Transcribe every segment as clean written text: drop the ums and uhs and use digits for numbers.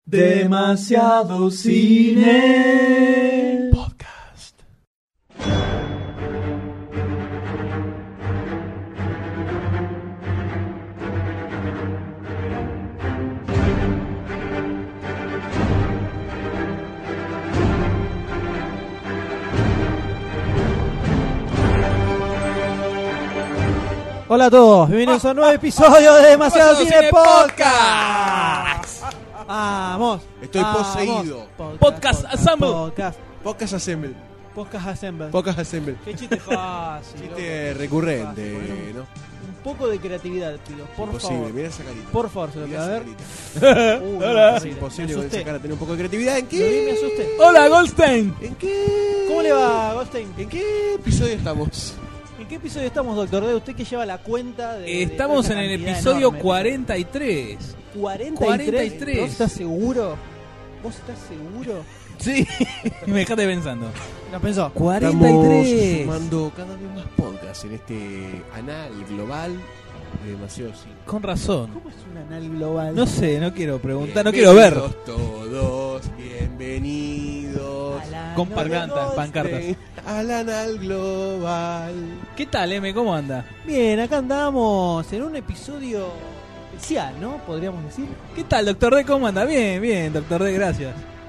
Demasiado Cine Podcast. Hola a todos, bienvenidos a un nuevo episodio de Demasiado Cine Podcast. Vamos. Estoy poseído. Podcast Assemble. Podcast Assemble. Podcast Assemble. Podcast Assemble. Qué chiste fácil. Chiste recurrente, ¿no? Un poco de creatividad, pido, por Imposible, favor. mira esa carita. Por favor, se lo Mirá puede esa ver. carita. Hola. Es imposible con esa cara tener un poco de creatividad. ¿En Lo vi, me qué? asusté. Hola Goldstein. ¿En qué? ¿Cómo le va, Goldstein? ¿En qué episodio estamos? ¿En qué episodio estamos, doctor D? Usted que lleva la cuenta de... Estamos de en esta el cantidad episodio enorme. 43. 43. ¿Vos estás seguro? ¿Vos estás seguro? Sí. Me dejaste pensando. ¿Lo pensó? 43. Estamos sumando cada vez más podcasts en este anal global de Demasiado Cine. Con razón. ¿Cómo es un anal global? No sé, no quiero preguntar, no quiero ver. Todos, bienvenidos Con pancartas. al anal global. ¿Qué tal, M? ¿Cómo anda? Bien, acá andamos en un episodio especial, ¿no? Podríamos decir. ¿Qué tal, Doctor D? ¿Cómo anda? Bien, bien, Doctor D, gracias.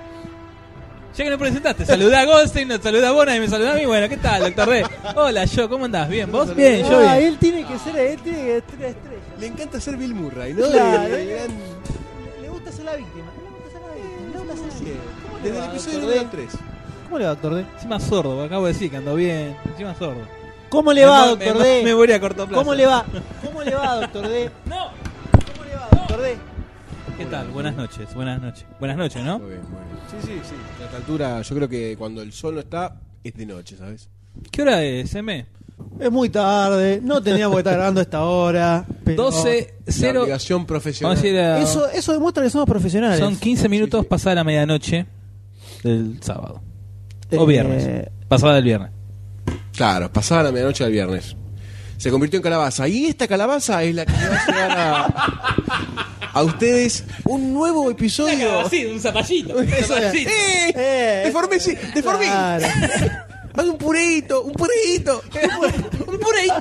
Ya que no presentaste, saludá a Goldstein, nos saludá a Bona y me saludá a mí. Bueno, ¿qué tal, Doctor D? Hola, yo, ¿cómo andás? ¿Bien? ¿Vos? Bien, yo bien. Él tiene que ser estrella. Le encanta ser Bill Murray, ¿no? Claro, El gran- le gusta ser la víctima. Le gusta ser la víctima. ¿Cómo le Desde va, el episodio doctor D? número 3. ¿Cómo le va, doctor D? Encima sordo, porque acabo de decir que ando bien. Encima sordo. ¿Cómo le va, Me- doctor me- D? Me voy a corto plazo. ¿Cómo le va? ¿Cómo le va, doctor D? No. ¿Cómo le va, doctor D? ¿Qué tal? Buenas noches, buenas noches. Buenas noches, ¿no? Muy bien, muy bien. Sí. A esta altura, yo creo que cuando el sol no está, es de noche, ¿sabes? ¿Qué hora es, M? Es muy tarde, no teníamos que estar grabando a esta hora. Pero La 12:0. obligación profesional. Vamos a ir a... Eso demuestra que somos profesionales. Son 15 minutos Sí. pasada la medianoche del sábado. Eh, O viernes. Pasada del viernes. Claro, pasaba la medianoche del viernes. Se convirtió en calabaza. Y esta calabaza es la que le va a llevar a ustedes un nuevo episodio. Sí, un zapallito. Eso es. Deformé, sí, deformé. Claro. Haz un pureíto, un pureíto. Un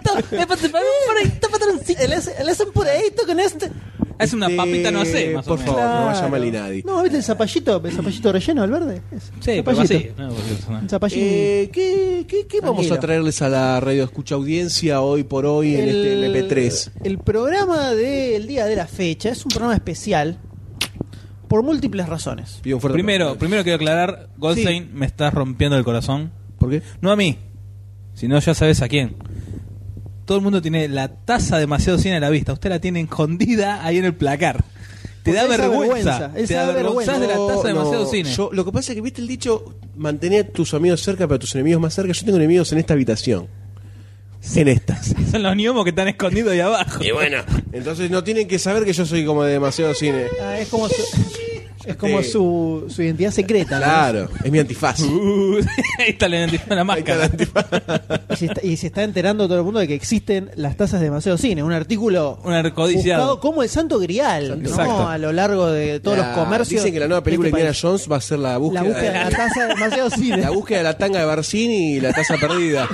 pureíto patroncito. Él hace un pureíto con este. Es una papita, no sé, más Por o menos. favor, no vaya Claro. mal y nadie. No, ¿viste el zapallito relleno, el verde? Sí, pero zapallito. así. No, porque- Un zapallito. ¿Qué vamos Tranquilo. a traerles a la radio escucha audiencia hoy por hoy en este MP3? El programa del día de la fecha es un programa especial por múltiples razones. Pido un fuerte Primero aplauso. quiero aclarar, Goldstein, me estás rompiendo el corazón. ¿Por qué? No a mí, sino ya sabes a quién. Todo el mundo tiene la taza Demasiado Cine a la vista. Usted la tiene escondida ahí en el placar. Te Porque da esa vergüenza. vergüenza, Te esa da vergüenza de la No, taza no, Demasiado Cine. yo- lo que pasa es que viste el dicho, mantener a tus amigos cerca pero a tus enemigos más cerca. Yo tengo enemigos en esta habitación. En estas. Son los gnomos que están escondidos ahí abajo. Y bueno, entonces no tienen que saber que yo soy como de Demasiado Cine. Es como su identidad secreta. ¿no? Claro, es mi antifaz. Ahí está la Ahí está máscara. el antifaz. Y se está enterando todo el mundo de que existen las tazas de Demasiado Cine. Un artículo Un arcodiciado. buscado como el Santo Grial, ¿no? Exacto. A lo largo de todos los comercios. Dicen que la nueva película de de Indiana este Jones va a ser la país. búsqueda, La búsqueda de la taza de Demasiado Cine. la búsqueda de la tanga de Barcini y la taza perdida.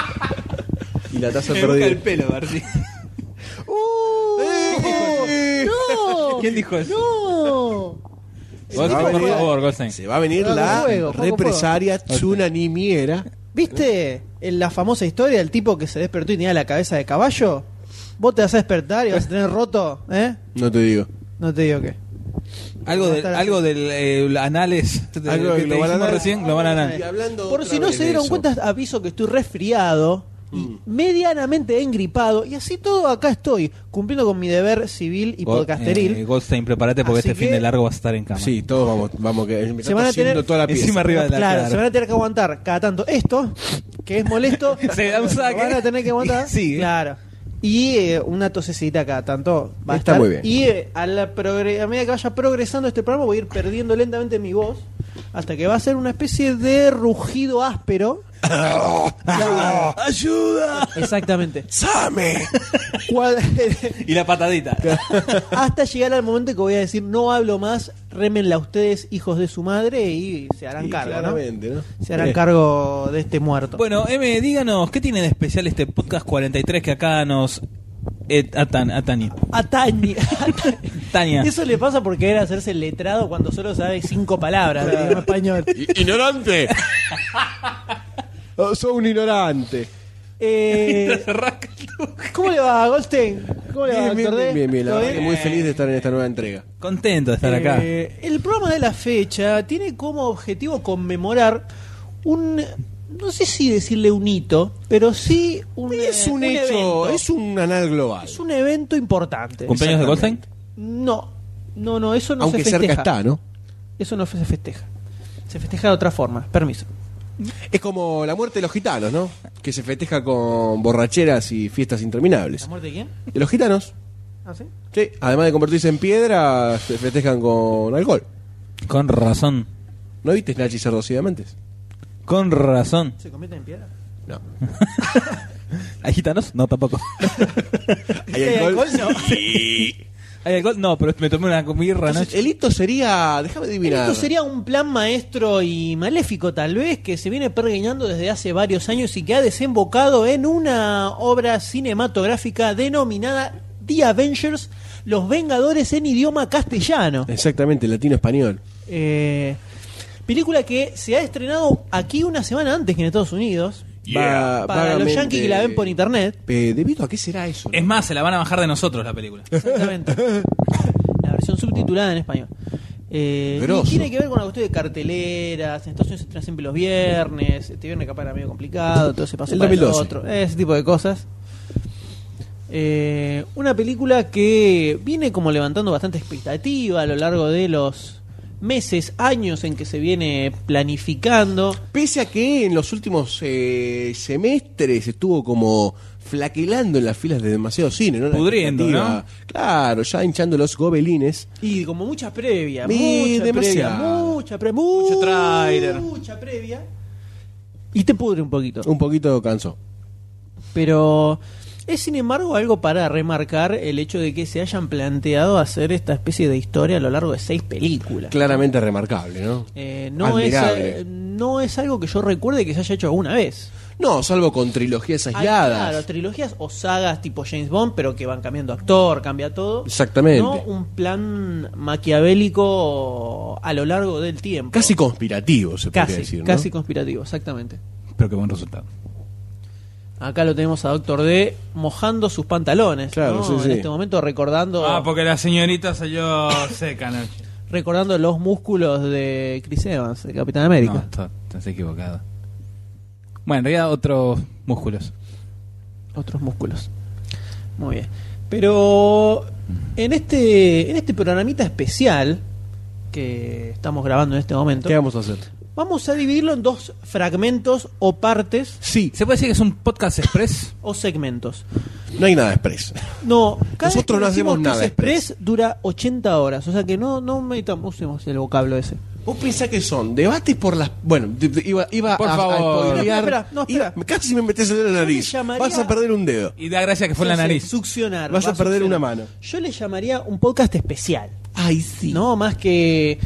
Y la taza Me busca perdida. el pelo, Barcy. ¡No! ¿Quién dijo eso? ¡No! Goldstein, por favor, Goldstein. Se va a venir Juego, la juego. represaria tsunanimiera. ¿Viste en la famosa historia del tipo que se despertó y tenía la cabeza de caballo? ¿Vos te vas a despertar y vas a tener roto? No te digo. No te digo qué. Algo del anales. Algo que del te global dijimos anal. recién, global anal. Y hablando Por otra si no vez se de dieron eso. cuenta, aviso que estoy resfriado y medianamente engripado. Y así todo acá estoy, cumpliendo con mi deber civil y podcasteril. Goldstein, prepárate porque Así este fin que- de largo vas a estar en cama. Sí, todos vamos que me Se está van a tosiendo tener- toda la pieza. Encima arriba de la Claro, cara. se van a tener que aguantar cada tanto esto, que es molesto. Se da un saque. Lo van a tener que aguantar. Y sigue. Claro. Y una tosecita cada tanto va a Está estar. muy bien. Y a medida que vaya progresando este programa, voy a ir perdiendo lentamente mi voz hasta que va a ser una especie de rugido áspero ¡Ayuda! Exactamente. ¡Same! Y la patadita. Hasta llegar al momento que voy a decir no hablo más, rémenla ustedes, hijos de su madre, y se harán Sí, cargo, claramente, ¿no? Se harán cargo de este muerto. Bueno, M, díganos, ¿qué tiene de especial este podcast 43 que acá nos... Tania. Tania. Eso le pasa por querer hacerse el letrado cuando solo sabe 5 palabras del idioma español. ¡Ignorante! Soy un ignorante. ¿Cómo le va, Goldstein? ¿Cómo le va, Bien, Doctor D? bien, la ¿Todo verdad que bien? muy feliz de estar en esta nueva entrega. Contento de estar acá. El programa de la fecha tiene como objetivo conmemorar un... No sé si decirle un hito, pero sí Es un hecho, evento. es un anal global. Es un evento importante. ¿Cumpleaños de Goldstein? No, eso no Aunque se festeja. cerca está, ¿no? Eso no se festeja. Se festeja de otra forma. Permiso. Es como la muerte de los gitanos, ¿no? Que se festeja con borracheras y fiestas interminables. ¿La muerte de quién? De los gitanos, ¿Ah, sí? sí, además de convertirse en piedra, se festejan con alcohol. Con razón. ¿No viste Nachi Cerdos y Diamantes? Con razón. ¿Se convierte en piedra? No. ¿Hay gitanos? No, tampoco. ¿Hay alcohol? No. Sí. ¿Hay alcohol? No, pero me tomé una birra Entonces, anoche. el hito sería, déjame adivinar. Esto sería un plan maestro y maléfico, tal vez, que se viene pergeñando desde hace varios años y que ha desembocado en una obra cinematográfica denominada The Avengers, Los Vengadores en idioma castellano. Exactamente, latino-español. Película que se ha estrenado aquí una semana antes que en Estados Unidos. Va- Para los vagamente- yankees que la ven por internet. ¿Debido a qué será eso? Es más, se la van a bajar de nosotros la película. Exactamente. La versión subtitulada en español. Y Grosso. tiene que ver con la cuestión de carteleras. En Estados Unidos se estrena siempre los viernes. Este viernes capaz era medio complicado, todo se pasó El para el 2012. otro. Ese tipo de cosas. Una película que viene como levantando bastante expectativa a lo largo de los meses, años en que se viene planificando. Pese a que en los últimos semestres estuvo como flaquelando en las filas de demasiado cine, ¿no? La Pudriendo, expectativa. Claro, ya hinchando los gobelines. Y como mucha previa, Demasiado. mucha previa, Mucho tráiler. mucha previa. Y te pudre un poquito. Un poquito cansó. Pero es sin embargo algo para remarcar el hecho de que se hayan planteado hacer esta especie de historia a lo largo de 6 películas. Claramente remarcable, ¿no? Admirable. No es algo que yo recuerde que se haya hecho alguna vez. No, salvo con trilogías Hay, aisladas. claro, trilogías o sagas tipo James Bond, pero que van cambiando actor, cambia todo. Exactamente. No un plan maquiavélico a lo largo del tiempo. Casi conspirativo, se podría Casi, decir, ¿no? casi conspirativo, exactamente. Pero qué buen resultado. Acá lo tenemos a Doctor D mojando sus pantalones. Claro, ¿no? sí, En sí. este momento recordando, porque la señorita salió seca anoche. recordando los músculos de Chris Evans, de Capitán América. No, estás equivocado. Bueno, en realidad otros músculos. Otros músculos. Muy bien. Pero en este programita especial que estamos grabando en este momento, ¿Qué vamos a hacer? vamos a dividirlo en 2 fragmentos o partes Sí, ¿Se puede decir que es un podcast express? o segmentos. no hay nada express. No, cada Nosotros vez que no decimos hacemos que nada es express dura 80 horas, o sea que no usemos el vocablo ese. Vos pensás que son debates por las... Bueno, iba Por a favor. spoilear. No, espera. Casi me metes en la nariz. llamaría- Vas a perder un dedo. Y da gracia que fue en la Entonces, nariz. Succionar. Vas va a perder succionar. una mano. Yo le llamaría un podcast especial, Ay, sí. no más que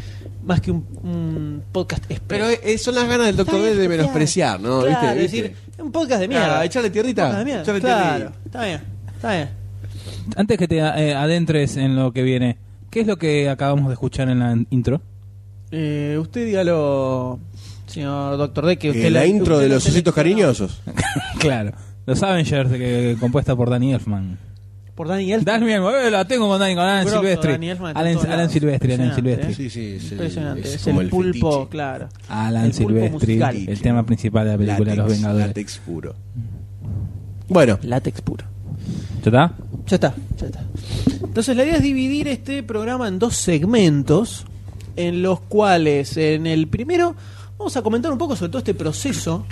un podcast express. Pero son las ganas del Doctor D de menospreciar, ¿no? Claro, ¿Viste? es decir, es un podcast de mierda. Ah, echarle tierrita. Un podcast de mierda. Echarle Claro, tierrita. está bien. Antes que te adentres en lo que viene, ¿qué es lo que acabamos de escuchar en la intro? Usted dígalo, señor Doctor D, que usted La intro usted de la los ositos seleccionó cariñosos. Claro, los Avengers, compuesta por Danny Elfman. por Danny Elfman. Danny Elfman, la tengo con Alan Grosso, Silvestri. Danny Elfman está en Alan, todos Alan lados. Silvestri, Alan Impresionante, Silvestri. Sí, sí, Impresionante, es como el pulpo, fetiche. claro. Alan El pulpo Silvestri, musical. el tema principal de la película Los Vengadores. Látex puro. Bueno, Látex puro. ¿Ya está? Ya está. Entonces la idea es dividir este programa en 2 segmentos, en los cuales en el primero vamos a comentar un poco sobre todo este proceso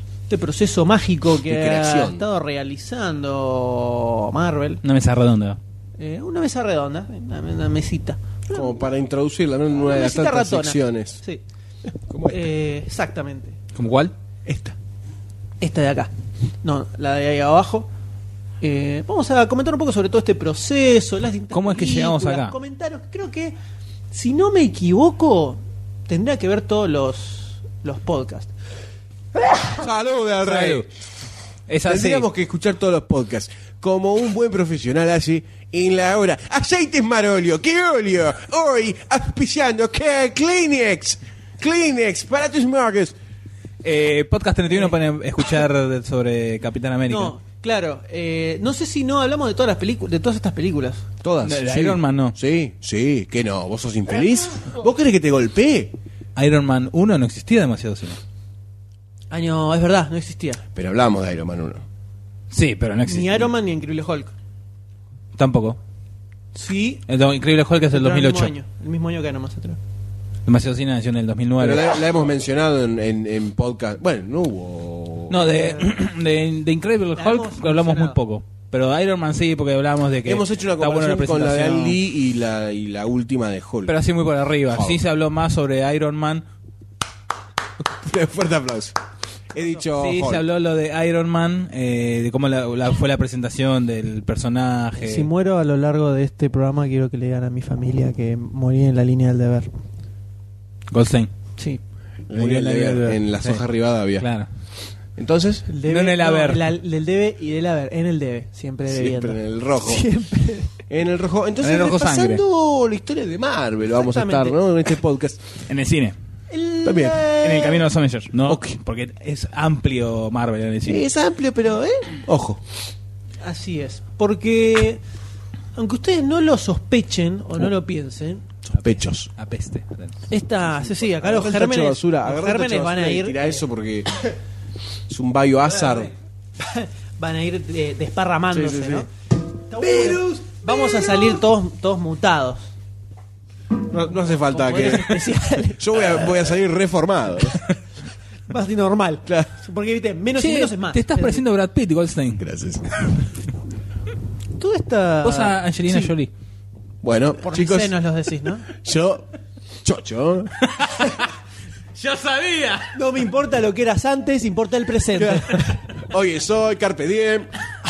mágico que De ha creación. estado realizando Marvel. Una mesa redonda. Una mesa redonda, una mesita. como para introducirla, ¿no? En una de las mesita tantas ratona. secciones. Sí. Como esta. Exactamente. ¿Como cuál? Esta. Esta de acá. No, la de ahí abajo. Vamos a comentar un poco sobre todo este proceso. Las distintas ¿Cómo es que llegamos películas, acá? Comentarios. Creo que, si no me equivoco, tendría que ver todos los podcasts. Salud al rey. Salud. Es así. Tendríamos que escuchar todos los podcasts, como un buen profesional hace en la hora. Aceites Marolio, ¿qué óleo? Hoy, auspiciando, ¿qué? Kleenex, para tus marcas. Podcast 31 para escuchar sobre Capitán América. No, claro. No sé si no hablamos de todas las películas, de todas estas películas. Todas. De Iron Man no. Sí, ¿qué no? ¿Vos sos infeliz? ¿Vos querés que te golpee? Iron Man 1 no existía demasiado cine. Año, es verdad, no existía. Pero hablamos de Iron Man 1. Sí, pero no existía. Ni Iron Man ni Increíble Hulk. Tampoco. Sí. El Increíble Hulk es del pero 2008. el mismo año que Iron Man atrás. Demasiado cine nació en el 2009. Pero la hemos mencionado en podcast. Bueno, no hubo. No, de Incredible La Hulk hemos hablamos muy mencionado. poco. Pero Iron Man sí, porque hablamos de que Hemos hecho una está buena comparación con la de presentación. Ang Lee y la última de Hulk. Pero así muy por arriba. Hulk. Sí se habló más sobre Iron Man. Fuerte aplauso. He dicho Sí, Hulk. se habló lo de Iron Man, de cómo fue la presentación del personaje. Si muero a lo largo de este programa, quiero que le digan a mi familia que morí en la línea del deber. Goldstein. Sí. Murió en, las Sí. hojas Rivadavia. Claro. Entonces, El No en el haber. del debe y del haber. En el debe. Siempre debiendo. siempre en el rojo. Siempre. En el rojo. Entonces, En el rojo repasando la historia de Marvel, vamos a estar, Exactamente. ¿no? En este podcast. En el cine. También. En el camino de los Avengers. No, Ok. porque es amplio Marvel en el cine. Es amplio, pero, ojo. Así es. Porque, aunque ustedes no lo sospechen o no lo piensen, Sospechos. Apeste. sí, acá los Agarrá el tacho de gérmenes, basura, los agarrá el tacho gérmenes de van a basura y ir, tira eso porque es un biohazard. van a ir desparramándose, Sí, sí, sí. ¿no? ¡Virus! Vamos a salir todos mutados. No hace falta Con que. poderes especiales. Yo voy a salir reformado. Más de normal. Claro. Porque, viste, menos y Che, menos es más. te estás pareciendo a Brad Pitt, Goldstein. Gracias. Toda esta... Vos a Angelina Sí, Jolie. Bueno, por chicos, mis senos los decís, ¿no? yo. Chocho. ¡Yo sabía! No me importa lo que eras antes, importa el presente. Oye, soy Carpe Diem.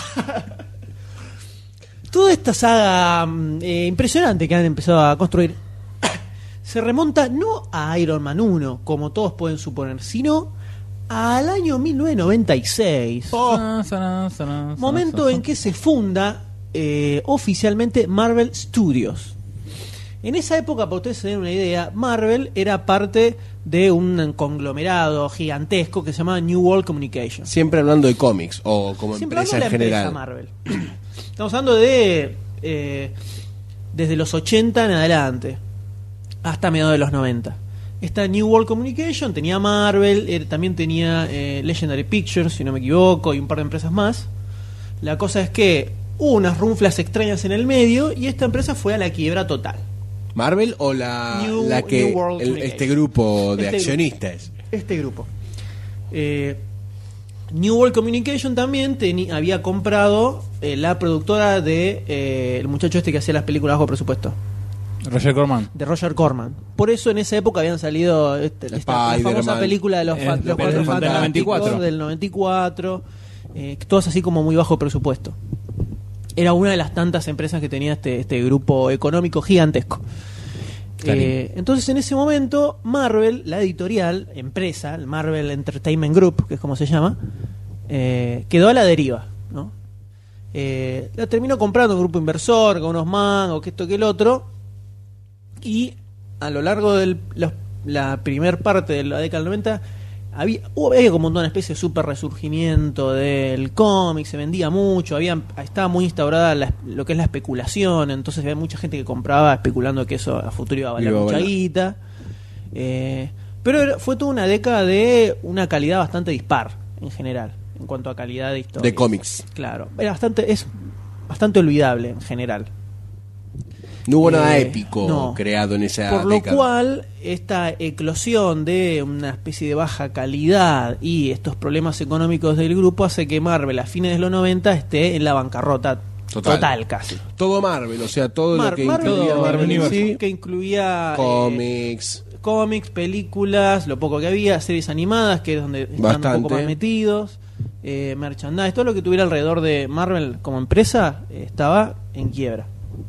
Toda esta saga impresionante que han empezado a construir se remonta no a Iron Man 1, como todos pueden suponer, sino al año 1996, momento en que se funda oficialmente Marvel Studios. En esa época, para ustedes se den una idea, Marvel era parte de un conglomerado gigantesco que se llamaba New World Communications. Siempre hablando de cómics o como Siempre empresa en hablando de la general. empresa Marvel. Estamos hablando de desde los 80 en adelante hasta mediados de los 90. Esta New World Communication tenía Marvel, también tenía Legendary Pictures, si no me equivoco, y un par de empresas más. La cosa es que hubo unas runflas extrañas en el medio y esta empresa fue a la quiebra total. ¿Marvel o la New que World este grupo de Este accionistas? Este grupo. New World Communication también había comprado la productora de el muchacho este que hacía las películas bajo presupuesto, Roger Corman. de Roger Corman. Por eso en esa época habían salido la Spider-Man. famosa película de los Del Cuatro 94. Fantásticos del 94, todas así como muy bajo presupuesto. Era una de las tantas empresas que tenía este grupo económico gigantesco. Claro. Entonces en ese momento Marvel, la editorial, empresa, el Marvel Entertainment Group, que es como se llama, quedó a la deriva, ¿no? La terminó comprando un grupo inversor con unos mangos, que esto que el otro, y a lo largo de la primer parte de la década del 90 había como una especie de super resurgimiento del cómic, se vendía mucho, estaba muy instaurada lo que es la especulación, entonces había mucha gente que compraba especulando que eso a futuro iba a valer mucha guita. Pero fue toda una década de una calidad bastante dispar en general, en cuanto a calidad de historia. De cómics. Claro, es bastante olvidable en general. No hubo nada épico no. creado en esa Por lo década. cual, esta eclosión de una especie de baja calidad y estos problemas económicos del grupo hace que Marvel a fines de los 90 esté en la bancarrota total casi. Todo Marvel, o sea, todo lo que incluía todo Marvel Universo. sí, que incluía cómics. películas, lo poco que había, series animadas, que es donde están un Bastante. poco más metidos. merchandise, todo lo que tuviera alrededor de Marvel como empresa estaba en quiebra.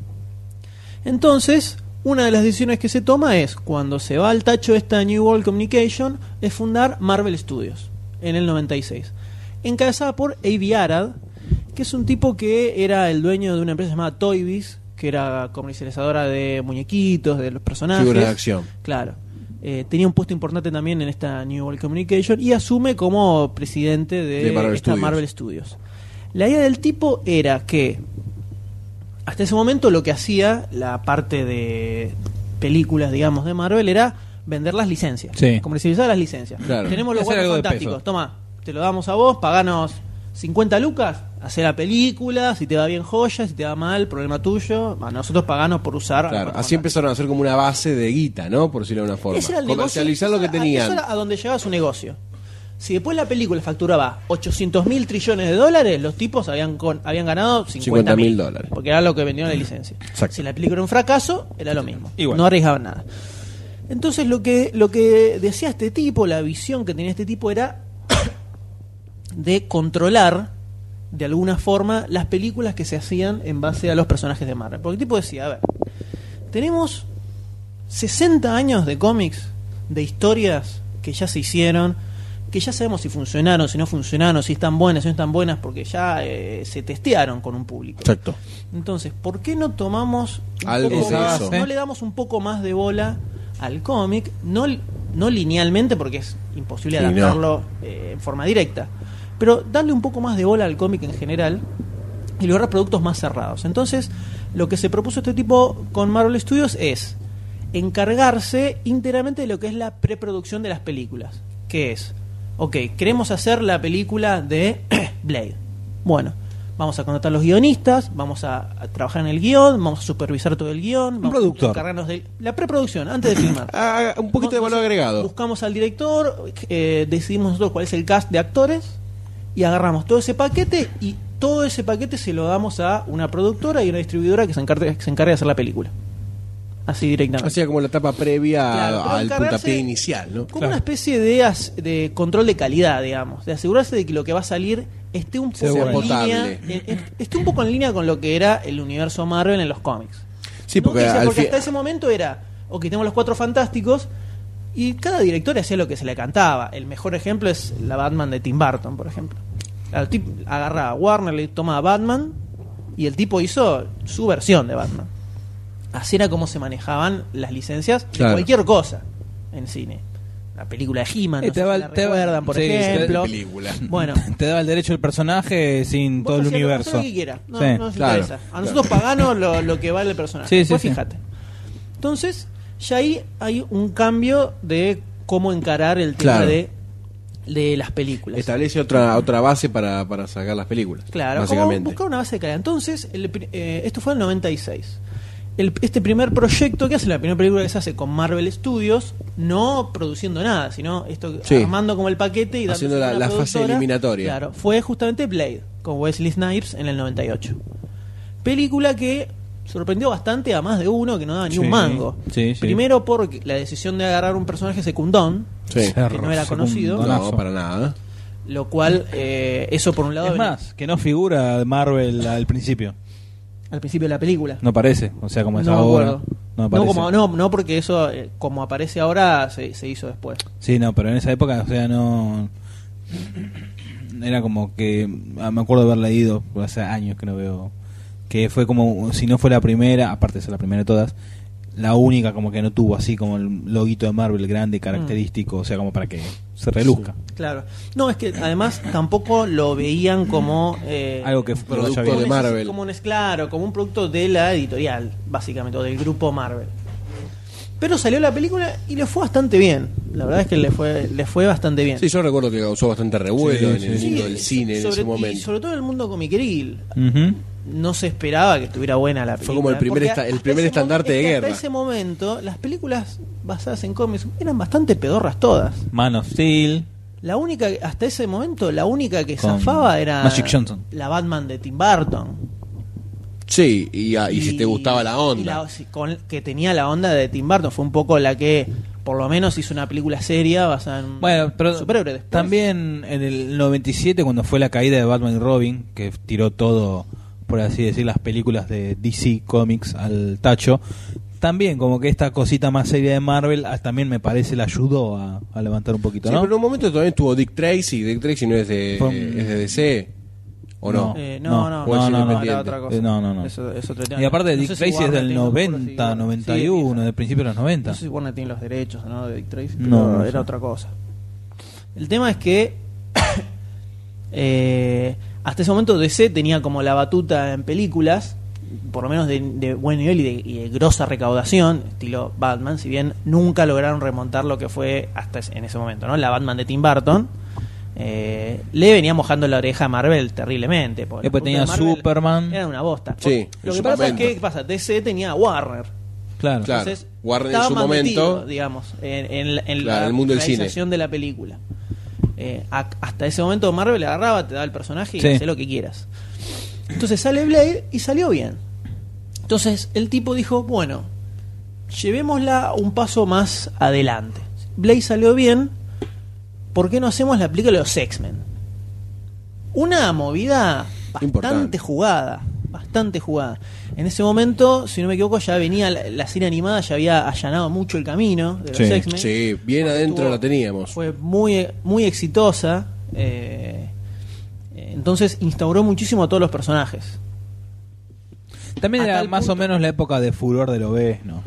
Entonces, una de las decisiones que se toma es, cuando se va al tacho esta New World Communication, es fundar Marvel Studios en el 96, encabezada por Avi Arad, que es un tipo que era el dueño de una empresa llamada Toy Biz, que era comercializadora de muñequitos, de los personajes. Figuras de acción. Claro. Tenía un puesto importante también en esta New World Communication y asume como presidente de Marvel esta Studios. Marvel Studios. La idea del tipo era que hasta ese momento lo que hacía la parte de películas, digamos, de Marvel era vender las licencias, Sí. comercializar las licencias. Claro. Tenemos los Hacer Cuatro algo de Fantásticos, peso. toma, te lo damos a vos, paganos 50 lucas, hacé la película, si te va bien joya, si te va mal, problema tuyo, a nosotros paganos por usar. a los Claro, Cuatro así Fantásticos. empezaron a hacer como una base de guita, ¿no? Por decirlo de una forma. Ese era el Comercializar negocio, lo que tenían. Eso era a donde llegaba su negocio. Si después la película facturaba 800.000 trillones de dólares, los tipos habían ganado 50.000 $50.000. porque era lo que vendieron la licencia. Exacto. Si la película era un fracaso, era lo mismo. Igual. No arriesgaban nada. Entonces lo que decía este tipo, la visión que tenía este tipo era de controlar de alguna forma las películas que se hacían en base a los personajes de Marvel. Porque el tipo decía, a ver, tenemos 60 años de cómics, de historias que ya se hicieron, que ya sabemos si funcionaron, si no funcionaron, si están buenas, si no están buenas, porque ya se testearon con un público. Exacto. Entonces, ¿por qué no tomamos un Algo poco de más, eso. no le damos un poco más de bola al cómic, no linealmente, porque es imposible Sí, adaptarlo en forma directa, pero darle un poco más de bola al cómic en general y lograr productos más cerrados? Entonces, lo que se propuso este tipo con Marvel Studios es encargarse íntegramente de lo que es la preproducción de las películas, que es, ok, queremos hacer la película de Blade. Bueno, vamos a contratar los guionistas, vamos a trabajar en el guión, vamos a supervisar todo el guión, vamos productor. a encargarnos de la preproducción antes de filmar. Ah, un poquito de valor agregado. Buscamos al director, decidimos nosotros cuál es el cast de actores y agarramos todo ese paquete y todo ese paquete se lo damos a una productora y una distribuidora que se encargue de hacer la película. Así directamente. Hacía como la etapa previa Claro, pero al encargarse puntapié inicial, ¿no? Como Claro. una especie de control de calidad, digamos, de asegurarse de que lo que va a salir esté un poco Sea en potable. línea, esté un poco en línea con lo que era el universo Marvel en los cómics. Sí, ¿No? porque, Porque hasta ese momento era, ok, tenemos los Cuatro Fantásticos y cada director hacía lo que se le cantaba. El mejor ejemplo es la Batman de Tim Burton, por ejemplo. El tipo agarraba a Warner, le tomaba Batman y el tipo hizo su versión de Batman. Así era como se manejaban las licencias de Claro. cualquier cosa en cine. La película de He-Man, no sé si la recuerdan, por sí, ejemplo. película. Bueno, Te daba el derecho del personaje sin vos todo el hacés universo. lo que quieras. No, Sí. no nos Claro, interesa. A nosotros paganos lo que vale el personaje. Sí, Después sí, sí. fíjate. Entonces, ya ahí hay un cambio de cómo encarar el tema Claro. de las películas. Establece otra base para sacar las películas. Claro, como básicamente. buscar una base de calidad. Entonces, esto fue en el 96. Este primer proyecto que hace, la primera película que se hace con Marvel Studios, no produciendo nada, sino esto Sí. armando como el paquete y Haciendo dándose a una la fase productora. eliminatoria. Claro, fue justamente Blade, con Wesley Snipes en el 98. Película que sorprendió bastante a más de uno que no daba ni un Sí, mango. sí, sí. Primero por la decisión de agarrar un personaje secundón, Sí. que no era conocido. No, para nada. lo cual, eso por un lado, Es más, que no figura Marvel al principio. al principio de la película. No parece, o sea, como es No me ahora. acuerdo. No, No, aparece. no, porque eso, como aparece ahora, se hizo después. Sí, no, pero en esa época, o sea, no. Era como que. Me acuerdo de haber leído, hace años que no veo. Que fue como, si no fue la primera, aparte de ser la primera de todas, la única como que no tuvo así como el loguito de Marvel grande, característico, o sea, como para que se reluzca. Claro. No, es que además tampoco lo veían como Algo que producto vaya de bien. Marvel. claro, como un producto de la editorial, básicamente, o del grupo Marvel. Pero salió la película y le fue bastante bien. La verdad es que le fue bastante bien. Sí, yo recuerdo que causó bastante revuelo Sí, en el sí. mundo del cine en ese Y momento. sobre todo en el mundo comiqueril. Ujú. No se esperaba que estuviera buena la película. Fue como el primer porque el hasta primer ese estandarte de es que guerra. Hasta ese momento, las películas basadas en cómics eran bastante pedorras todas. Man of Steel. La única, hasta ese momento, la única que Con zafaba era Magic Johnson. la Batman de Tim Burton. Sí, y si te gustaba la y onda. que tenía la onda de Tim Burton, fue un poco la que por lo menos hizo una película seria basada en Bueno, pero superhéroe. Después, también en el 97, cuando fue la caída de Batman y Robin, que tiró todo, por así decir, las películas de DC Comics al tacho, también como que esta cosita más seria de Marvel también me parece le ayudó a levantar un poquito, Sí, ¿no? pero en un momento también tuvo Dick Tracy. Dick Tracy no es de, es de DC, ¿o no? no, ¿O es independiente? era otra cosa. No. Eso es otro tema. Y aparte No Dick sé si Tracy es Warner del tiene, no me acuerdo 90, si- 91, sí, del principio de los 90. No sé si Warner tiene los derechos, ¿no? De Dick Tracy, pero No era sé. otra cosa. El tema es que hasta ese momento DC tenía como la batuta en películas, por lo menos de buen nivel y de grosa recaudación, estilo Batman, si bien nunca lograron remontar lo que fue hasta en ese momento, ¿no? La Batman de Tim Burton. Le venía mojando la oreja a Marvel terriblemente. Porque Después las tenía películas de Marvel Superman. Era una bosta. Sí, Lo en que su pasa momento. es que, ¿qué pasa? DC tenía Warner. Claro. Claro. Entonces, Warner en estaba su más momento- metido, digamos, en Claro, la en el mundo del cine. realización de la película. Hasta ese momento Marvel le agarraba, te daba el personaje y Sí. hacé lo que quieras. Entonces sale Blade y salió bien. Entonces el tipo dijo, bueno, llevémosla un paso más adelante. Blade salió bien, ¿por qué no hacemos la película de los X-Men? Una movida bastante Importante. jugada, bastante jugada. En ese momento, si no me equivoco, ya venía la serie animada, ya había allanado mucho el camino de los Sí. X-Men. Sí, bien Porque adentro tuvo- la teníamos. Fue muy, muy exitosa. Entonces instauró muchísimo a todos los personajes. También A era tal más punto- o menos la época de furor de lo ves, ¿no?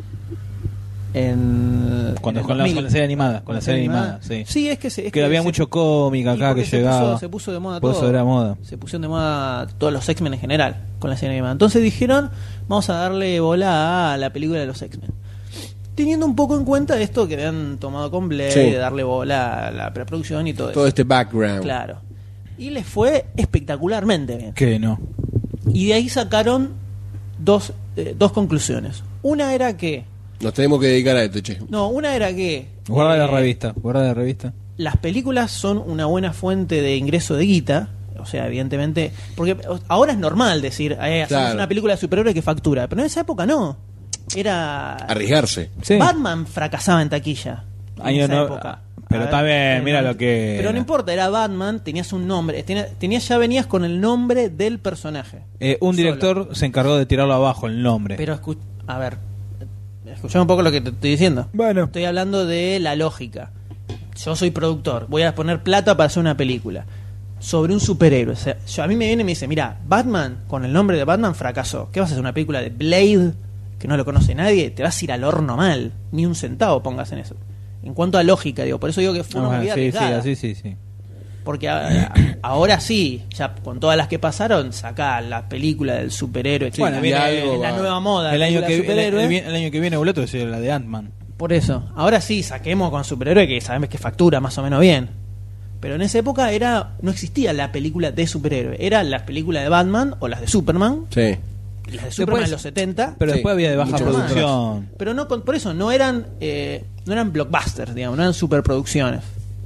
Cuando con la serie animada, con la serie animada, sí. Sí, es que, Que había mucho cómic y acá porque que llegaba. se puso de moda Por todo. eso era moda. Se pusieron de moda todos los X-Men en general con la serie animada. Entonces dijeron, vamos a darle bola a la película de los X-Men. Teniendo un poco en cuenta esto que habían tomado con Blade, Sí. de darle bola a la preproducción y todo Todo eso. este background. Claro. Y les fue espectacularmente bien. Que no. Y de ahí sacaron dos conclusiones. Una era que... Nos tenemos que dedicar a esto, che. No, una era que... Guarda la eh, revista, guarda la revista. Las películas son una buena fuente de ingreso de guita. O sea, evidentemente... Porque ahora es normal decir, hacemos Claro. una película de superhéroe que factura. Pero en esa época no. Era... Arriesgarse. Sí. Batman fracasaba en taquilla. En Año esa no- época. pero A está bien, mira lo que Pero no era. importa, era Batman, tenías un nombre. Ya venías con el nombre del personaje. Un Solo. director se encargó de tirarlo abajo el nombre. Pero a ver, escuchame un poco lo que te estoy diciendo. Bueno. Estoy hablando de la lógica. Yo soy productor, voy a poner plata para hacer una película sobre un superhéroe. O sea, a mí me viene y me dice, mira, Batman, con el nombre de Batman fracasó. ¿Qué vas a hacer? ¿Una película de Blade que no lo conoce nadie? Te vas a ir al horno mal. Ni un centavo pongas en eso. En cuanto a lógica, digo, por eso digo que fue una Ajá, movida sí, arriesgada. sí. Porque ahora sí, ya con todas las que pasaron, saca la película del superhéroe. Sí, Bueno, y viene algo la va. nueva moda. El año, película que, de superhéroe. el año que viene, boludo, es la de Ant-Man. Por eso, ahora sí, saquemos con superhéroe que sabemos que factura más o menos bien. Pero en esa época no existía la película de superhéroe. Eran las películas de Batman o las de Superman. Sí. Y las de Superman Después- en los 70. Pero Sí, después había de baja mucho más. producción. Pero no por eso, no eran blockbusters, digamos, no eran superproducciones.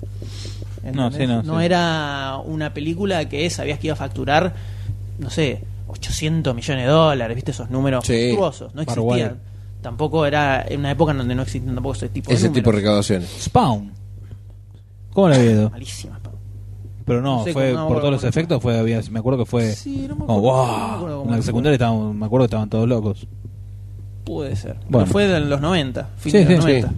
No, sí, no, No sí. era una película que sabías que iba a facturar, no sé, 800 millones de dólares, ¿viste? Esos números Sí. monstruosos, no Paraguay. existían. Tampoco era en una época en donde no existían tampoco ese tipo de Ese tipo de números. recaudaciones. Spawn. ¿Cómo le había ido? Malísimas, pa. Pero no, No sé fue cómo- no por me todos los acuerdo. efectos, me acuerdo que fue Sí, no me como, acuerdo, no me wow. acuerdo cómo En la fue. secundaria me acuerdo que estaban todos locos. Puede ser. Bueno. Pero fue en los 90, fin Sí, de los sí, 90.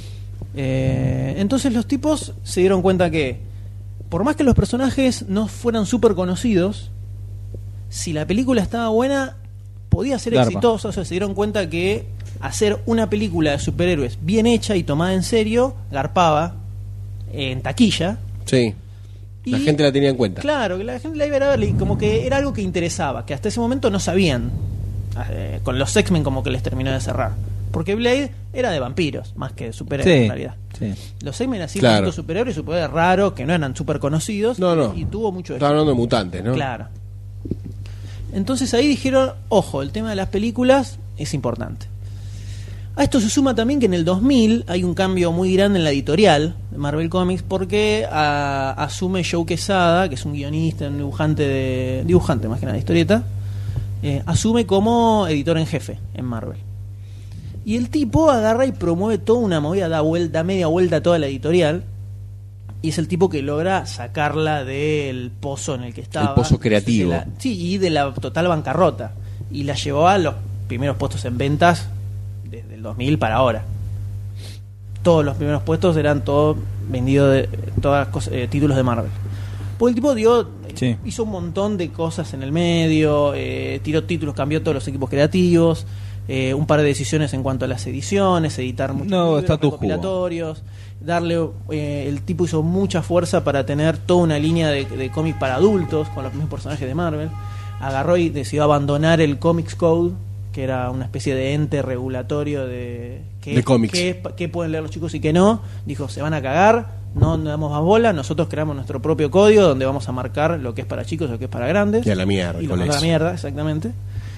Entonces los tipos se dieron cuenta que, por más que los personajes no fueran súper conocidos, si la película estaba buena, podía ser Garpa. exitosa. O sea, se dieron cuenta que hacer una película de superhéroes bien hecha y tomada en serio, garpaba en taquilla. Sí. La Y- gente la tenía en cuenta. Claro, que la gente la iba a ir a ver y como que era algo que interesaba, que hasta ese momento no sabían. Con los X-Men como que les terminó de cerrar. Porque Blade era de vampiros, más que de superhéroes en realidad. sí. Los X-Men así, Claro. tanto superhéroes, superhéroes raros, que no eran súper conocidos. No, no. Y tuvo mucho Estaba éxito. hablando de mutantes, ¿no? Claro. Entonces ahí dijeron, ojo, el tema de las películas es importante. A esto se suma también que en el 2000 hay un cambio muy grande en la editorial de Marvel Comics porque asume Joe Quesada, que es un guionista, un dibujante más que nada de historieta, asume como editor en jefe en Marvel. Y el tipo agarra y promueve toda una movida, da media vuelta a toda la editorial. Y es el tipo que logra sacarla del pozo en el que estaba. El pozo creativo. Y de la total bancarrota. Y la llevó a los primeros puestos en ventas desde el 2000 para ahora. Todos los primeros puestos eran todos vendidos de todas las cosas, títulos de Marvel. Porque el tipo hizo un montón de cosas en el medio, tiró títulos, cambió todos los equipos creativos, un par de decisiones en cuanto a las ediciones, editar muchos libros, recopilatorios, el tipo hizo mucha fuerza para tener toda una línea de cómics para adultos con los mismos personajes de Marvel. Agarró y decidió abandonar el Comics Code, que era una especie de ente regulatorio de cómics, qué pueden leer los chicos y qué no. Dijo, se van a cagar, no damos más bola, nosotros creamos nuestro propio código donde vamos a marcar lo que es para chicos y lo que es para grandes. Y a la mierda. Y lo mandó a la mierda, exactamente.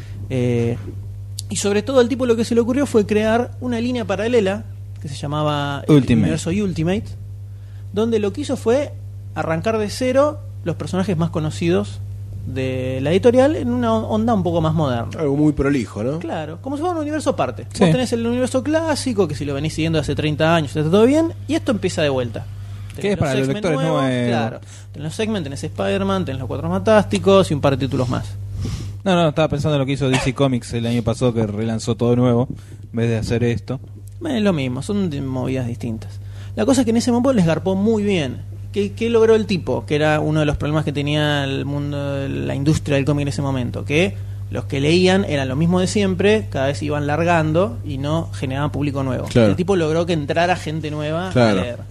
Y sobre todo el tipo lo que se le ocurrió fue crear una línea paralela que se llamaba el Universo Ultimate, donde lo que hizo fue arrancar de cero los personajes más conocidos de la editorial en una onda un poco más moderna. Algo muy prolijo, ¿no? Claro, como si fuera un universo aparte. Sí. Vos tenés el universo clásico, que si lo venís siguiendo hace 30 años está todo bien, y esto empieza de vuelta. ¿Qué es para los lectores nuevos? Claro, tenés los X-Men, tenés Spider-Man, tenés los Cuatro Fantásticos y un par de títulos más. No, estaba pensando en lo que hizo DC Comics el año pasado, que relanzó todo de nuevo, en vez de hacer esto. Es lo mismo, son movidas distintas. La cosa es que en ese momento les garpó muy bien. ¿Qué logró el tipo? Que era uno de los problemas que tenía el mundo, la industria del cómic en ese momento, que los que leían eran lo mismo de siempre, cada vez iban largando y no generaban público nuevo. Claro. El tipo logró que entrara gente nueva a leer.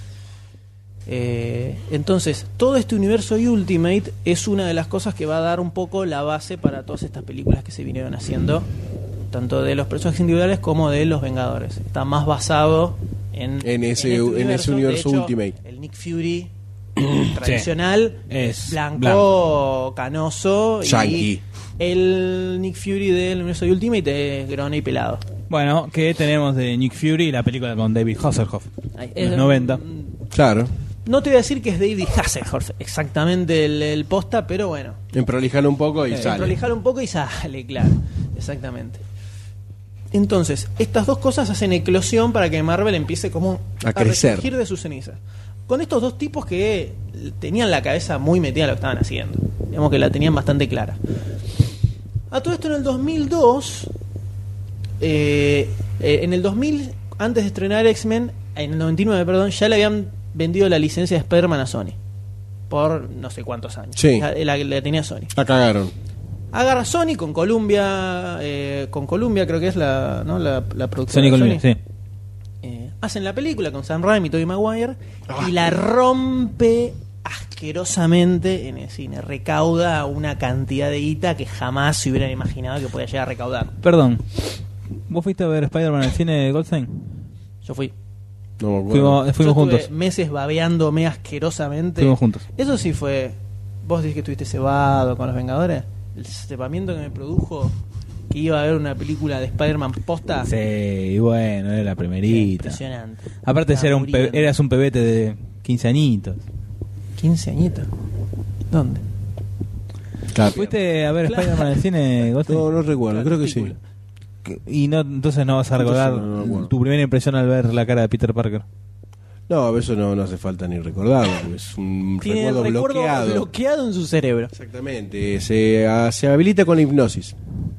Entonces, todo este universo Ultimate es una de las cosas que va a dar un poco la base para todas estas películas que se vinieron haciendo, tanto de los personajes individuales como de los Vengadores. Está más basado en ese universo de hecho, Ultimate. El Nick Fury tradicional es blanco, canoso, yankee. Y el Nick Fury del universo Ultimate es grone y pelado. Bueno, ¿qué tenemos de Nick Fury? La película con David Hasselhoff, en los 90. Claro. No te voy a decir que es David Hasselhoff exactamente el posta, pero bueno. Emprolijar un poco y sale. Emprolijar un poco y sale, claro. Exactamente. Entonces, estas dos cosas hacen eclosión para que Marvel empiece como a crecer, resurgir de sus cenizas. Con estos dos tipos que tenían la cabeza muy metida en lo que estaban haciendo. Digamos que la tenían bastante clara. A todo esto en el 2002, en el 2000, antes de estrenar X-Men, en el 99, perdón, ya le habían vendido la licencia de Spider-Man a Sony. Por no sé cuántos años. Sí. La tenía Sony. La cagaron. Agarra Sony con Columbia, creo que es la producción Sony de Columbia, sí. Hacen la película con Sam Raimi y Tobey Maguire y la rompe asquerosamente en el cine. Recauda una cantidad de guita que jamás se hubieran imaginado que podía llegar a recaudar. Perdón, ¿vos fuiste a ver Spider-Man en el cine de Goldstein? Yo fui. No me acuerdo. Fuimos juntos. Meses babeándome asquerosamente. Fuimos juntos. Eso sí fue. ¿Vos decís que estuviste cebado con los Vengadores? El cebamiento que me produjo que iba a ver una película de Spider-Man posta. Sí, y bueno, era la primerita. Impresionante. Aparte eras un pebete de 15 añitos. 15 añitos. ¿Dónde? Claro. ¿Fuiste a ver Spider-Man en el cine, Goldstein? No recuerdo, creo que sí. Y no, entonces no vas a recordar tu primera impresión al ver la cara de Peter Parker. No, eso no hace falta ni recordarlo, porque es un Tiene recuerdo el recuerdo bloqueado. bloqueado en su cerebro. Exactamente, se habilita con la hipnosis.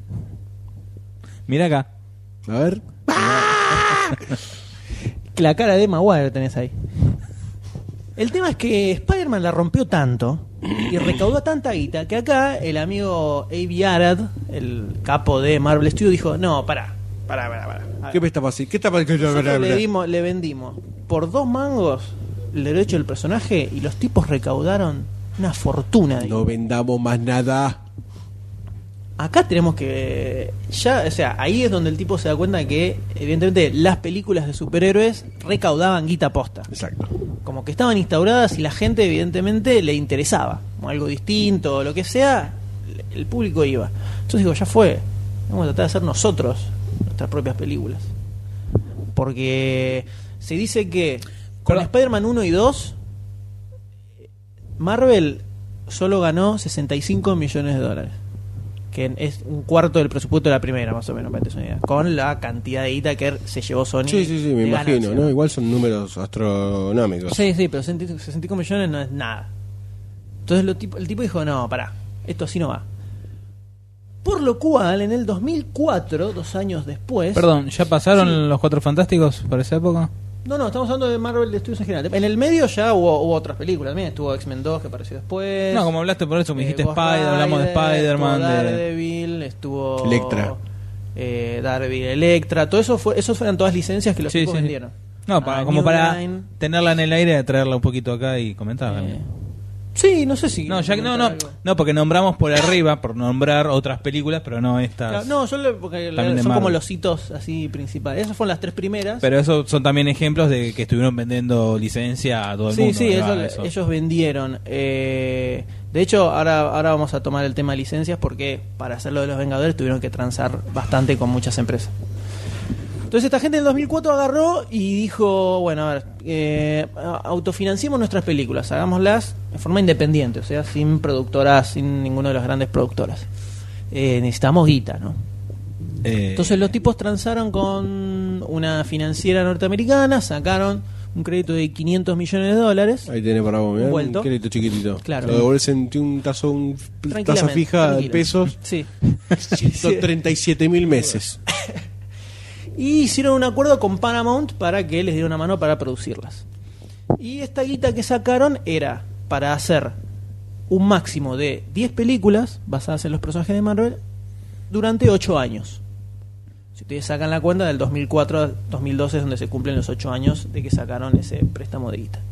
Mira acá. A ver. La cara de Maguire tenés ahí. El tema es que Spider-Man la rompió tanto y recaudó tanta guita que acá el amigo Avi Arad, el capo de Marvel Studios, dijo: no, pará. ¿Qué me está pasando? ¿Qué está pasando? Nosotros le vendimos por 2 mangos el derecho del personaje y los tipos recaudaron una fortuna. No vendamos más nada. Acá tenemos que ahí es donde el tipo se da cuenta de que evidentemente las películas de superhéroes recaudaban guita posta. Exacto. Como que estaban instauradas y la gente evidentemente le interesaba, como algo distinto o lo que sea, el público iba. Entonces digo, ya fue, vamos a tratar de hacer nosotros nuestras propias películas. Porque se dice que con Spider-Man 1 y 2 Marvel solo ganó $65 millones, que es un cuarto del presupuesto de la primera, más o menos, para que te des una idea, con la cantidad de guita que se llevó Sony. Sí, me de imagino, ganancia. ¿no? Igual son números astronómicos. Sí, pero 65 millones no es nada. Entonces el tipo dijo, no, pará, esto así no va. Por lo cual, en el 2004, 2 años después... Perdón, ¿ya pasaron Sí. los Cuatro Fantásticos por esa época? No, estamos hablando de Marvel de Estudios en general. En el medio ya hubo otras películas también. Estuvo X-Men 2, que apareció después. No, como hablaste por eso, me dijiste Ghost Spider, hablamos de Rider, Spider-Man, estuvo de... Daredevil, estuvo... Electra. Daredevil, Electra. Todo eso esos fueron todas licencias que los Sí, tipos sí. vendieron. No, como New para Line, tenerla en el aire, traerla un poquito acá y comentarla. sí, no sé si... No, ya que comentar algo. no, porque nombramos por arriba, por nombrar otras películas, pero no estas. Claro, no, porque También de son como Marvel. los hitos así principales. Esas fueron las 3 primeras. Pero esos son también ejemplos de que estuvieron vendiendo licencia a todo el Sí, mundo. sí, ¿verdad? ellos vendieron. De hecho, ahora vamos a tomar el tema de licencias porque para hacer lo de los Vengadores tuvieron que transar bastante con muchas empresas. Entonces esta gente en el 2004 agarró y dijo, bueno, a ver, autofinanciemos nuestras películas, hagámoslas de forma independiente, o sea, sin productoras, sin ninguna de las grandes productoras. Necesitamos guita, ¿no? Entonces los tipos transaron con una financiera norteamericana, sacaron un crédito de $500 millones. Ahí tenés para vos, mirá, un Vuelto. crédito chiquitito. Claro. Lo devolvés en un tasa Tranquilamente, fija de tranquilo. pesos. Sí. 137.000 meses. Y hicieron un acuerdo con Paramount para que les diera una mano para producirlas. Y esta guita que sacaron era para hacer un máximo de 10 películas basadas en los personajes de Marvel durante 8 años. Si ustedes sacan la cuenta, del 2004 a 2012 es donde se cumplen los 8 años de que sacaron ese préstamo de guita.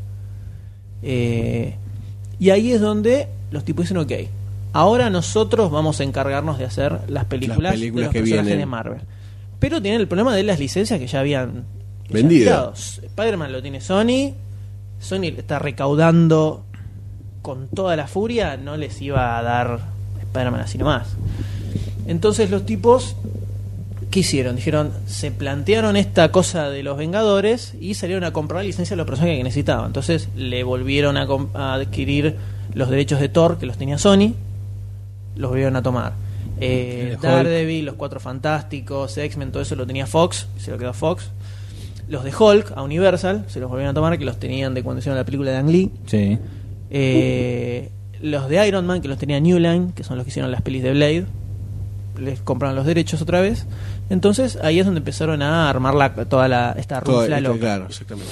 Y ahí es donde los tipos dicen, ok, ahora nosotros vamos a encargarnos de hacer las películas de los que personajes vienen. de Marvel. Pero tienen el problema de las licencias que ya habían Vendido. quedado. Spider-Man lo tiene Sony le está recaudando con toda la furia, no les iba a dar Spider-Man así nomás. Entonces los tipos, ¿qué hicieron? Dijeron, se plantearon esta cosa de los Vengadores y salieron a comprar la licencia de los personajes que necesitaban. Entonces le volvieron a adquirir los derechos de Thor, que los tenía Sony, los volvieron a tomar. Daredevil, los Cuatro Fantásticos, X-Men, todo eso lo tenía Fox, se lo quedó a Fox. Los de Hulk a Universal, se los volvieron a tomar, que los tenían de cuando hicieron la película de Ang Lee. Sí. Los de Iron Man, que los tenía New Line, que son los que hicieron las pelis de Blade, les compraron los derechos otra vez. Entonces ahí es donde empezaron a armar esta rufla loca. Claro, exactamente.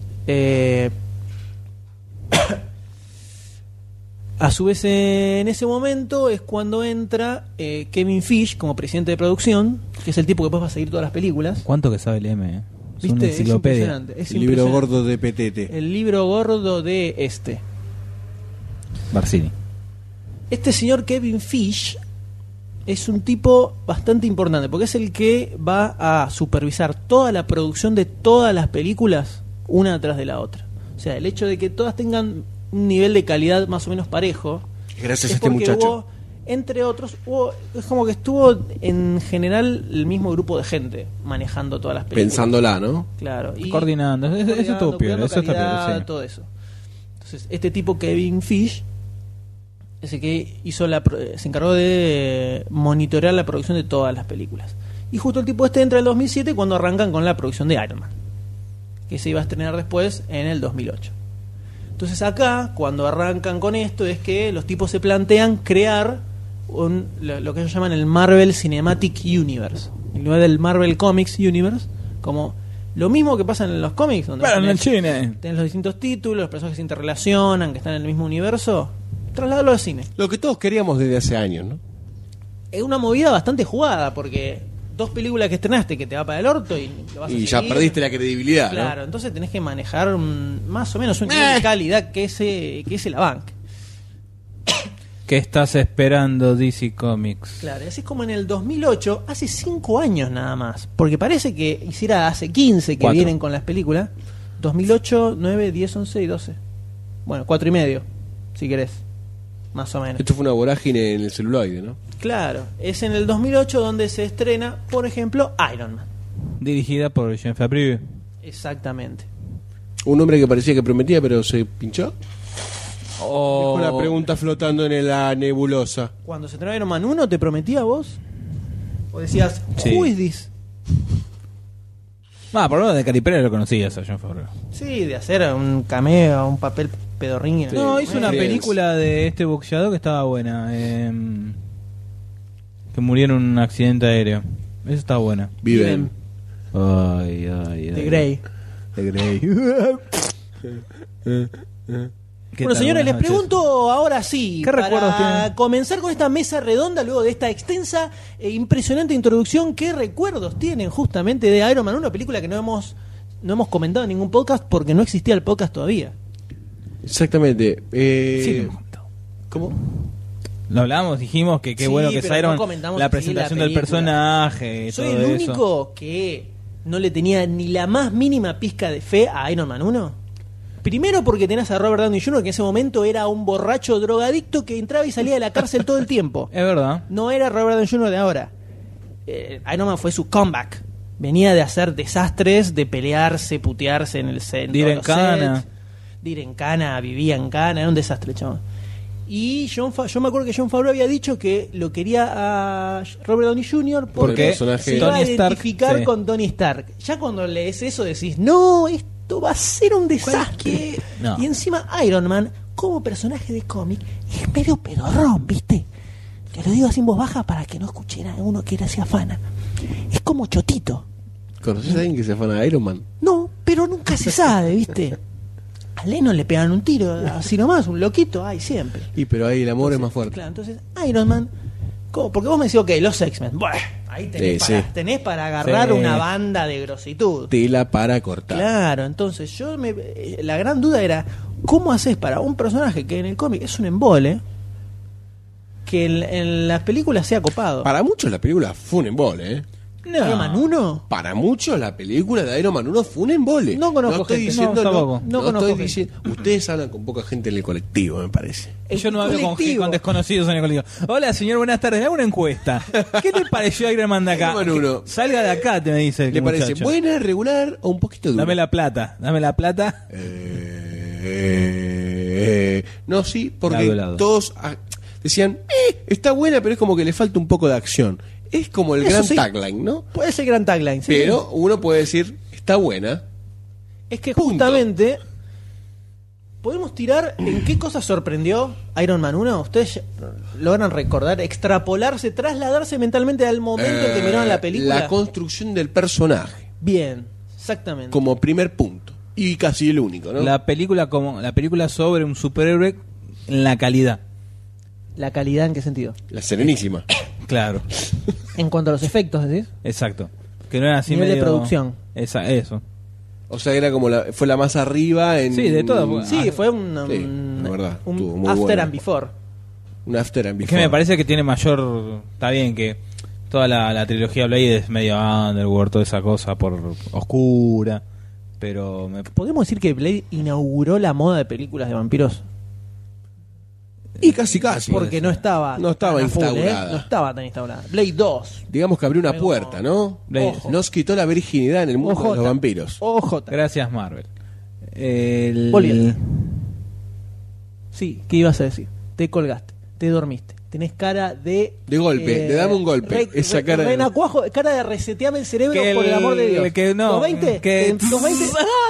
A su vez, en ese momento es cuando entra Kevin Fish como presidente de producción, que es el tipo que después va a seguir todas las películas. ¿Cuánto que sabe el M? Es ¿Viste? una enciclopedia. Es impresionante. Es El libro impresionante. gordo de Petete. El libro gordo de Barcini. Este señor Kevin Fish es un tipo bastante importante, porque es el que va a supervisar toda la producción de todas las películas, una atrás de la otra. O sea, el hecho de que todas tengan un nivel de calidad más o menos parejo, Gracias es a este porque muchacho. hubo, entre otros, es como que estuvo en general el mismo grupo de gente manejando todas las películas. Pensándola, ¿no? Claro. Y Coordinando. Eso estuvo piola, cuidando eso está calidad, piola, sí. todo eso. Entonces, este tipo Kevin Fish es el que se encargó de monitorear la producción de todas las películas. Y justo el tipo entra en el 2007 cuando arrancan con la producción de Iron Man, que se iba a estrenar después en el 2008. Entonces acá, cuando arrancan con esto, es que los tipos se plantean crear lo que ellos llaman el Marvel Cinematic Universe, en lugar del Marvel Comics Universe, como lo mismo que pasa en los cómics, donde Bueno, en el tenés cine. los distintos títulos, los personajes se interrelacionan, que están en el mismo universo, trasladarlo al cine. Lo que todos queríamos desde hace años, ¿no? Es una movida bastante jugada, porque 2 películas que estrenaste que te va para el orto y lo vas a Y ya seguir. perdiste la credibilidad, Claro, ¿no? entonces tenés que manejar más o menos un nivel de calidad que ese la banca. ¿Qué estás esperando, DC Comics? Claro, y así es como en el 2008, hace 5 años nada más, porque parece que hiciera hace 15 que 4. vienen con las películas. 2008, 9, 10, 11 y 12. Bueno, 4 y medio, si querés, más o menos. Esto fue una vorágine en el celuloide, ¿no? Claro, es en el 2008 donde se estrena, por ejemplo, Iron Man. Dirigida por Jean Favreau. Exactamente. Un hombre que parecía que prometía, pero se pinchó. O... Dejo la pregunta flotando en la nebulosa. Cuando se estrenó Iron Man 1, ¿te prometía vos? ¿O decías, Sí. who is this? por lo menos de Cary Pérez lo conocías a Jon Favreau. Sí, de hacer un cameo, un papel pedorrín. Sí. No, hizo una Friends. película de este boxeador que estaba buena. Que murió en un accidente aéreo. Esa está buena. Viven. Ay. De Grey. De Grey. Bueno, señores, les pregunto ahora sí, ¿Qué recuerdos para tienen? comenzar con esta mesa redonda, luego de esta extensa e impresionante introducción, ¿qué recuerdos tienen justamente de Iron Man 1? Una película que no hemos comentado en ningún podcast porque no existía el podcast todavía. Exactamente. Sí, ¿Cómo? lo hablamos, dijimos que qué Sí, bueno que es pero Iron, no comentamos la así presentación la del película. personaje, Soy todo el eso. único que no le tenía ni la más mínima pizca de fe a Iron Man 1. Primero porque tenés a Robert Downey Jr., que en ese momento era un borracho drogadicto que entraba y salía de la cárcel todo el tiempo. Es verdad. No era Robert Downey Jr. de ahora. Iron Man fue su comeback. Venía de hacer desastres, de pelearse, putearse en el set. De ir en cana. De ir en cana, vivía en cana, era un desastre, chaval. Y yo me acuerdo que Jon Favreau había dicho que lo quería a Robert Downey Jr. Por porque el personaje se de iba a Tony Stark, identificar sí. con Tony Stark. Ya cuando lees eso decís, no, esto va a ser un desastre. No. Y encima Iron Man, como personaje de cómic, es medio pedorrón, ¿viste? Te lo digo así en voz baja para que no escuchara a uno que era así afana. Es como chotito. ¿Conoces a alguien que se fue a Iron Man? No, pero nunca se sabe, ¿viste? A Lennon le pegan un tiro, así nomás, un loquito, hay siempre. Y pero ahí el amor es más fuerte. Claro, entonces Iron Man, ¿cómo? Porque vos me decís, ok, los X-Men, bueno, ahí tenés, Sí, sí. tenés para agarrar Sí. una banda de grositud. Tela para cortar. Claro, entonces la gran duda era, ¿cómo haces para un personaje que en el cómic es un embole, que en las películas sea copado? Para muchos la película fue un embole, ¿eh? No. Iron Man 1. Para muchos la película de Iron Man 1 fue un embole. No conozco estoy gente. diciendo, No, tampoco. No conozco estoy gente. diciendo. Ustedes hablan con poca gente en el colectivo, me parece. Yo no hablo Colectivo. con desconocidos en el colegio. Hola, señor, buenas tardes. Hago una encuesta. ¿Qué te pareció Iron Man de acá? Iron Man 1. Que salga de acá, te me dice el ¿Le parece muchacho. buena, regular o un poquito dura? Dame la plata. No, sí, porque Lado a lado. todos decían, está buena, pero es como que le falta un poco de acción. Es como el Eso gran sí. tagline, ¿no? Puede ser gran tagline, sí. Pero uno puede decir, está buena. Es que Punto. justamente podemos tirar en qué cosas sorprendió Iron Man 1. Ustedes logran recordar, extrapolarse, trasladarse mentalmente al momento en que miraron la película. La construcción del personaje, Bien, exactamente. como primer punto. Y casi el único, ¿no? La película sobre un superhéroe en la calidad. ¿La calidad en qué sentido? La Serenísima. Claro, En cuanto a los efectos, ¿decís? exacto. Que no era así Nivel de medio... producción. Eso. O sea, era como fue la más arriba en... Sí, de todo. Sí, fue un, Sí, la verdad, estuvo un muy after bueno. and before. Un after and Es before. que me parece que tiene mayor... Está bien que toda la trilogía Blade es medio underworld, toda esa cosa por oscura. Pero ¿Podemos decir que Blade inauguró la moda de películas de vampiros? Y casi. Porque no estaba No estaba tan a full, instaurada. No estaba tan instaurada. Blade 2. Digamos que abrió una Algo- puerta, ¿no? Ojo. Nos quitó la virginidad en el mundo de OJ. los vampiros. OJ. gracias Marvel. Bolívar. Sí, ¿qué ibas a decir? Te colgaste, te dormiste. Tenés cara de... De golpe, de dame un golpe. Esa cara de- Renacuajo, cara de reseteame el cerebro Que por el amor de Dios. que no, ¿Los 20? que- ¿Los 20?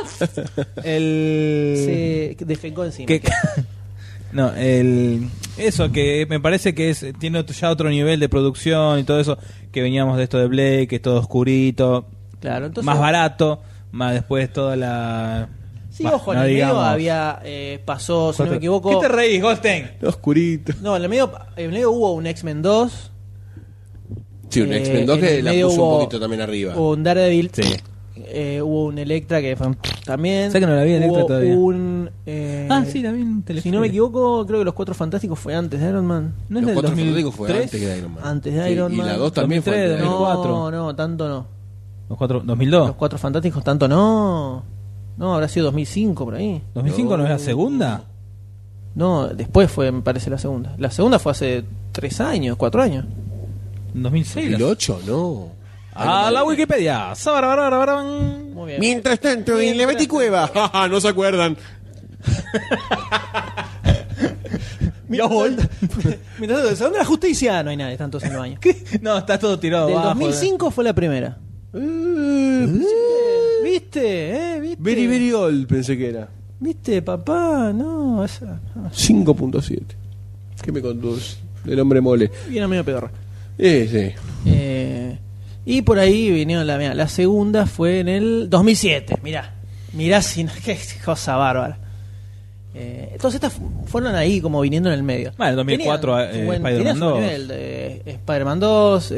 el Se defecó encima. que no, eso que me parece que tiene ya otro nivel de producción y todo eso, que veníamos de esto de Blade, que es todo oscurito, Claro, entonces... más barato, más después toda la... Sí, Bah, ojo, en no el medio digamos. había... pasó, si no me equivoco... ¿Qué te reís, Goldstein? Oscurito. No, en el medio hubo un X-Men 2. Sí, un X-Men 2 en que el la medio puso hubo- un poquito también arriba. Hubo un Daredevil. Sí. Hubo un Electra que fue también. Sé que no la vi, Electra Hubo todavía. un... La vi en si no me equivoco, creo que Los Cuatro Fantásticos fue antes de Iron Man. ¿No es Los del Cuatro 2003? Fantásticos fue antes que de Iron Man. Antes de Sí, Iron Y Man. la 2 también fue 2003, antes de Iron Man. 2004. No, tanto no. Los cuatro, 2002. Los Cuatro Fantásticos tanto no. No, habrá sido 2005 por ahí. 2005 no es la segunda. No, después fue, me parece, la segunda. La segunda fue hace 3 años, 4 años. 2006. 2008, no. A la Wikipedia. Muy bien. Mientras tanto, en la Baticueva. No se acuerdan. Ya voy. Mientras tanto, el Salón de la Justicia no hay nadie, están todos en el baño. ¿Qué? No, está todo tirado Del abajo. 2005 fue la primera. ¿Viste? ¿Viste? Very, very old pensé que era. ¿Viste, papá? No, esa. 5.7. ¿Qué me contó el hombre mole? Viene medio pedorra. Sí. Y por ahí vinieron mirá, la segunda fue en el 2007. Mirá si no, qué cosa bárbara. Entonces estas fueron ahí como viniendo en el medio. Bueno, en 2004 Spider-Man 2. Nivel de Spider-Man 2,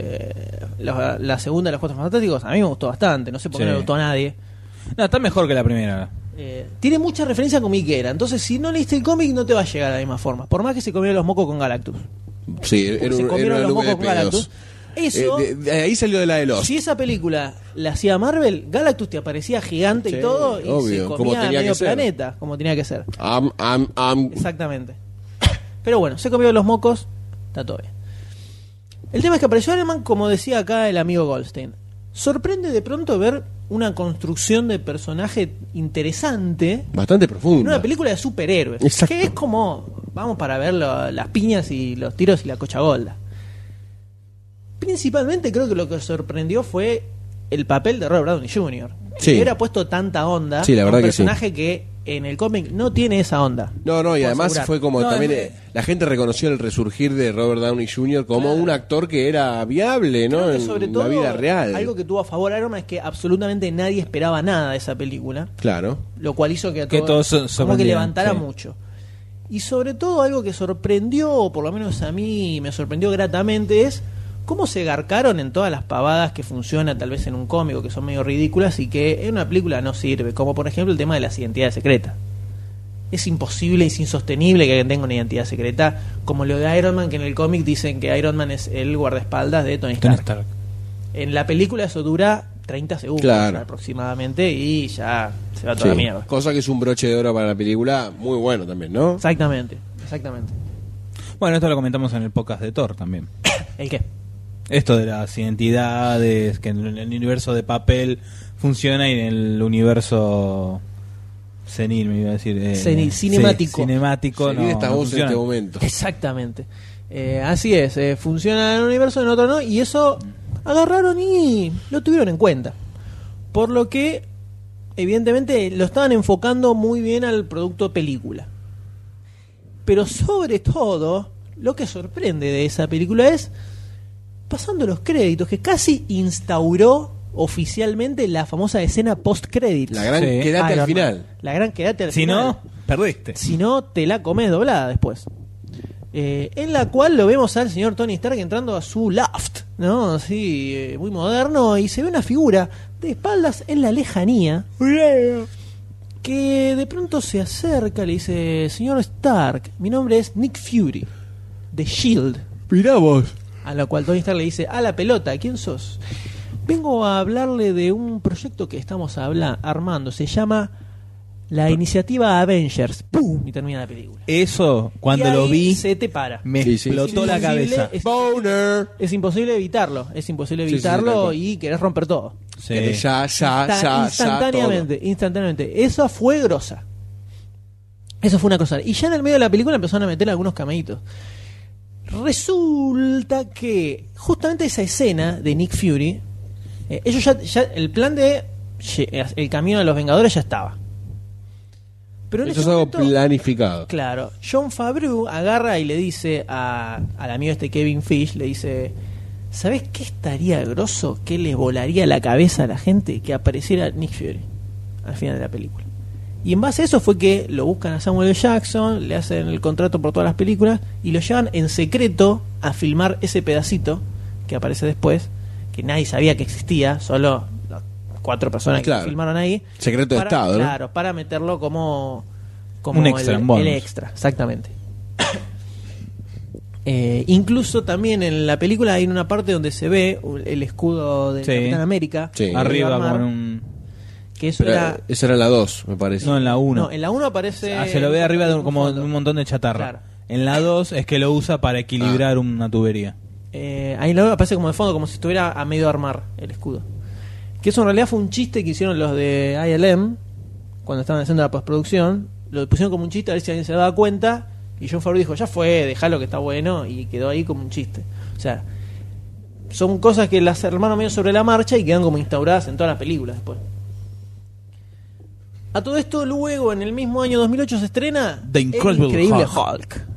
la segunda de los Cuatro Fantásticos, a mí me gustó bastante, no sé por qué Sí. no le gustó a nadie. No, está mejor que la primera. Tiene mucha referencia comiquera, entonces si no leíste el cómic no te va a llegar a la misma forma, por más que se comieron los mocos con Galactus. Sí, Porque era se comieron una los nube mocos de con pedos. Galactus. Eso, de ahí salió de la de Lost. si esa película la hacía Marvel, Galactus te aparecía gigante Sí, y todo, y obvio, se como comía tenía medio que ser. planeta, como tenía que ser. Am. Exactamente. Pero bueno, se comió los mocos, está todo bien. El tema es que apareció Iron Man, como decía acá el amigo Goldstein. Sorprende de pronto ver una construcción de personaje interesante Bastante en profunda. una película de superhéroes. Exacto. Que es como, vamos para ver las piñas y los tiros y la cochagolda. Principalmente creo que lo que sorprendió fue el papel de Robert Downey Jr. Sí. Le hubiera puesto tanta onda Sí, la a verdad un que sí. personaje que en el cómic no tiene esa onda. No, y Puedo además asegurar. fue como No, también la gente reconoció el resurgir de Robert Downey Jr. como Claro. un actor que era viable, ¿no? Creo que En sobre la todo, vida real. algo que tuvo a favor Iron Man es que absolutamente nadie esperaba nada de esa película, Claro. lo cual hizo que a Que todos como que sorprendieran, levantara sí. mucho. Y sobre todo algo que sorprendió, o por lo menos a mí me sorprendió gratamente, es cómo se garcaron en todas las pavadas que funcionan tal vez en un cómico, que son medio ridículas y que en una película no sirve, como por ejemplo el tema de las identidades secretas. Es imposible y es insostenible que alguien tenga una identidad secreta, como lo de Iron Man, que en el cómic dicen que Iron Man es el guardaespaldas de Tony Tony Stark. Stark. En la película eso dura 30 segundos Claro. aproximadamente y ya se va toda la Sí. mierda. Cosa que es un broche de oro para la película, muy bueno también, ¿no? Exactamente. Bueno, esto lo comentamos en el podcast de Thor también. ¿El qué? Esto de las identidades, que en el universo de papel funciona y en el universo senil, me iba a decir. Cinemático. Cinemático, Seguir no, esta no voz en funciona. este momento. Exactamente. Así es, funciona en un universo, en otro no, y eso agarraron y lo tuvieron en cuenta. Por lo que, evidentemente, lo estaban enfocando muy bien al producto película. Pero sobre todo, lo que sorprende de esa película es, pasando los créditos, que casi instauró oficialmente la famosa escena post-créditos. La gran Sí. quedate Iron al final. Man. La gran quedate al Si final. no, perdiste. Si no, te la comes doblada después. En la cual lo vemos al señor Tony Stark entrando a su loft, ¿no? Así, muy moderno, y se ve una figura de espaldas en la lejanía que de pronto se acerca, le dice: señor Stark, mi nombre es Nick Fury, de S.H.I.E.L.D. Mirá vos. A lo cual Tony Stark le dice: a la pelota, ¿quién sos? Vengo a hablarle de un proyecto que estamos armando, se llama la iniciativa Avengers. ¡Pum! Y termina la película. Eso, cuando Y lo ahí vi, se te para. me Sí, sí. explotó Es la imposible, cabeza. Boner. Es imposible evitarlo. Es imposible Sí, sí, sí, tal evitarlo cual. y querés romper todo. Sí. Ya, Instantáneamente. Eso fue grosa. Eso fue una cosa. Y ya en el medio de la película empezaron a meter algunos cameitos. Resulta que justamente esa escena de Nick Fury, ellos ya el plan de el camino de los Vengadores ya estaba. Pero en Eso ese es algo momento, planificado. claro, Jon Favreau agarra y le dice al amigo este Kevin Fish, le dice: ¿sabés qué estaría grosso? ¿Qué le volaría la cabeza a la gente? Que apareciera Nick Fury al final de la película. Y en base a eso fue que lo buscan a Samuel L. Jackson, le hacen el contrato por todas las películas y lo llevan en secreto a filmar ese pedacito que aparece después, que nadie sabía que existía, solo las 4 personas Claro. que filmaron ahí. Secreto de Estado, ¿no? Claro, para meterlo como Un extra, un bonus. el extra, exactamente. Incluso también en la película hay una parte donde se ve el escudo de Sí. Capitán América. Sí. Arriba Armar, con un... que eso Pero era... esa era la 2, me parece. No, en la 1. No, en la 1 aparece... Se lo ve arriba de un como fondo. un montón de chatarra. Claro. En la 2 es que lo usa para equilibrar una tubería. Ahí en la 1 aparece como de fondo, como si estuviera a medio armar el escudo. Que eso en realidad fue un chiste que hicieron los de ILM cuando estaban haciendo la postproducción. Lo pusieron como un chiste a ver si alguien se daba cuenta Y Jon Favreau dijo, ya fue, dejalo que está bueno, y quedó ahí como un chiste. O sea, son cosas que las armaron medio sobre la marcha y quedan como instauradas en todas las películas después. A todo esto, luego, en el mismo año 2008 se estrena The Incredible Increíble Hulk. Hulk.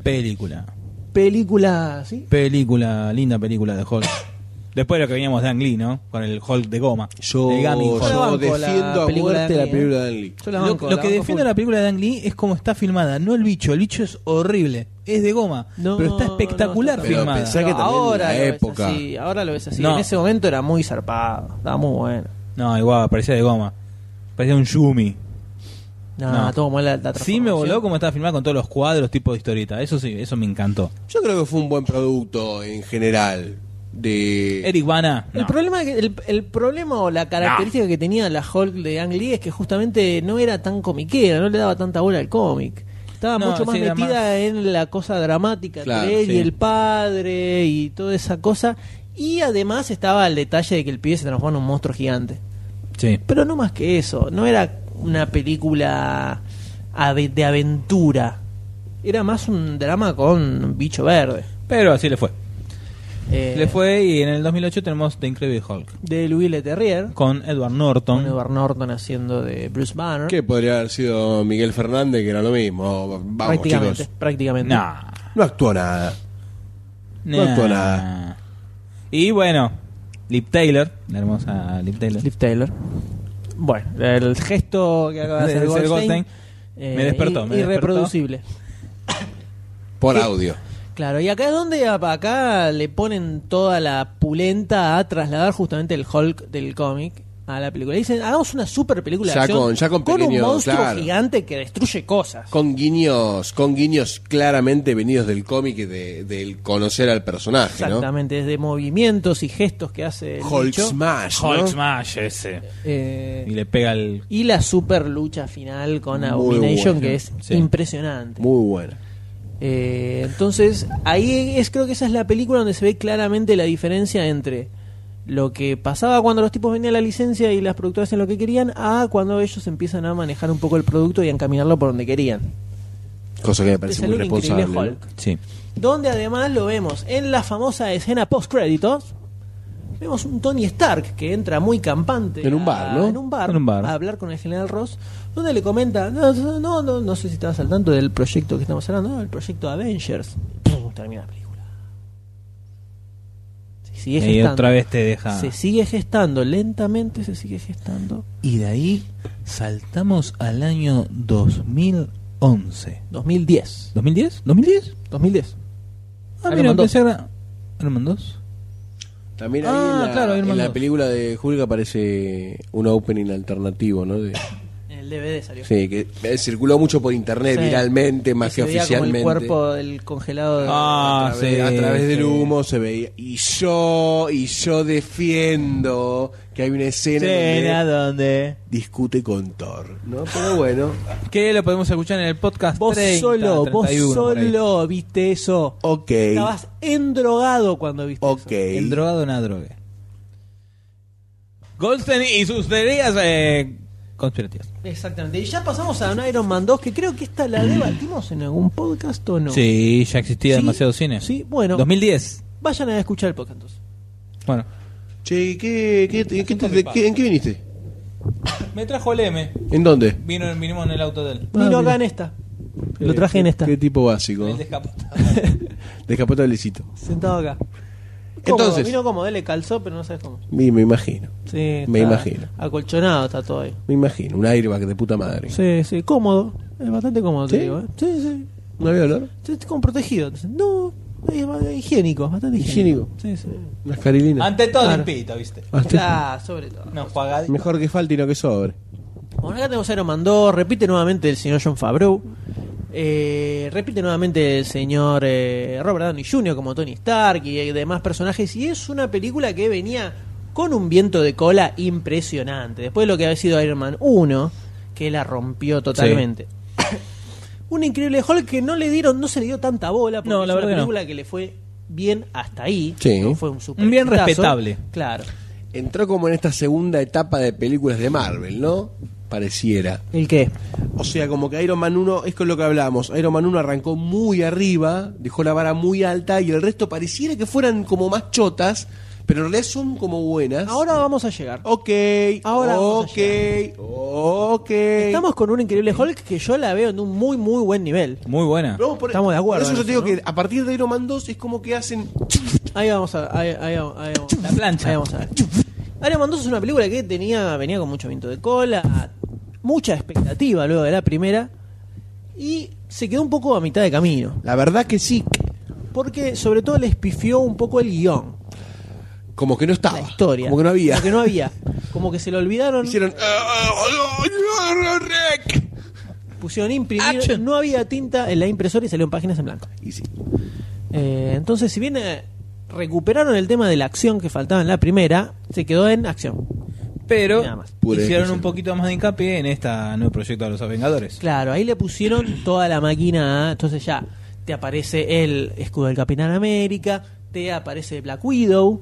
Película, ¿Sí? linda película de Hulk. Después de lo que veníamos de Ang Lee, ¿no? Con el Hulk de goma. Yo, el Gaming Hulk. la yo banco, defiendo la a película muerte de la Ang Lee, película de Ang Lee. Yo la Lo banco, que la banco defiende full. la película de Ang Lee es cómo está filmada, no el bicho. El bicho es horrible, es de goma, No, pero está espectacular no, pero filmada. pensá que también ahora en la lo ves época. así, ahora lo ves así. No. En ese momento era muy zarpado, estaba muy bueno. No, igual, parecía de goma. Parecía un Yumi. No. Todo mal la Sí me transformación. voló como estaba filmada con todos los cuadros tipo de historieta. Eso sí, eso me encantó. Yo creo que fue un buen producto en general. De Eric Bana, no. El problema, el problema o la característica que tenía la Hulk de Ang Lee es que justamente no era tan comiquera, no le daba tanta bola al cómic. Estaba No, mucho más sí, era metida más- en la cosa dramática Claro, entre él sí. y el padre y toda esa cosa. Y además estaba el detalle de que el pibe se transforma en un monstruo gigante. Sí. Pero no más que eso, no era una película de aventura. Era más un drama con un bicho verde. Pero así le fue. Eh, Le fue y en el 2008 tenemos The Incredible Hulk. De Louis Leterrier, Con Edward Norton. con Edward Norton haciendo de Bruce Banner. que podría haber sido Miguel Fernández, que era lo mismo. Vamos, prácticamente, chicos. prácticamente. Nah. No actuó nada. No actuó nada. Y bueno, Liv Taylor, la hermosa Liv Taylor. Liv Taylor. Bueno, el gesto que acaba de hacer De ser Goldstein, me despertó, me irreproducible. Por ¿Qué? audio. Claro, y acá es donde acá le ponen toda la pulenta a trasladar justamente el Hulk del cómic a la película. Dicen, hagamos una super película de Ya acción con un pequeños, monstruo claro. gigante que destruye cosas. Con guiños claramente venidos del cómic y del conocer al personaje, ¿no? Exactamente, desde movimientos y gestos que hace el Hulk bicho. Smash, ¿no? Hulk Smash ese. Y le pega el... Y la super lucha final con Muy Abomination, buena. que es Sí. impresionante. Muy buena. Entonces, ahí creo que esa es la película donde se ve claramente la diferencia entre lo que pasaba cuando los tipos vendían la licencia y las productoras hacían lo que querían, a cuando ellos empiezan a manejar un poco el producto y a encaminarlo por donde querían. Cosa que me parece Es el muy Increíble responsable. Hulk. Sí. Donde además lo vemos en la famosa escena post-créditos. Vemos un Tony Stark que entra muy campante En un bar, ¿no? en un bar, En un bar. a hablar con el general Ross, donde le comenta, no sé si estabas al tanto del proyecto que estamos hablando, no, el proyecto Avengers. ¡Pum! Termina la película. Se sigue Y gestando. otra vez te deja... Se sigue gestando, lentamente se sigue gestando. Y de ahí saltamos al año 2011. 2010. ¿2010? ¿2010? 2010. Ah, Iron mira, Man 2. pensé que era... Iron Man 2. También ahí Ah, en la, claro, Iron Man en la 2. película de Hulk aparece un opening alternativo, ¿no? En el DVD salió. Sí, que circuló mucho por internet Sí. viralmente, más que Se veía como oficialmente. el cuerpo del congelado. Ah, A través del sí. humo se veía. Y yo defiendo que hay una escena ¿Dónde? donde discute con Thor, ¿no? Pero bueno, Que lo podemos escuchar en el podcast Vos 30, solo 31, por ahí. viste eso. ok. Estabas endrogado cuando viste Ok. eso. El drogado en la droga. Goldstein y sus teorías conspirativas. Exactamente. Y ya pasamos a un Iron Man 2 que creo que esta la debatimos en algún podcast o no. Sí, ya existía ¿Sí? demasiado cine. Sí, bueno. 2010. Vayan a escuchar el podcast entonces. Bueno. Che, ¿en qué viniste? Me trajo el M. ¿En dónde? Vinimos en el auto de él. Vino mira. acá en esta. Lo traje en esta. Qué tipo básico. El descapotado. Descapotablecito. Sentado acá. Entonces. Vino cómodo, él le calzó, pero no sabes cómo. Me imagino. Sí, Me está imagino. Acolchonado está todo ahí. Me imagino. Un airbag de puta madre. Sí, sí, cómodo. Es bastante cómodo, te ¿Sí? digo. Sí, sí. ¿No había olor? Sí, está como protegido. Entonces, no, es higiénico, bastante higiénico. Sí, sí. Unas carilinas. Ante todo Claro. limpito, ¿viste? Claro, sobre todo. No, jugadito. Mejor que falte y no que sobre. Bueno, acá tenemos a Iron Man 2, repite nuevamente el señor Jon Favreau, repite nuevamente el señor Robert Downey Jr. como Tony Stark y demás personajes, y es una película que venía con un viento de cola impresionante, después de lo que había sido Iron Man 1, que la rompió totalmente. Un increíble Hulk que no se le dio tanta bola, porque No, la es una verdad que no. película que le fue bien hasta ahí, Sí. no fue un super Un bien exitazo. respetable. Claro. Entró como en esta segunda etapa de películas de Marvel, ¿no? pareciera. ¿El qué? O sea, como que Iron Man 1, es con lo que hablábamos, Iron Man 1 arrancó muy arriba, dejó la vara muy alta y el resto pareciera que fueran como más chotas, pero en realidad son como buenas. Ahora vamos a llegar. Ok, Ahora vamos a ok. Estamos con un Increíble Hulk que yo la veo en un muy, muy buen nivel. Muy buena. Pero Estamos de acuerdo Por eso yo en te digo eso, que a partir de Iron Man 2 es como que hacen... Ahí vamos a ahí vamos. La plancha. Ahí vamos a ver. Iron Man 2 es una película que venía con mucho viento de cola, mucha expectativa luego de la primera, y se quedó un poco a mitad de camino. La verdad que sí, Porque sobre todo les pifió un poco el guión, como que no estaba. la historia. Como que no había. Como que no había. Como que se lo olvidaron. Hicieron... Rec. Pusieron imprimir. Action. No había tinta en la impresora y salió en páginas en blanco. Y sí. Entonces, si bien recuperaron el tema de la acción que faltaba en la primera, se quedó en acción. Pero Nada más. Pura hicieron ejecución. un poquito más de hincapié en esta nuevo proyecto de los Vengadores. Claro, ahí le pusieron toda la máquina. Entonces ya te aparece el escudo del Capitán América, te aparece Black Widow.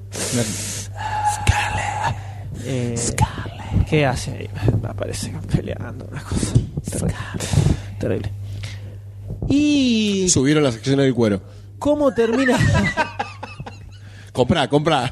Scarlet. ¿Qué hace ahí? Aparece peleando, una cosa terrible. Y Subieron las secciones del cuero. cómo termina. Comprá.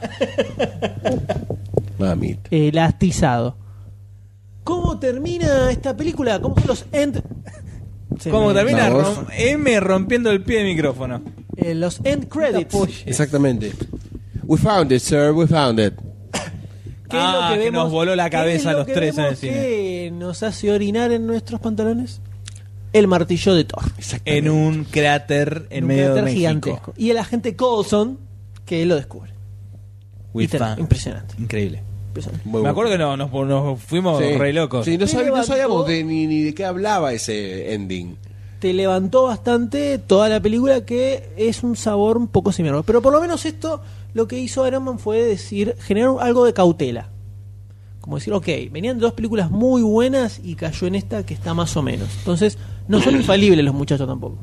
Mamita. Elastizado. ¿Cómo termina esta película? ¿Cómo son los end? ¿Cómo termina? La voz. M rompiendo el pie de micrófono. Los end credits. Exactamente. We found it, sir. We found it. ¿Qué es lo que nos voló la cabeza a los tres en el cine. ¿Qué nos hace orinar en nuestros pantalones? El martillo de Thor. En un cráter en Un medio de cráter México. gigantesco. Y el agente Coulson que lo descubre. We found. Impresionante. Increíble. Impresionante. Muy Me bueno. acuerdo que nos fuimos Sí. re locos. Sí, no, Te no levantó- sabíamos ni de qué hablaba ese ending. Te levantó bastante toda la película, que es un sabor un poco similar. Pero por lo menos esto, lo que hizo Iron Man fue decir, generar algo de cautela. Como decir, ok, venían dos películas muy buenas y cayó en esta que está más o menos. Entonces, no son infalibles los muchachos tampoco.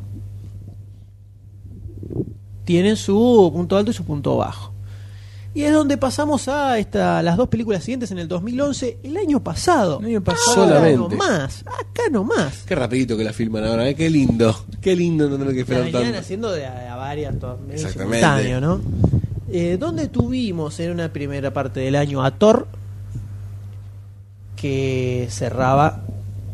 Tienen su punto alto y su punto bajo. Y es donde pasamos a las dos películas siguientes en el 2011, el año pasado. El año pasado. Solamente. Acá nomás. Qué rapidito que la filman ahora, ¿eh? Qué lindo. Qué lindo no tener que La esperar venían tanto. haciendo de a varias, todo medio Exactamente. simultáneo, ¿no? Donde tuvimos en una primera parte del año a Thor, que cerraba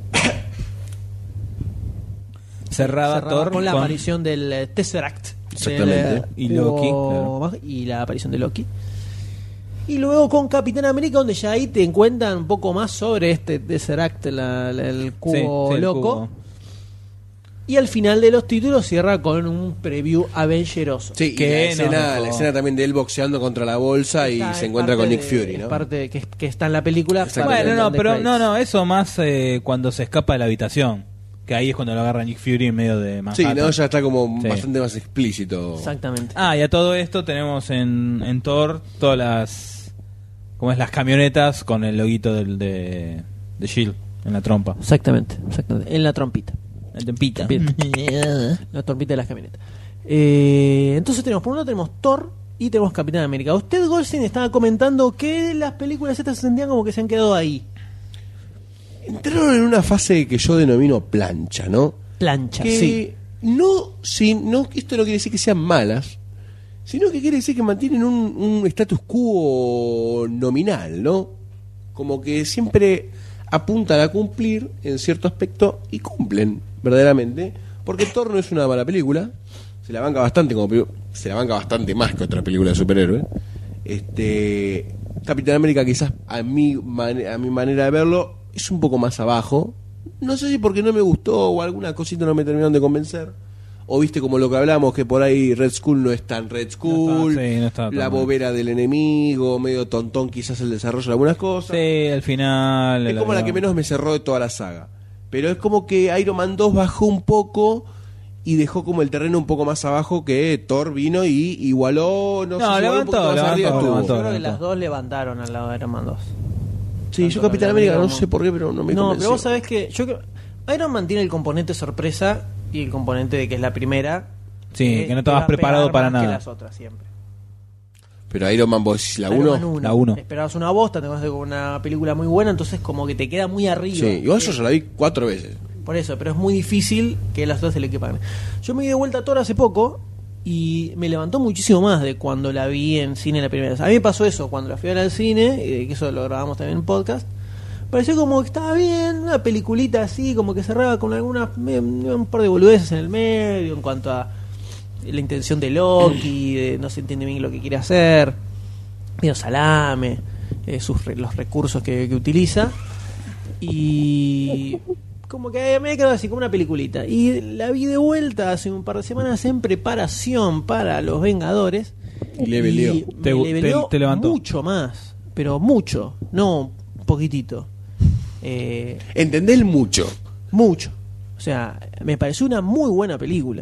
Cerraba Thor con la aparición del Tesseract. Exactamente. Del, Y Loki, cubo claro. mágico, y la aparición de Loki. Y luego con Capitán América, donde ya ahí te encuentran un poco más sobre este Tesseract, el cubo Sí, el loco. cubo. Y al final de los títulos cierra con un preview avengeroso. Sí, Que y la no. escena también de él boxeando contra la bolsa y Está- se es encuentra parte con Nick de- Fury, es ¿no? parte que está en la película. Exactamente. parte Bueno, no, del pero credits. no, eso más cuando se escapa de la habitación. Que ahí es cuando lo agarra Nick Fury en medio de Sí, Manhattan. no, ya está como Sí. bastante más explícito. Exactamente. Ah, y a todo esto tenemos en Thor todas las... ¿Cómo es? Las camionetas con el loguito de S.H.I.E.L.D. en la trompa. Exactamente. En la trompita. En tempita. La trompita de las camionetas. Entonces tenemos, por un lado tenemos Thor y tenemos Capitán América. Usted, Goldstein, estaba comentando que las películas estas se sentían como que se han quedado ahí. Entraron en una fase que yo denomino plancha, ¿no? Plancha, Que sí. no, esto no quiere decir que sean malas, sino que quiere decir que mantienen un status quo nominal, ¿no? Como que siempre apuntan a cumplir en cierto aspecto y cumplen verdaderamente, porque Thor no es una mala película, se la banca bastante se la banca bastante más que otra película de superhéroes. Capitán América quizás a mi manera de verlo es un poco más abajo. No sé si porque no me gustó o alguna cosita no me terminaron de convencer. O viste como lo que hablamos, que por ahí Red Skull no es tan Red Skull. no estaba tan la mal. bobera del enemigo, medio tontón quizás el desarrollo de algunas cosas. Sí, al final... Es como la que menos me cerró de toda la saga. Pero es como que Iron Man 2 bajó un poco y dejó como el terreno un poco más abajo, que Thor vino y igualó. No, sé si igualó un poquito más arriba estuvo. Yo creo que levantó. las dos levantaron al lado de Iron Man 2. Sí, Tanto yo Capitán Capitán América no como- sé por qué, pero no me No, convenció. pero vos sabés que Iron Man tiene el componente sorpresa y el componente de que es la primera. Sí, que no te estabas va a preparado pegar para más que nada. las otras siempre. Pero Iron Man, vos decís la Iron 1. Man 1. La 1. Esperabas una bosta, te encontraste con una película muy buena, entonces como que te queda muy arriba. Sí, igual yo ya la vi 4 veces. Por eso, pero es muy difícil que las dos se le quepan. Yo me di de vuelta a Thor hace poco y me levantó muchísimo más de cuando la vi en cine la primera vez. A mí me pasó eso cuando la fui a ver al cine, que eso lo grabamos también en podcast. Pareció como que estaba bien, una peliculita así, como que cerraba con algunas un par de boludeces en el medio en cuanto a la intención de Loki, de no se entiende bien lo que quiere hacer, medio salame, los recursos que utiliza. Y como que me he quedado así como una peliculita. Y la vi de vuelta hace un par de semanas en preparación para Los Vengadores. Y leveleó. Me leveleó te levantó. mucho más, pero mucho, no un poquitito. ¿Entendés mucho? Mucho. O sea, me pareció una muy buena película.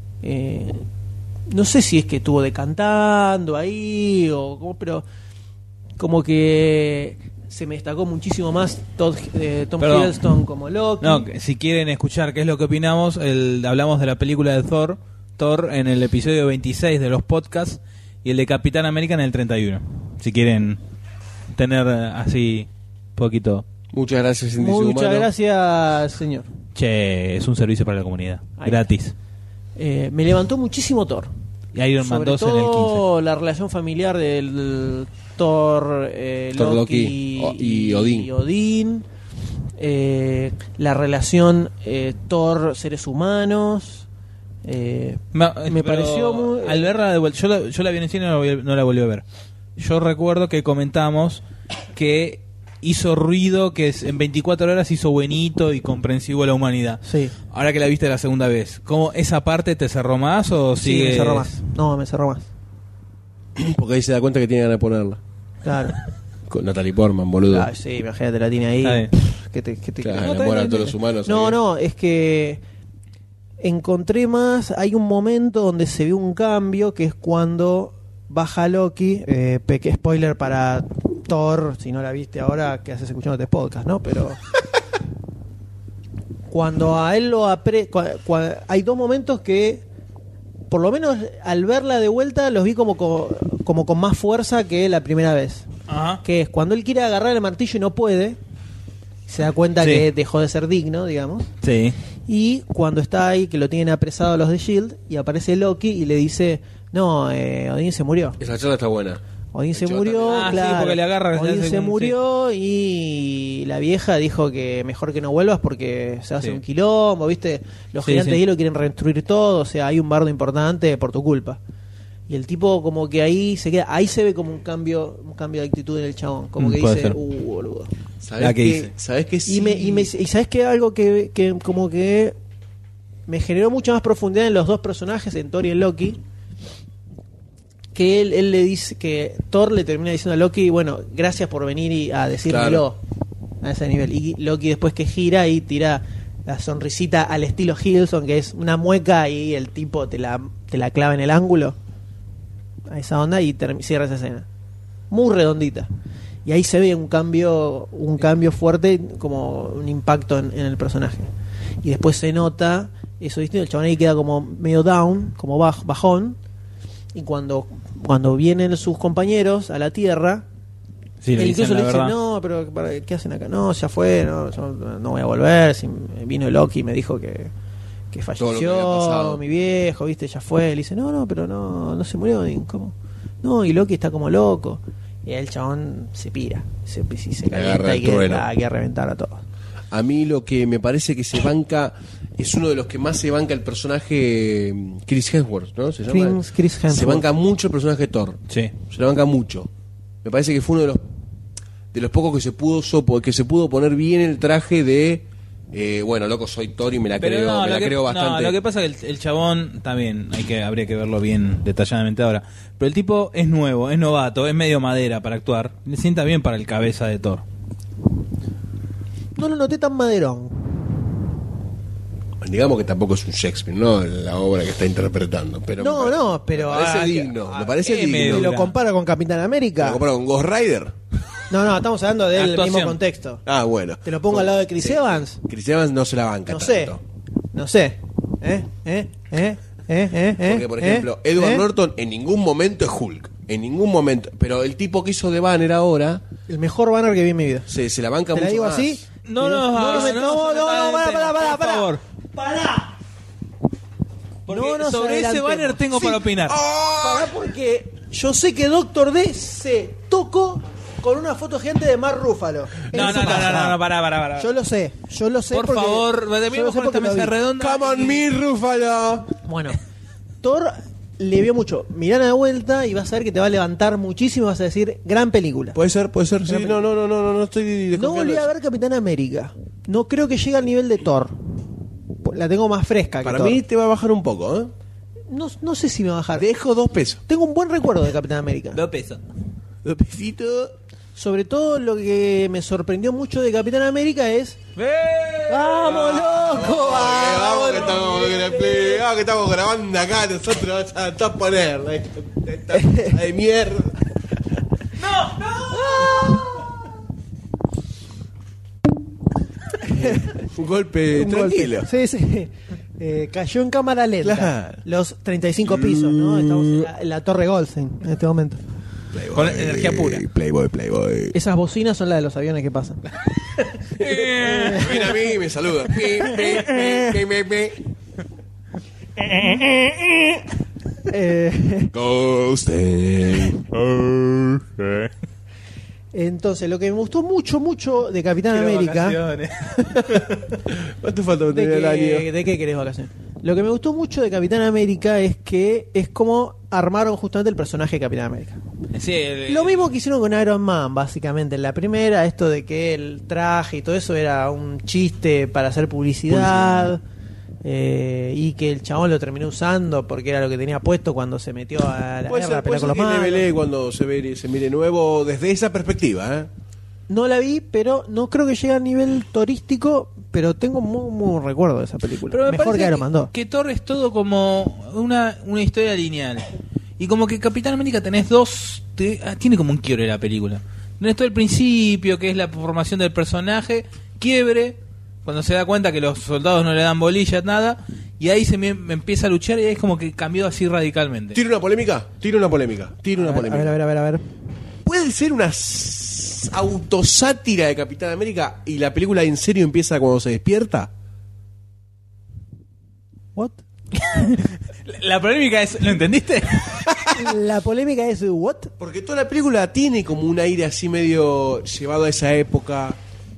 No sé si es que estuvo decantando ahí pero como que se me destacó muchísimo más Tom Perdón. Hiddleston como Loki. No, si quieren escuchar qué es lo que opinamos, hablamos de la película de Thor en el episodio 26 de los podcasts y el de Capitán América en el 31. Si quieren tener así poquito. Muchas gracias, Índice Muchas Humano. gracias, señor. Che, es un servicio para la comunidad. Ahí. Gratis. Me levantó muchísimo Thor. Y Iron Man Sobre 2 en el 15. todo la relación familiar del Thor, Thor, Loki y Odín. Odín. La relación Thor seres humanos. Me Pero pareció muy... al verla de vuelta, yo la vi en el cine y no la volví a ver. Yo recuerdo que comentamos que hizo ruido, que en 24 horas hizo buenito y comprensivo a la humanidad. Sí. Ahora que la viste la segunda vez, ¿cómo esa parte te cerró más o Sí, sigue? me cerró más. No, me cerró más. Porque ahí se da cuenta que tiene ganas de ponerla. Claro. Con Natalie Portman, boludo. Ah, sí, imagínate, la tiene ahí. Está bien. Que te- Claro, No, enamora a está todos bien. los humanos. No, ¿sabes? no, es que encontré más. Hay un momento donde se ve un cambio que es cuando baja Loki. Spoiler para Thor, si no la viste ahora, que haces escuchando este podcast, ¿no? Pero cuando a él lo hay dos momentos que, por lo menos al verla de vuelta, los vi como con más fuerza que la primera vez. Ajá. Que es cuando él quiere agarrar el martillo y no puede, se da cuenta Sí. que dejó de ser digno, digamos. Sí. Y cuando está ahí, que lo tienen apresado los de S.H.I.E.L.D., y aparece Loki y le dice, no, Odín se murió. Esa charla está buena. Odín se Hecho, murió, también. Ah, sí, claro. porque le agarra, Odín hace se un- murió y la vieja dijo que mejor que no vuelvas porque se hace Sí. un quilombo, ¿viste? Los Sí, gigantes sí. de hielo quieren reconstruir todo, o sea, hay un bardo importante por tu culpa. Y el tipo como que ahí se queda, ahí se ve como un cambio de actitud en el chabón, como que puede dice, ser. boludo. ¿Sabés La que qué? hice. ¿Sabés qué? Sí. Y sabes que algo que como que me generó mucha más profundidad en los dos personajes, en Thor y en Loki, que él le dice que Thor le termina diciendo a Loki, bueno, gracias por venir a decírmelo a ese nivel. Y Loki después que gira y tira la sonrisita al estilo Hiddleston, que es una mueca y el tipo te la clava en el ángulo, a esa onda, y cierra esa escena. Muy redondita. Y ahí se ve un cambio fuerte, como un impacto en el personaje. Y después se nota eso distinto, el chabón ahí queda como medio down, como bajón. Y cuando vienen sus compañeros a la Tierra, Sí, le él dicen incluso la le dice, verdad. no, pero ¿qué hacen acá? No, ya fue, no, yo no voy a volver. Si vino Loki y me dijo que Todo lo que había falleció pasado. mi viejo, viste, ya fue. Le dice, no, pero no se murió. Y, ¿cómo? No, y Loki está como loco. Y el chabón se pira, se agarra calienta el y quiere, trueno. quiere reventar a todos. A mí lo que me parece que se banca es uno de los que más se banca el personaje Chris Hemsworth, ¿no? ¿Se llama? Chris Hemsworth. Se banca mucho el personaje de Thor. Sí. Se lo banca mucho. Me parece que fue uno de los pocos que se pudo poner bien el traje de bueno, loco, soy Thor y me la creo bastante. No, lo que pasa es que el chabón también habría que verlo bien detalladamente ahora. Pero el tipo es nuevo, es novato, es medio madera para actuar. Le sienta bien para el cabeza de Thor. No lo noté tan maderón. Digamos que tampoco es un Shakespeare, ¿no? La obra que está interpretando. Pero No, pero... me parece digno. Me parece es medio digno. ¿Y lo dura. compara con Capitán ¿Lo América? comparo con Ghost Rider? No, estamos hablando del Actuación. mismo contexto. Ah, bueno. ¿Te lo pongo al lado de Chris Sí. Evans? Chris Evans no se la banca No sé. tanto. No sé. Porque, por ejemplo, Edward Norton en ningún momento es Hulk. En ningún momento. Pero el tipo que hizo de Banner ahora El mejor banner que vi en mi vida. se la banca Te mucho la digo más. así. No, Pará. Porque No nos sobre ese adelantemos. banner tengo para opinar. Pará porque yo sé que Doctor D se tocó con una foto gigante de Mark Ruffalo. No, pará. Yo lo sé. Por porque- favor, yo lo terminemos sé con esta porque lo mesa vi. redonda. Come on, me, Rúfalo. Bueno, Thor le vio mucho. Mirá de vuelta y vas a ver que te va a levantar muchísimo. Vas a decir, gran película. Puede ser. Sí, no estoy No desconfiando volví de a eso. ver Capitán América. No creo que llegue al nivel de Thor. La tengo más fresca que Para Thor. mí te va a bajar un poco, ¿eh? No sé si me va a bajar. Dejo 2 pesos. Tengo un buen recuerdo de Capitán América. 2 pesos. 2 pesitos. Sobre todo lo que me sorprendió mucho de Capitán América es... ¡Vamos, loco! Vamos que estamos grabando acá nosotros. A poner esta de mierda. Un golpe Un tranquilo. golpe. Sí. Cayó en cámara lenta. Claro. Los 35 pisos, ¿no? Estamos en la Torre Goldstein en este momento. Con energía pura. Playboy. Esas bocinas son las de los aviones que pasan. Viene a mí y me saluda. Ghosting. Entonces, lo que me gustó mucho de Capitán América... ¿Cuánto falta para terminar el año? ¿De qué querés vacaciones? Lo que me gustó mucho de Capitán América es que es como armaron justamente el personaje de Capitán América. Sí, Lo mismo que hicieron con Iron Man, básicamente. En la primera, esto de que el traje y todo eso era un chiste para hacer publicidad. Y que el chabón lo terminó usando porque era lo que tenía puesto cuando se metió a la guerra a pelear con los que malos. Levelé cuando se mire nuevo desde esa perspectiva, ¿eh? No la vi, pero no creo que llegue a nivel turístico, pero tengo muy recuerdo de esa película. Pero me Mejor parece que Iron Man 2. que Thor es todo como una historia lineal. Y como que Capitán América tenés dos... tiene como un quiebre la película. Tenés todo el principio, que es la formación del personaje, quiebre, cuando se da cuenta que los soldados no le dan bolilla, nada, y ahí me empieza a luchar y ahí es como que cambió así radicalmente. ¿Tiro una polémica? A ver. ¿Puede ser una autosátira de Capitán América y la película en serio empieza cuando se despierta? ¿What? La polémica es... ¿Lo entendiste? La polémica es ¿what? Porque toda la película tiene como un aire así medio llevado a esa época.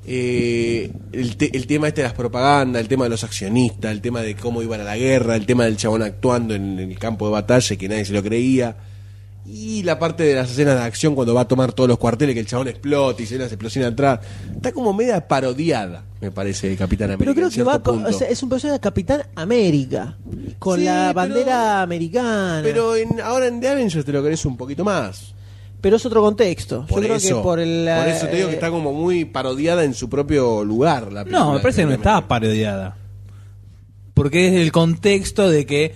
El tema de las propagandas, el tema de los accionistas, el tema de cómo iban a la guerra, el tema del chabón actuando en el campo de batalla que nadie se lo creía, y la parte de las escenas de acción cuando va a tomar todos los cuarteles que el chabón explota y se las explosiones atrás. Está como media parodiada, me parece, Capitán América. Pero creo en que cierto va punto. o sea, es un personaje de Capitán América con Sí, la pero- bandera americana. Pero ahora en The Avengers te lo querés un poquito más. Pero es otro contexto. Por Yo creo eso, que por eso te digo que está como muy parodiada en su propio lugar. La película No, me parece que no estaba parodiada. Porque es el contexto de que...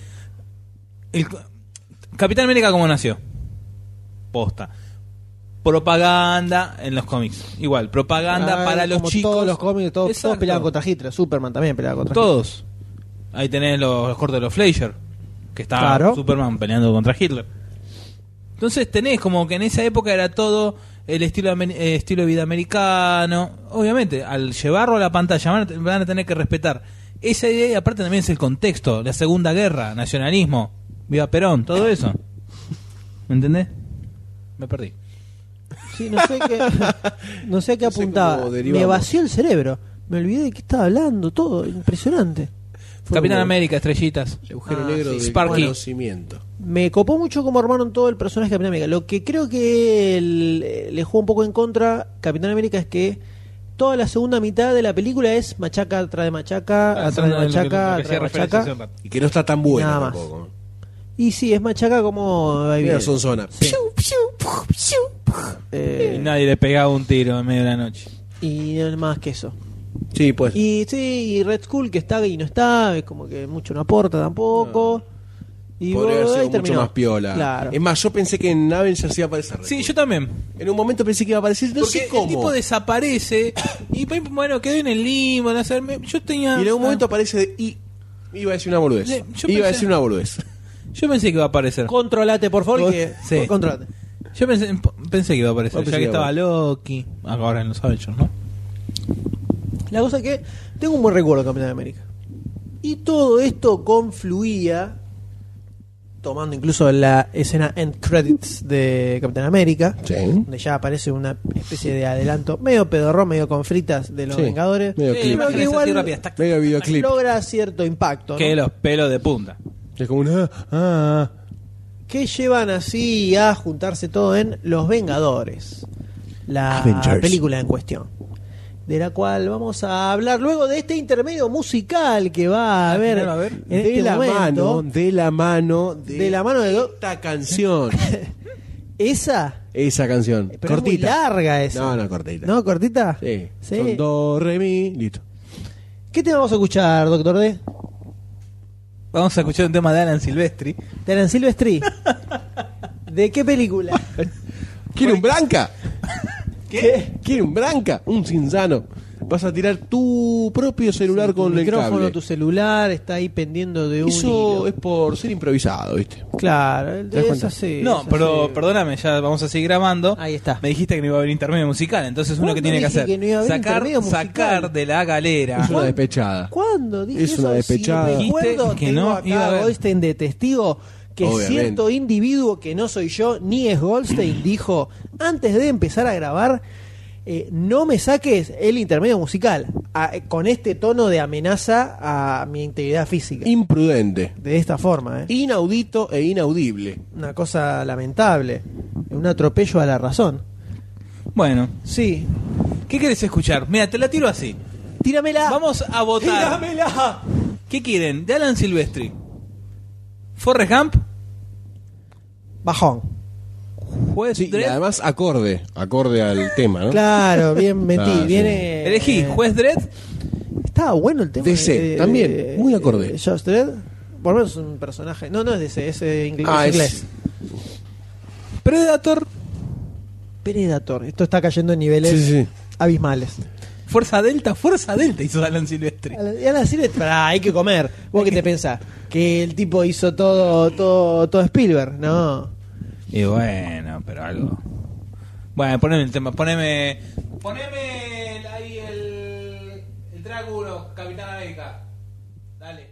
Capitán América, ¿cómo nació? Posta. Propaganda en los cómics. Igual, propaganda para los como chicos. Todos los cómics, todos Exacto. peleaban contra Hitler. Superman también peleaba contra Hitler. Todos. Ahí tenés los cortos de los Fleischer, que está Claro. Superman peleando contra Hitler. Entonces tenés como que en esa época era todo el estilo de vida americano. Obviamente, al llevarlo a la pantalla van a tener que respetar esa idea, y aparte también es el contexto, la Segunda Guerra, nacionalismo, viva Perón, todo eso. ¿Me entendés? Me perdí. Sí, no sé qué, no sé a qué No sé apuntaba. cómo derivamos. Me vació el cerebro. Me olvidé de qué estaba hablando, todo. Impresionante. Fue Capitán como América, estrellitas. el agujero Ah, negro sí, del Sparky. conocimiento. Me copó mucho cómo armaron todo el personaje de Capitán América. Lo que creo que le juega un poco en contra Capitán América es que toda la segunda mitad de la película es machaca atrás de machaca, atrás de machaca, atrás de machaca. Y que no está tan buena Nada más. tampoco. Y sí, es machaca como... ahí Mira, viene. son zona. Sí. Y nadie le pegaba un tiro en medio de la noche. Y no más que eso. Sí, pues. Y sí, y Red Skull que está y no está, es como que mucho no aporta tampoco. Y Podría haber ahí sido mucho terminó. más piola. Claro. Es más, yo pensé que en Avengers iba a aparecer. Sí, yo también. En un momento pensé que iba a aparecer, no Porque sé cómo. el tipo desaparece y bueno, quedó en el limbo. No sé, yo tenía... Y en algún momento aparece y iba a decir una boludez. Yo Iba a pensé- decir una boludez. Yo pensé que iba a aparecer. Controlate, por favor, que Sí. controlate. Yo pensé que iba a aparecer, Pensé ya que que estaba iba Loki, ahora en los Avengers, ¿no? La cosa es que tengo un buen recuerdo de Capitán América. Y todo esto confluía, tomando incluso la escena end credits de Capitán América, Sí. donde ya aparece una especie de adelanto medio pedorrón, medio con fritas de los Sí, Vengadores. medio Sí, clip. Pero que imágenes así igual rápidas, tac, Mega videoclip. logra cierto impacto, ¿no? que los pelos de punta. Es como una... Que llevan así a juntarse todo en Los Vengadores, la Avengers. película en cuestión, de la cual vamos a hablar luego de este intermedio musical que va a Al haber final va a haber. en de este la momento. mano, de la mano De la mano de esta canción. Esa, Esa canción. pero cortita. es muy larga esa. No, cortita. ¿No, cortita? Sí. Sí. Son do, re, mi, listo. ¿Qué tema vamos a escuchar, Doctor D? Vamos a escuchar un tema de Alan Silvestri. De Alan Silvestri. ¿De qué película? ¿Quiere un Branca? ¿Qué? ¿Quiere un Branca? Un Cinzano. Vas a tirar tu propio celular Tu con el micrófono, cable. tu celular está ahí pendiendo de un Eso hilo. es por ser improvisado, ¿viste? Claro, ¿Te das es cuenta? así. No, es pero así. perdóname, ya vamos a seguir grabando. Ahí está. Me dijiste que no iba a haber intermedio musical, entonces uno ¿Cuándo que tiene que dije hacer que no iba a haber intermedio musical? sacar de la galera. Es una despechada. ¿Cuándo dije Es eso? una despechada. Si recuerdo, Dijiste que tengo no acá iba a a haber. Goldstein de testigo que Obviamente. cierto individuo que no soy yo ni es Goldstein dijo antes de empezar a grabar no me saques el intermedio musical con este tono de amenaza a mi integridad física. Imprudente. De esta forma, Inaudito e inaudible. una cosa lamentable, un atropello a la razón. Bueno, Sí, ¿qué querés escuchar? Mira, te la tiro así. tíramela. Vamos a votar. Tíramela. ¿Qué quieren? De Alan Silvestri. Forrest Gump. Bajón. Juez Sí, y Dredd. además acorde al tema, ¿no? Claro, bien metí. Ah, sí. Viene. Elegí Juez Dredd. Estaba bueno el tema. DC, también, muy acorde. Josh Dredd, por lo menos es un personaje. No, no es DC, es inglés. Ah, es es- inglés. Predator. Predator. Esto está cayendo en niveles Sí, sí. abismales. Fuerza Delta hizo Alan Silvestri. Y a la serie, pará, hay que comer. ¿Vos qué te pensás? Que el tipo hizo todo Spielberg. No. Y bueno, pero algo. Bueno, poneme el tema, poneme ahí el track 1, Capitán América. Dale.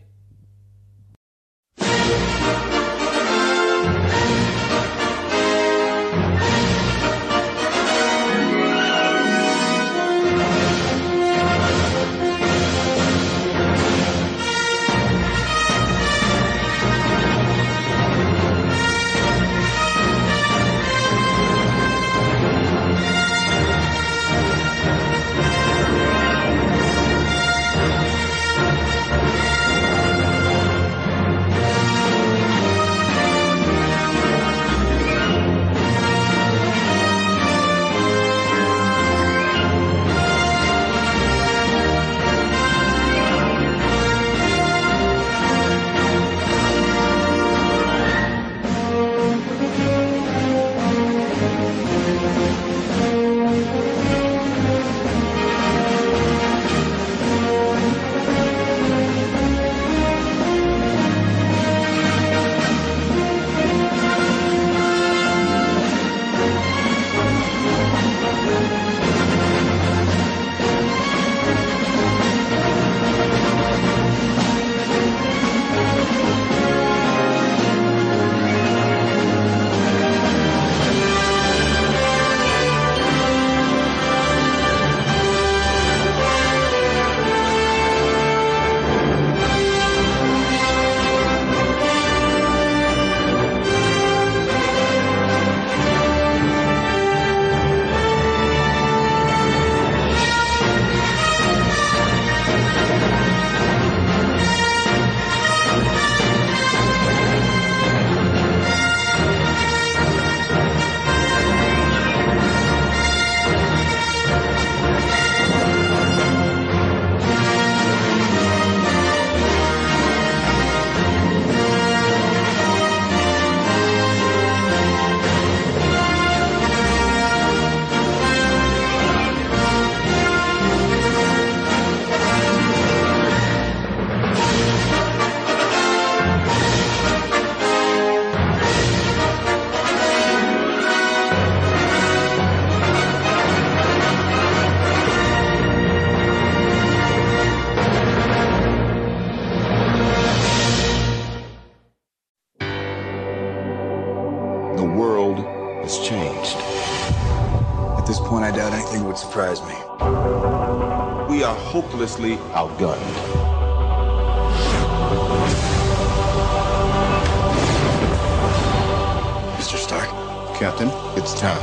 It's changed. At this point, I doubt anything would surprise me. We are hopelessly outgunned. Mr. Stark, Captain, it's time.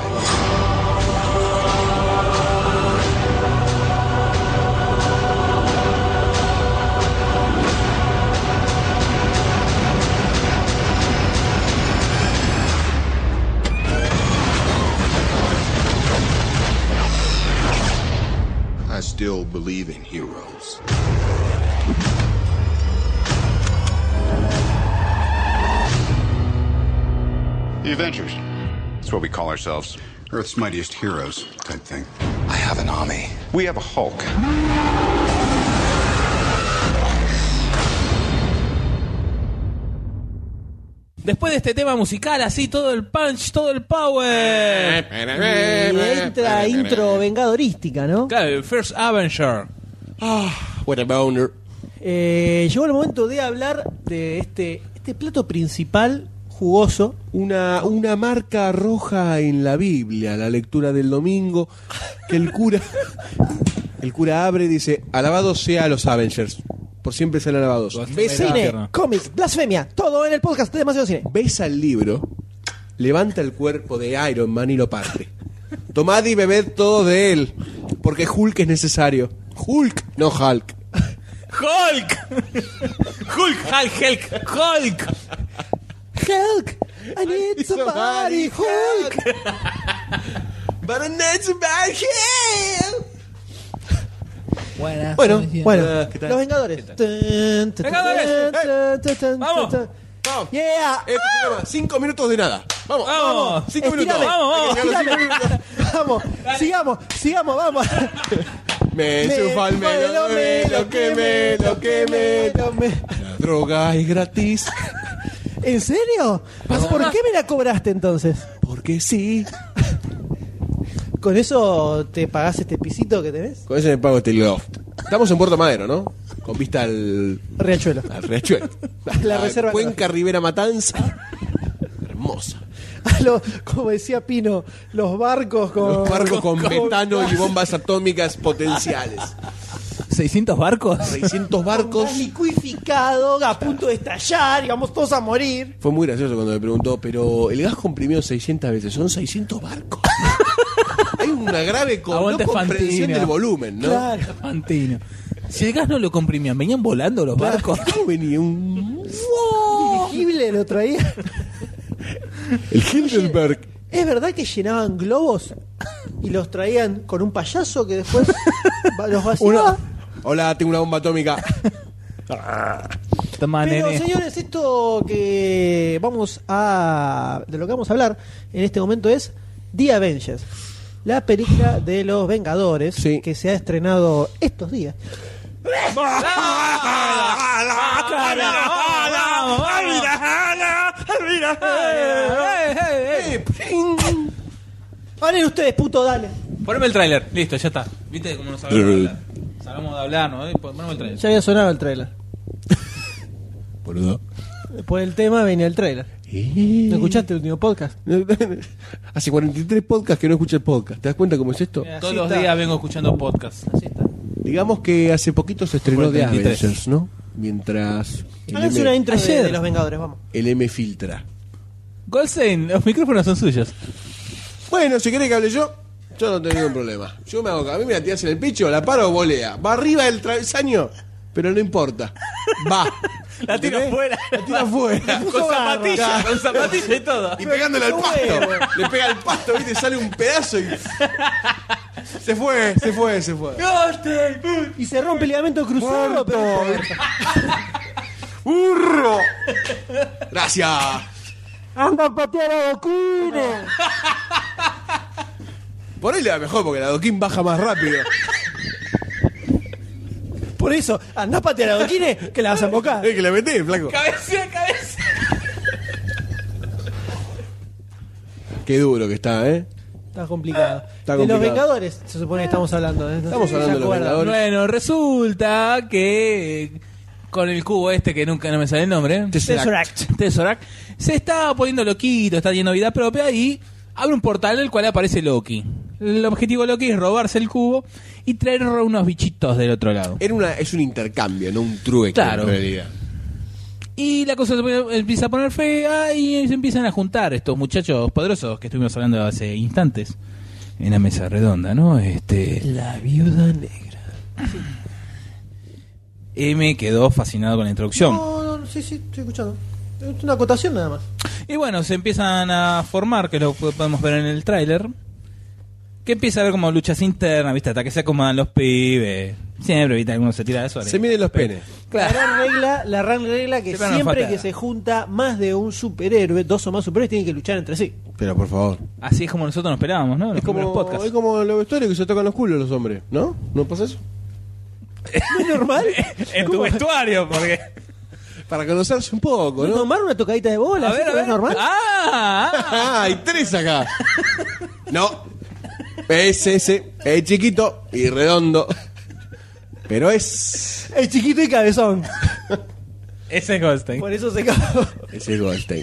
I still believe in heroes. the Avengers. That's what we call ourselves. Earth's mightiest heroes type thing. I have an army. We have a Hulk. Después de este tema musical, así todo el punch, todo el power. Y entra intro vengadorística, ¿no? Claro, el First Avenger. What a boner. Llegó el momento de hablar de este plato principal jugoso. Una marca roja en la Biblia, la lectura del domingo, que el cura abre y dice: alabados sea a los Avengers. Por siempre serán alabados. Cine, cómics, blasfemia, todo en el podcast de Demasiado Cine. Besa el libro, levanta el cuerpo de Iron Man y lo parte. Tomad y bebed todo de él, porque Hulk es necesario. Hulk, no Hulk. ¡Hulk! ¡Hulk! Hulk, I need somebody, Hulk. But I need somebody help. Bueno, ¿qué tal? Los Vengadores. ¡Vamos! Vamos. Yeah. 5 minutos de nada. Vamos. ¡Vamos! 5 minutos. Estirame. ¡Vamos! Vamos, sigamos, vamos. Me sufa al me. La droga es gratis. ¿En serio? ¿Por qué me la cobraste entonces? Porque sí. ¿Con eso te pagás este pisito que tenés? Con eso me pago este loft. Estamos en Puerto Madero, ¿no? Con vista al Riachuelo. Riachuelo. La reserva. Cuenca Rivera Matanza. Hermosa. Como decía Pino, los barcos con metano y bombas atómicas potenciales. 600 barcos. 600 barcos. liquidificado, a punto de estallar y vamos todos a morir. Fue muy gracioso cuando me preguntó, pero el gas comprimido 600 veces, son 600 barcos. Hay una grave Aguante comprensión Fantino. del volumen, ¿no? Claro. Fantino. Si el gas no lo comprimían, venían volando los barcos. ¿Cómo venía un Dirigible lo traía. el Hindenburg? ¿Es verdad que llenaban globos y los traían con un payaso que después los vaciaba? Hola, tengo una bomba atómica. Toma, Pero nene. señores, esto de lo que vamos a hablar en este momento es The Avengers, la película de los Vengadores, Sí. que se ha estrenado estos días. Hablen ustedes, puto, dale. Poneme el tráiler. Listo, ya está. ¿Viste cómo nos sabemos de hablar? Sabemos de hablar, ¿no? Poneme el tráiler. Ya había sonado el trailer. Boludo. Después del tema venía el trailer. ¿No escuchaste el último podcast? Hace 43 podcasts que no escucho el podcast. ¿Te das cuenta cómo es esto? Todos los días vengo escuchando podcast. Así está. Digamos que hace poquito se estrenó The 43. Avengers, ¿no? Mientras Háganse una intro Ayer. de los Vengadores, vamos. el M filtra. Goldstein, los micrófonos son suyos. Bueno, si querés que hable yo no tengo ningún problema. Yo me hago, a mí me la tirás en el pecho, la paro o volea. Va arriba del travesaño, pero no importa. Va. La tiro ¿Entendés? afuera. La tira afuera. Con zapatilla y todo. Y pegándole al pasto. Le pega al pasto, ¿viste? Sale un pedazo y. Se fue. Y se rompe el ligamento cruzado, pero... ¡Burro! Gracias. ¡Anda a patear a Dokine! Por ahí le va mejor porque la Doquín baja más rápido. Por eso, anda a patear a Dokine, que la vas a embocar. Es que la metés, flaco. Cabeza. Qué duro que está, ¿eh? Está complicado. Está De los complicado. Vengadores se supone que estamos hablando. ¿Eh? No Estamos sé si hablando se de los acuerdan. Vengadores. Bueno, resulta que con el cubo este que nunca no me sale el nombre, Tesseract. Tesseract, se está poniendo loquito, está lleno de vida propia y abre un portal del cual aparece Loki. El objetivo de Loki es robarse el cubo y traer unos bichitos del otro lado. Es un intercambio, no un trueque, Claro. en realidad. Y la cosa empieza a poner fea y se empiezan a juntar estos muchachos poderosos que estuvimos hablando hace instantes en la mesa redonda, ¿no? La viuda negra. Me quedó fascinado con la introducción. No, sí, estoy escuchando. Es una acotación nada más. Y bueno, se empiezan a formar, que lo podemos ver en el tráiler, que empieza a haber como luchas internas, ¿viste? Hasta que se acomodan los pibes. Siempre, ¿viste? Alguno se tira de eso. Se miden los penes. La gran regla que Siempre nos siempre falta. que se junta más de un superhéroe, 2 o más superhéroes tienen que luchar entre sí. Pero por favor. Así es como nosotros nos esperábamos, ¿no? En los Es primeros como, podcasts. es como los vestuarios que se tocan los culos los hombres, ¿no? ¿No pasa eso? ¿No es normal? En tu vestuario, porque... Para conocerse un poco, ¿No ¿no? tomar una tocadita de bola? A ver, ¿Es normal? Ah, Hay 3 acá. No. Es ese. Es chiquito y redondo. Pero es. Es chiquito y cabezón. ese es Goldstein. Por eso se acabó. Ese es Goldstein.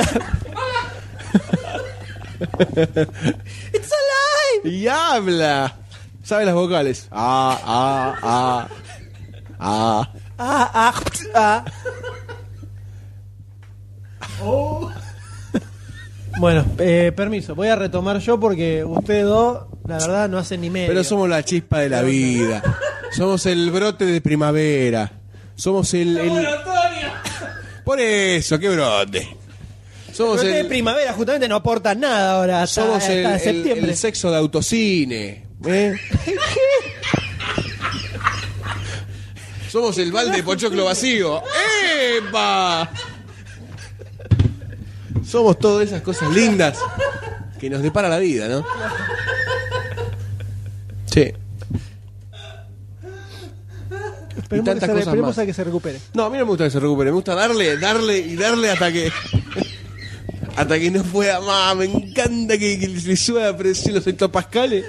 ¡It's alive! Y habla. Sabe las vocales. Ah. Bueno, permiso, voy a retomar yo porque ustedes dos, la verdad, no hacen ni medio. Pero somos la chispa de la vida. Somos el brote de primavera. Somos el. Por eso, qué brote. Somos Pero de el. primavera justamente no aportan nada ahora hasta, Somos hasta septiembre. el sexo de autocine. Somos el balde de pochoclo vacío. ¡Epa! Somos todas esas cosas lindas que nos depara la vida, ¿no? Sí. Esperemos, tantas cosas esperemos más. a que se recupere. No, a mí no me gusta que se recupere. Me gusta darle hasta que. Hasta que no pueda más. Me encanta que le suba la presión los hectopascales.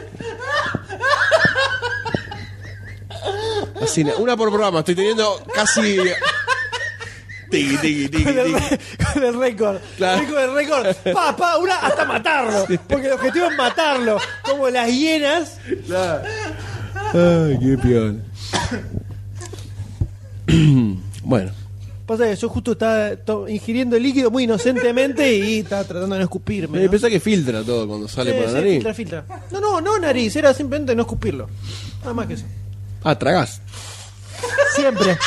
Así, una por programa. Estoy teniendo casi. Tiki. Con el récord. Claro. Con el récord. Una hasta matarlo. Porque el objetivo es matarlo. Como las hienas. Claro. Ay, qué peor. Bueno. Pasa que yo justo estaba ingiriendo el líquido muy inocentemente y estaba tratando de no escupirme. ¿no? Pensá que filtra todo cuando sale por la nariz. Filtra. No nariz, era simplemente no escupirlo. Nada más que eso. Ah, tragás. Siempre.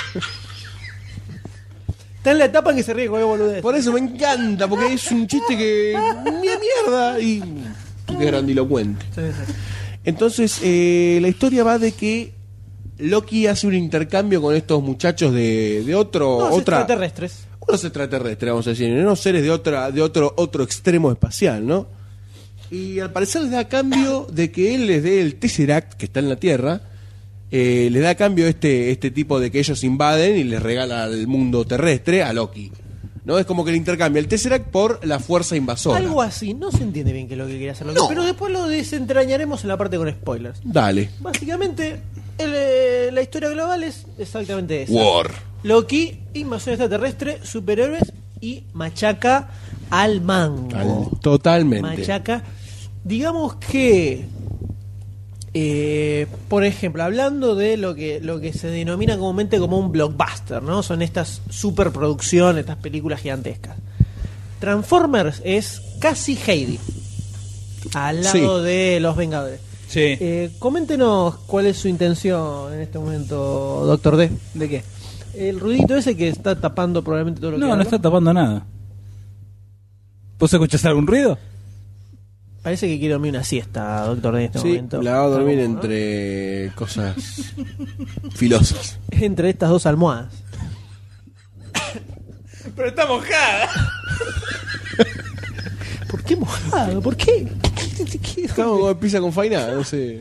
Está en la etapa en que se ríe con el boludez. Por eso me encanta, porque es un chiste que. Mierda. Y. Que grandilocuente. Sí. Entonces, la historia va de que Loki hace un intercambio con estos muchachos de otra. Extraterrestres. Unos extraterrestres, vamos a decir, unos seres de otro extremo espacial, ¿no? Y al parecer les da a cambio de que él les dé el Tesseract que está en la Tierra. Les da a cambio este tipo de que ellos invaden y les regala al mundo terrestre a Loki. ¿No? Es como que le intercambia el Tesseract por la fuerza invasora. Algo así, no se entiende bien qué es lo que quería hacer Loki, No. pero después lo desentrañaremos en la parte con spoilers. Dale. Básicamente, la historia global es exactamente esa. War. Loki, invasión extraterrestre, superhéroes y machaca al mango. Totalmente. Machaca. Digamos que, por ejemplo, hablando de lo que se denomina comúnmente como un blockbuster, ¿no? Son estas superproducciones, estas películas gigantescas. Transformers es casi Heidi, al lado de Los Vengadores. Sí. Coméntenos cuál es su intención en este momento, Doctor D. ¿De qué? El ruidito ese que está tapando probablemente todo lo que No habla. está tapando nada. ¿Vos escuchás algún ruido? Parece que quiere dormir una siesta, Doctor D, en este Sí, momento. la va a dormir Está como, ¿no? entre cosas filosas. Entre estas dos almohadas. Pero está mojada. ¿Por qué mojado? ¿Por qué? Estamos con pizza con faina, no sé.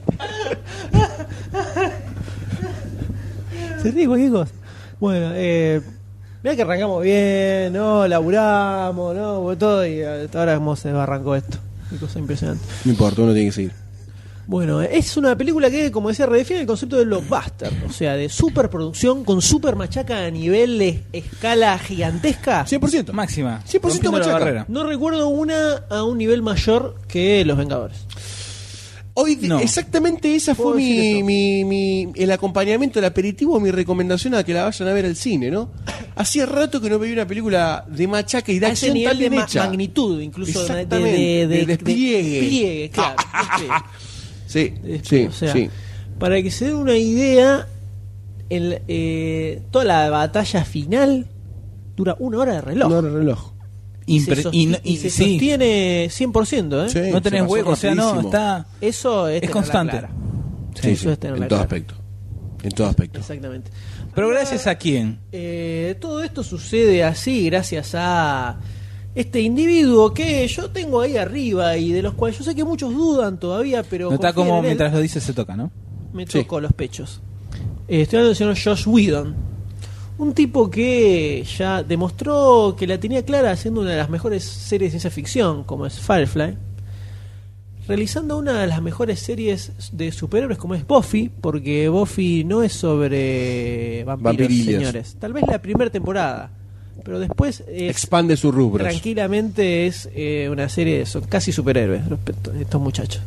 Se ríe cualquier cosa. Bueno, mirá que arrancamos bien, ¿no? Laburamos, ¿no? Todo y ahora cómo se arrancó esto. Qué cosa impresionante. No importa, uno tiene que seguir. Bueno, es una película que, como decía, redefine el concepto de blockbuster, o sea, de superproducción con super machaca a nivel de escala gigantesca. 100%. Máxima. 100% rompiendo la machaca. barrera. No recuerdo una a un nivel mayor que Los Vengadores. Hoy No. exactamente esa fue Puedo decir el acompañamiento, el aperitivo, mi recomendación a que la vayan a ver al cine, ¿no? Hacía rato que no veía una película de machaca y de A ese acción nivel tan de bien hecha. magnitud, incluso Exactamente, de despliegue. despliegue, claro. Sí, despliegue. sí, O sea, sí. para que se den una idea, toda la batalla final dura 1 hora de reloj. No era reloj. Y se Sí, sostiene 100%, ¿eh? Sí, no tenés se pasó hueco, o sea, no, rapidísimo. está... Eso es tenerla constante. clara. Sí, Eso sí, es tenerla en todo clara. aspecto. En todo aspecto. Exactamente. Pero gracias a quién. Todo esto sucede así gracias a este individuo que yo tengo ahí arriba y de los cuales yo sé que muchos dudan todavía, pero No está confíen como en él. mientras lo dice se toca, ¿no? Me Sí. tocó los pechos. Estoy hablando del señor Joss Whedon. Un tipo que ya demostró que la tenía clara haciendo una de las mejores series de ciencia ficción, como es Firefly. Realizando una de las mejores series de superhéroes, como es Buffy, porque Buffy no es sobre vampiros, Vampirillos. señores. Tal vez la primera temporada, pero después es Expande sus rubros. tranquilamente es una serie de casi superhéroes, estos muchachos.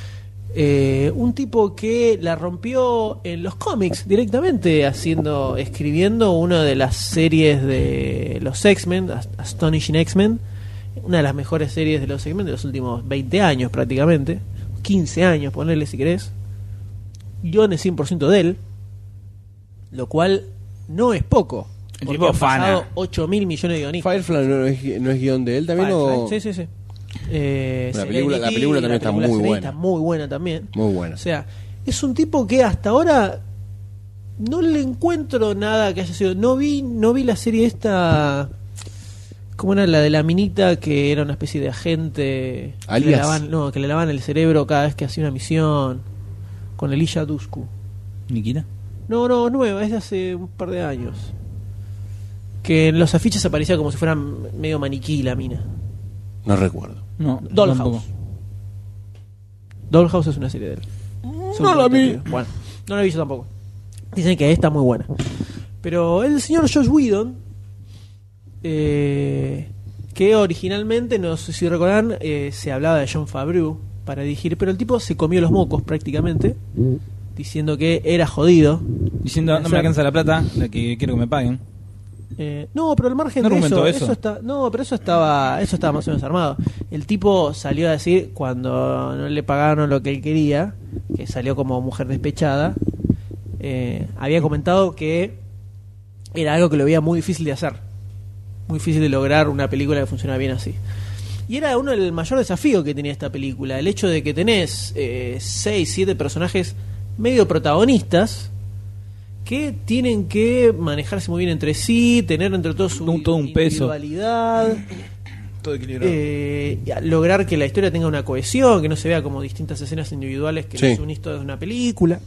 Un tipo que la rompió en los cómics directamente, escribiendo una de las series de los X-Men, Astonishing X-Men, una de las mejores series de los X-Men de los últimos 20 años prácticamente, 15 años, ponerle si querés. Guiones 100% de él, lo cual no es poco. El Porque tipo han pasado fana. 8.000 millones de guionistas. Firefly no es guión de él también Firefly, o... sí, sí, sí. La película también está muy Serenity buena. está muy buena también. Muy buena. O sea, es un tipo que hasta ahora no le encuentro nada que haya sido. No vi la serie esta. ¿Cómo era la de la minita que era una especie de agente? Alias. Que le lavaban el cerebro cada vez que hacía una misión. Con Elijah Dushku. ¿Nikita? No, nueva, es de hace un par de años. Que en los afiches aparecía como si fuera medio maniquí la mina. No recuerdo. No, Dollhouse. tampoco. Dollhouse es una serie de él. No la vi. Bueno, no la he visto tampoco. Dicen que está muy buena. Pero el señor Joss Whedon, que originalmente, no sé si recordarán, se hablaba de Jon Favreau para dirigir, pero el tipo se comió los mocos prácticamente, diciendo que era jodido. Diciendo, no me alcanza la plata, la que quiero que me paguen. No, pero al margen ¿No de argumentó eso, eso? pero eso estaba más o menos armado. El tipo salió a decir cuando no le pagaron lo que él quería, que salió como mujer despechada, había comentado que era algo que lo veía muy difícil de hacer, muy difícil de lograr una película que funcionara bien así. Y era uno del mayor desafío que tenía esta película, el hecho de que tenés 6, 7 personajes medio protagonistas que tienen que manejarse muy bien entre sí, tener entre todos su Todo un peso. individualidad, Todo equilibrado. y lograr que la historia tenga una cohesión, que no se vea como distintas escenas individuales que Sí. es un esto de una película.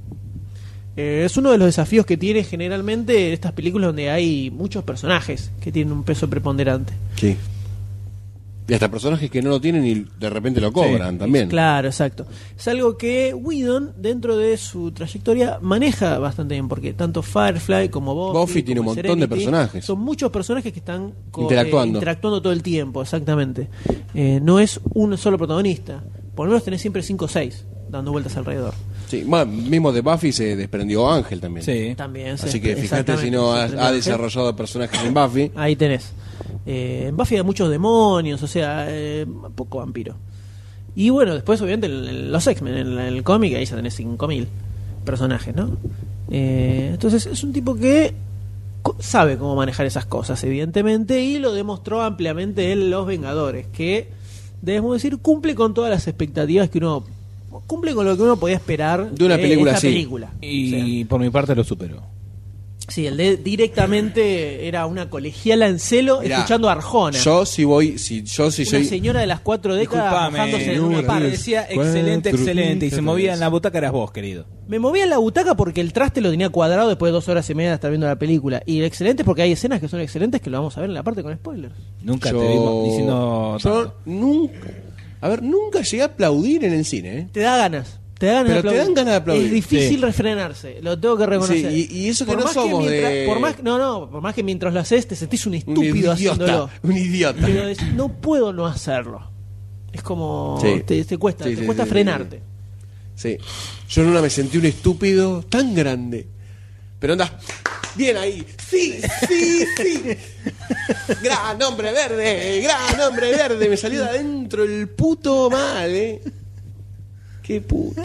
Es uno de los desafíos que tiene generalmente estas películas donde hay muchos personajes que tienen un peso preponderante. Sí. Y hasta personajes que no lo tienen y de repente lo cobran también. Claro, exacto. Es algo que Whedon, dentro de su trayectoria, maneja bastante bien, porque tanto Firefly como Buffy tiene como un montón de Serenity, personajes. son muchos personajes que están Interactuando. todo el tiempo, exactamente. No es un solo protagonista. Por lo menos tenés siempre 5 o 6 dando vueltas alrededor. Sí, bueno, mismo de Buffy se desprendió Ángel también. Sí. También. Así que fíjate exactamente, si no se ha prende Ángel. desarrollado personajes en Buffy. Ahí tenés. En Buffy hay muchos demonios, o sea, poco vampiro. Y bueno, después obviamente los X-Men, en el cómic, ahí ya tenés 5000 personajes, ¿no? Entonces es un tipo que sabe cómo manejar esas cosas, evidentemente, y lo demostró ampliamente en Los Vengadores, que, debemos decir, cumple con todas las expectativas que uno... Cumple con lo que uno podía esperar De una película esta así. película. Y por mi parte lo superó. Sí, el de directamente era una colegiala en celo Mirá, escuchando a Arjona. Yo si Una soy señora de las 4 décadas Disculpame, mojándose en una no, parte. decía excelente, excelente. Y se movía en la butaca, eras vos, querido. Me movía en la butaca porque el traste lo tenía cuadrado después de 2 horas y media de estar viendo la película. Y excelente porque hay escenas que son excelentes que lo vamos a ver en la parte con spoilers. Nunca te vimos diciendo. yo nunca llegué a aplaudir en el cine, ¿eh? Te da ganas. Te dan Pero te dan ganas de aplaudir. Es difícil Sí. refrenarse, lo tengo que reconocer. Sí, y eso que Por no más somos mientras- de... por más que mientras lo haces te sentís un un estúpido haciéndolo. Un idiota. Pero decís, no puedo no hacerlo. Es como Sí. te cuesta, Sí, te sí, cuesta sí, frenarte. Sí. Yo en una me sentí un estúpido tan grande. Pero anda, bien ahí. Sí, sí, sí. Gran hombre verde, gran hombre verde. Me salió de adentro el puto mal, Qué puto.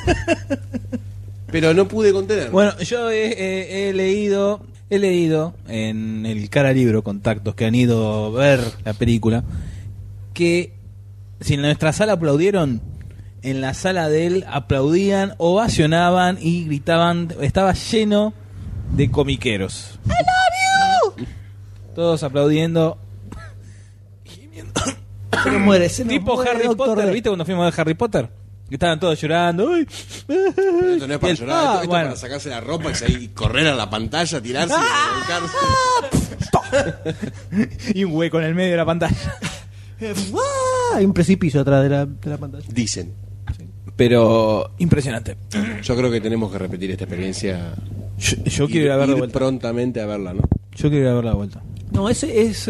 Pero no pude contener. Bueno, yo he leído en el cara libro contactos que han ido a ver la película que si en nuestra sala aplaudieron, en la sala de él aplaudían, ovacionaban y gritaban, estaba lleno de comiqueros. I love you. Todos aplaudiendo. Se nos muere, se nos Tipo muere, Harry Doctor Potter, D. ¿viste cuando fuimos a ver Harry Potter? Que estaban todos llorando. Ay. Pero esto no es para Y llorar, esto es bueno. para sacarse la ropa y correr a la pantalla, tirarse y volcarse. Y un hueco en el medio de la pantalla. Hay un precipicio atrás de la pantalla. Dicen. Pero impresionante. Yo creo que tenemos que repetir esta experiencia. Yo quiero ir a ver de vuelta. prontamente a verla, ¿no? Yo quiero ir a ver la vuelta. No, ese es.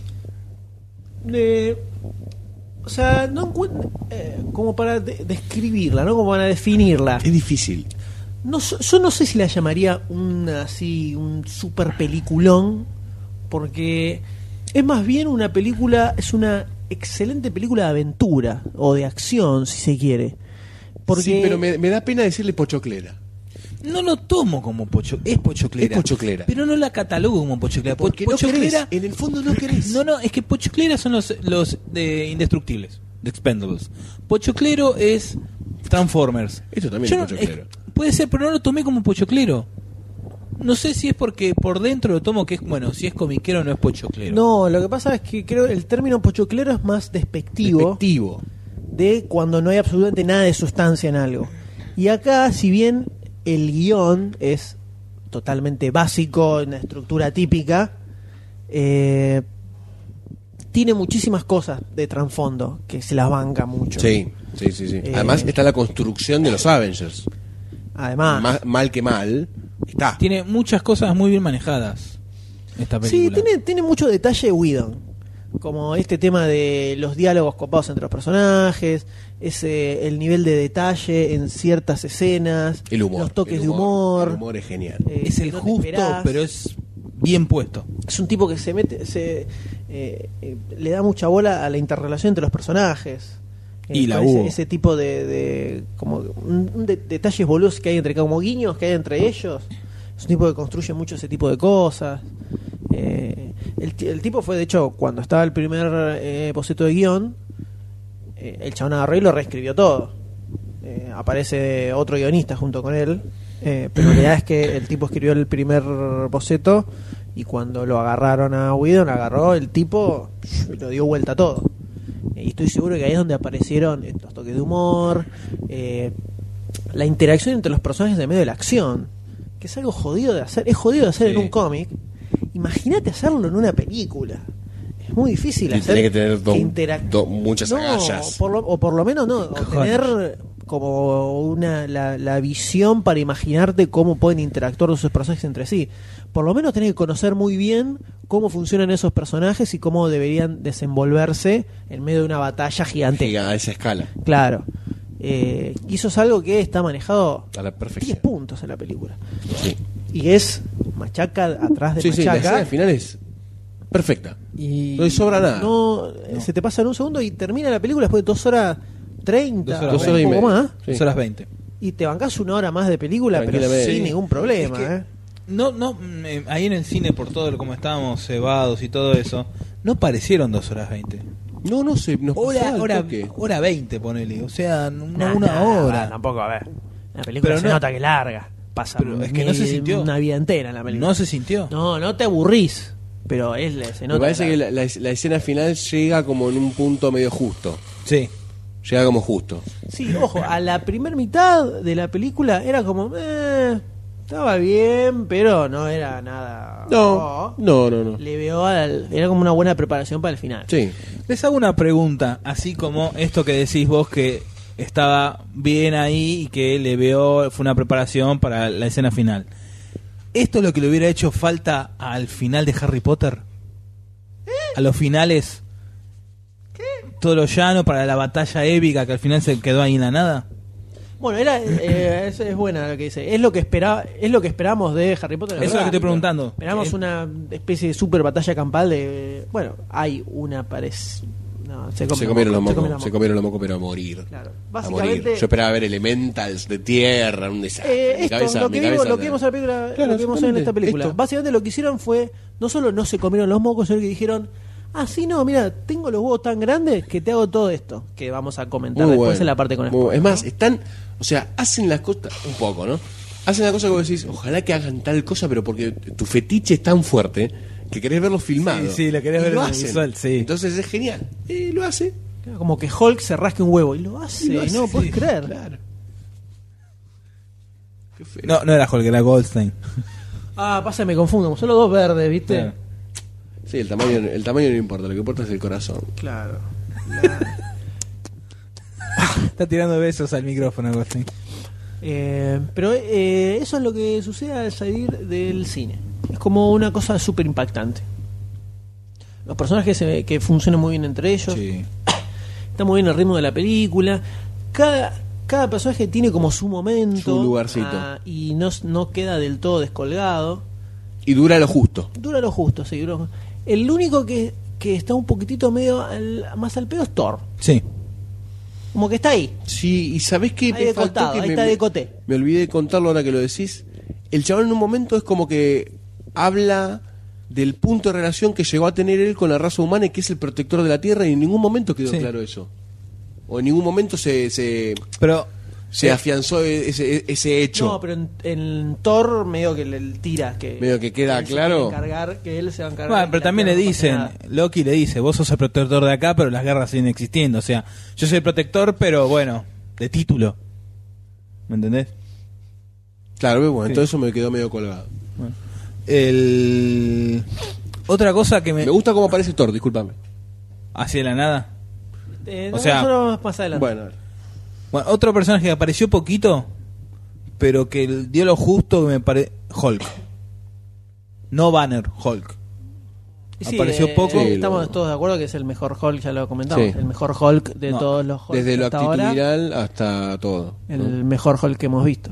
O sea, no encuentro. Como para describirla, ¿no? Como para definirla. Es difícil. No, yo no sé si la llamaría un super peliculón, porque es más bien una película, es una excelente película de aventura o de acción, si se quiere. Porque Sí, pero me da pena decirle pochoclera. No lo tomo como es pochoclera. Es pochoclera. Pero no la catalogo como pochoclera. Porque no Pochoclera, querés, en el fondo no querés. no, es que pochoclera son los de Indestructibles, de Expendables. Pochoclero es Transformers. Esto también es pochoclero. Puede ser, pero no lo tomé como pochoclero. No sé si es porque por dentro lo tomo que es, bueno, si es comiquero no es pochoclero. no, lo que pasa es que creo el término pochoclero es más despectivo de cuando no hay absolutamente nada de sustancia en algo. Y acá, si bien el guión es totalmente básico, en la estructura típica, tiene muchísimas cosas de trasfondo que se las banca mucho. Sí. Además está la construcción de los Avengers. Además, Mal que mal, está. Tiene muchas cosas muy bien manejadas esta sí, película. tiene mucho detalle Whedon. Como este tema de los diálogos copados entre los personajes, el nivel de detalle en ciertas escenas, El humor. los toques el de humor. El humor es genial. Es el no te justo, esperás. pero es bien puesto. Es un tipo que se mete, le da mucha bola a la interrelación entre los personajes. Y la con hubo. ese tipo de como detalles boludos que hay entre, como guiños que hay entre ellos. Es un tipo que construye mucho ese tipo de cosas. El tipo fue, de hecho, cuando estaba el primer boceto de guión, el chabón agarró y lo reescribió todo. Aparece otro guionista junto con él, pero la realidad es que el tipo escribió el primer boceto y cuando lo agarraron a Whedon, agarró el tipo y lo dio vuelta a todo. Y estoy seguro que ahí es donde aparecieron estos toques de humor, la interacción entre los personajes en medio de la acción, que es algo jodido de hacer. Es jodido de hacer Sí. en un cómic. Imagínate hacerlo en una película. Es muy difícil Y hacer tenés que tener que muchas agallas. por lo menos no, o tener como la visión para imaginarte cómo pueden interactuar esos personajes entre sí. Por lo menos tenés que conocer muy bien cómo funcionan esos personajes y cómo deberían desenvolverse en medio de una batalla gigante. A esa escala. Claro. Y eso es algo que está manejado A la 10 perfección. puntos en la película. Sí. Y es machaca atrás de Sí, la machaca. escena final es perfecta. Y No le sobra nada. No, se te pasa en un segundo y termina la película después de 2 horas 30, 2 horas o 2 horas y un poco media. más. Sí. 2 horas 20. Y te bancás 1 hora más de película, pero Tranquilamente. sin Sí. ningún problema. Es que no, ahí en el cine, por todo como estábamos cebados y todo eso, no parecieron 2 horas 20. No sé, nos pasó al Hora toque. 20, ponele. O sea, una Nah, hora. tampoco, a ver. La película Pero se no- nota que es larga. Pasa pero es que no se sintió. una vida entera en la película. No se sintió. No te aburrís. Pero se nota. Me parece que que la escena final llega como en un punto medio justo. Sí. Llega como justo. Sí, ojo, a la primer mitad de la película era como, estaba bien, pero no era nada. No. Le veo era como una buena preparación para el final. Sí. Les hago una pregunta, así como esto que decís vos que estaba bien ahí y que le veo, fue una preparación para la escena final. ¿Esto es lo que le hubiera hecho falta al final de Harry Potter? A los finales, todo lo llano para la batalla épica que al final se quedó ahí en la nada. Bueno, es buena lo que dice. Es lo que esperamos de Harry Potter. Eso es lo que estoy preguntando. Esperamos una especie de super batalla campal de... Bueno, hay una No, se comieron los mocos, pero a morir. Claro. A morir. Yo esperaba ver Elementals de tierra, un desastre. Lo que vimos en esta película. Básicamente lo que hicieron fue, no solo no se comieron los mocos, sino que dijeron, no, mira, tengo los huevos tan grandes que te hago todo esto, que vamos a comentar muy después bueno, en la parte con spoilers. Es más, hacen las cosas, un poco, ¿no? Hacen la cosa que vos decís, ojalá que hagan tal cosa, pero porque tu fetiche es tan fuerte que querés verlo filmado. Sí, lo querés ver en el visual, sí. Entonces es genial. Lo hace. Como que Hulk se rasque un huevo y lo hace, no puedes creer. Claro. Qué feo. No era Hulk, era Goldstein. Pasa, me confundo, son los dos verdes, ¿viste? Claro. Sí, el tamaño no importa, lo que importa es el corazón. Claro. Está tirando besos al micrófono, Goldstein. Pero eso es lo que sucede al salir del cine. Es como una cosa súper impactante. Los personajes que funcionan muy bien entre ellos. Sí. Está muy bien el ritmo de la película. Cada personaje tiene como su momento. Su lugarcito. Y no queda del todo descolgado. Y dura lo justo. Dura lo justo, sí. El único que está un poquitito medio más al pedo es Thor. Sí. Como que está ahí. Sí, y ¿sabés qué? Ahí está de coté. Me olvidé de contarlo ahora que lo decís. El chabón en un momento es como que habla del punto de relación que llegó a tener él con la raza humana y que es el protector de la Tierra, y en ningún momento quedó claro eso. O en ningún momento se afianzó ese hecho. No, pero en Thor medio que le tira medio que queda claro que él se va a encargar. Bueno, pero también le dicen, Loki le dice, vos sos el protector de acá, pero las guerras siguen existiendo. O sea, yo soy el protector, pero bueno, de título. ¿Me entendés? Claro, bueno, entonces eso me quedó medio colgado. Bueno. Otra cosa que me gusta cómo aparece Thor, discúlpame. ¿Hacia la nada? O sea, más adelante. Bueno, otro personaje que apareció poquito, pero que dio lo justo, que me parece, Hulk. No Banner, Hulk. Sí, apareció poco. Estamos todos de acuerdo que es el mejor Hulk, ya lo comentamos. Sí. El mejor Hulk de todos los Hulk. Desde lo actitudinal hasta todo. El mejor Hulk que hemos visto.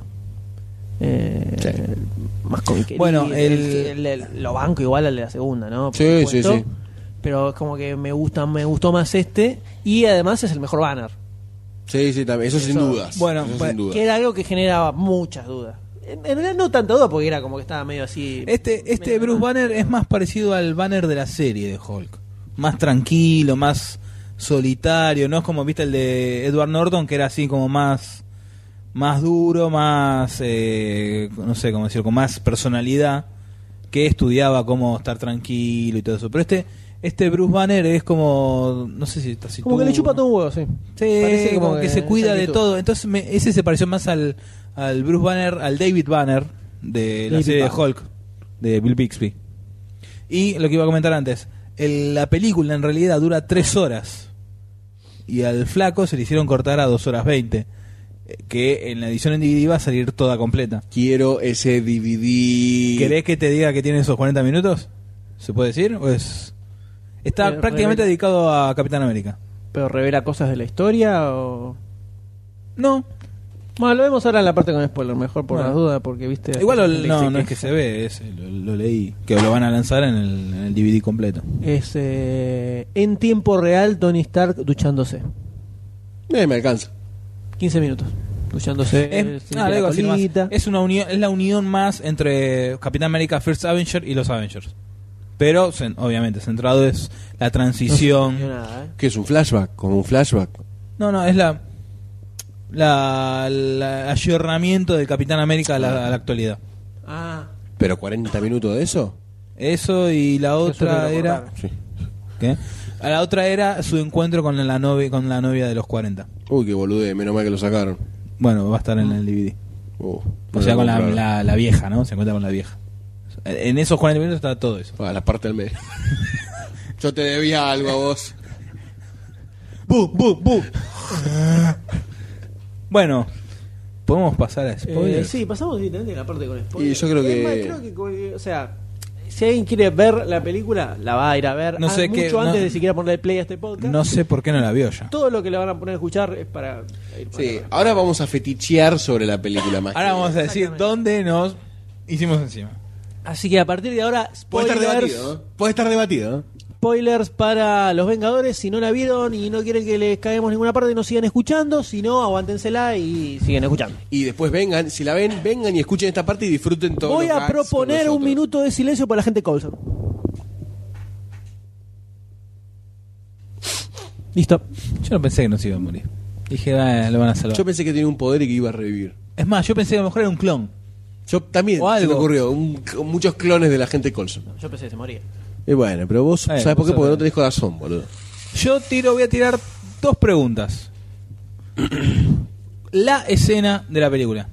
Más comiquería. Bueno, lo banco igual al de la segunda, ¿no? Sí. Pero es como que me gustó más este, y además es el mejor Banner. Sí, también, eso sin dudas. Bueno, sin dudas. Que era algo que generaba muchas dudas. En realidad no tanta duda, porque era como que estaba medio así. Este Bruce Banner es más parecido al Banner de la serie de Hulk. Más tranquilo, más solitario, no es como, viste, el de Edward Norton, que era así como más duro, más no sé cómo decirlo, con más personalidad, que estudiaba cómo estar tranquilo y todo eso. Pero este Bruce Banner es como, no sé si está así, como que le chupa todo un huevo, sí. Sí, parece como que se cuida de todo. Entonces ese se pareció más al Bruce Banner, al David Banner de la serie de Hulk de Bill Bixby. Y lo que iba a comentar antes, la película en realidad dura 3 horas y al flaco se le hicieron cortar a 2 horas 20, que en la edición en DVD va a salir toda completa. Quiero ese DVD. ¿Querés que te diga que tiene esos 40 minutos? ¿Se puede decir? ¿O está prácticamente dedicado a Capitán América? ¿Pero revela cosas de la historia o...? No. Bueno, lo vemos ahora en la parte con spoiler, mejor por las dudas, porque viste... Igual no es que se ve, lo leí, que lo van a lanzar en el DVD completo. Es en tiempo real Tony Stark duchándose. Me alcanza. 15 minutos duchándose. Es una unión, es la unión más entre Capitán América First Avenger y los Avengers. Pero obviamente centrado es la transición. No nada, ¿Qué es un flashback? ¿Como un flashback? No, es el ayornamiento del Capitán América a la actualidad. ¿Pero 40 minutos de eso? Eso, y la otra era... Sí. ¿Qué? La otra era su encuentro con la novia de los 40. Uy, qué bolude, menos mal que lo sacaron. Bueno, va a estar en el DVD. O sea, con la vieja, ¿no? Se encuentra con la vieja. En esos 40 minutos está todo eso. La parte del medio. Yo te debía algo a vos. ¡Bu! Bueno, ¿podemos pasar a spoilers? Sí, pasamos directamente a la parte con spoilers. Y yo creo que... Es más, creo que, o sea, si alguien quiere ver la película, la va a ir a ver No sé mucho qué- antes no- de siquiera ponerle play a este podcast. No sé por qué no la vio ya. Todo lo que le van a poner a escuchar es para ir para Sí, ver. ahora vamos a fetichear sobre la película más. Ahora que- vamos a decir Exactamente. dónde nos hicimos encima. Así que a partir de ahora, Puede estar spoilers, debatido, ¿no? Puede estar debatido, ¿no? spoilers para los Vengadores. Si no la vieron y no quieren que les caigamos ninguna parte, no sigan escuchando. Si no, aguántensela y sigan escuchando. Y después vengan, si la ven, vengan y escuchen esta parte y disfruten todo. Voy a proponer un minuto de silencio para la gente de Coulson. Listo. Yo no pensé que nos iba a morir. Dije, lo van a salvar. Yo pensé que tenía un poder y que iba a revivir. Es más, yo pensé que a lo mejor era un clon. Yo también O se me algo. ocurrió. Muchos clones de la gente Colson. Yo pensé que se moría. Y bueno, pero vos, ¿sabes por qué? vos Porque sabés. no tenés corazón, boludo. Yo voy a tirar 2 preguntas. La escena de la película.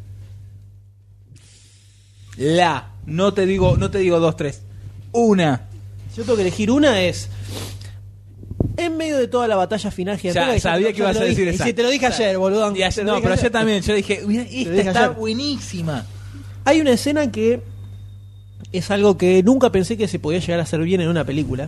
No te digo 2, 3. Una. Yo tengo que elegir una es... En medio de toda la batalla final gigantesca, Ya, sabía que ibas a decir esa. esa. Y si te lo dije ayer, boludo. Y ayer- no, pero ayer también. Yo dije, mira, esta dije está ayer. buenísima. Hay una escena que es algo que nunca pensé que se podía llegar a hacer bien en una película.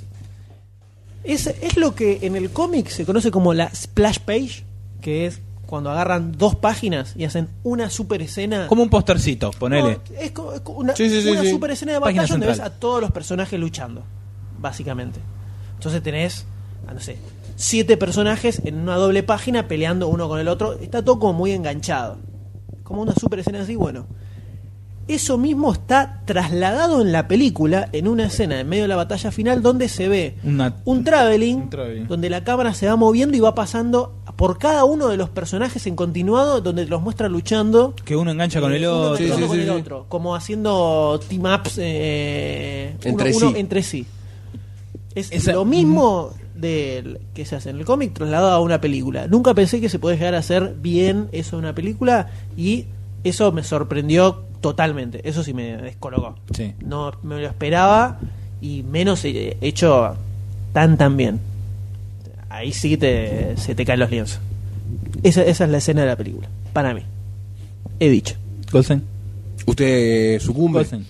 Es lo que en el cómic se conoce como la splash page, que es cuando agarran 2 páginas y hacen una super escena. Como un postercito, ponele. No, es una, Sí, sí, sí, una sí. super escena de Página batalla donde ves central. a todos los personajes luchando, básicamente. Entonces tenés, no sé, 7 personajes en una doble página peleando uno con el otro. Está todo como muy enganchado. Como una super escena así, bueno. Eso mismo está trasladado en la película, en una escena en medio de la batalla final, donde se ve un traveling, donde la cámara se va moviendo y va pasando por cada uno de los personajes en continuado, donde los muestra luchando. Que uno engancha con el Uno otro. peleando Sí, con sí, el sí. otro, como haciendo team ups Entre sí. Es Esa- lo mismo que se hace en el cómic trasladado a una película. Nunca pensé que se podía llegar a hacer bien eso en una película y eso me sorprendió totalmente. Eso sí me descolocó. Sí. No me lo esperaba y menos hecho tan bien. Ahí sí se te caen los lienzos. Esa es la escena de la película, para mí. He dicho. Golsen. ¿Usted sucumbe? Golsen.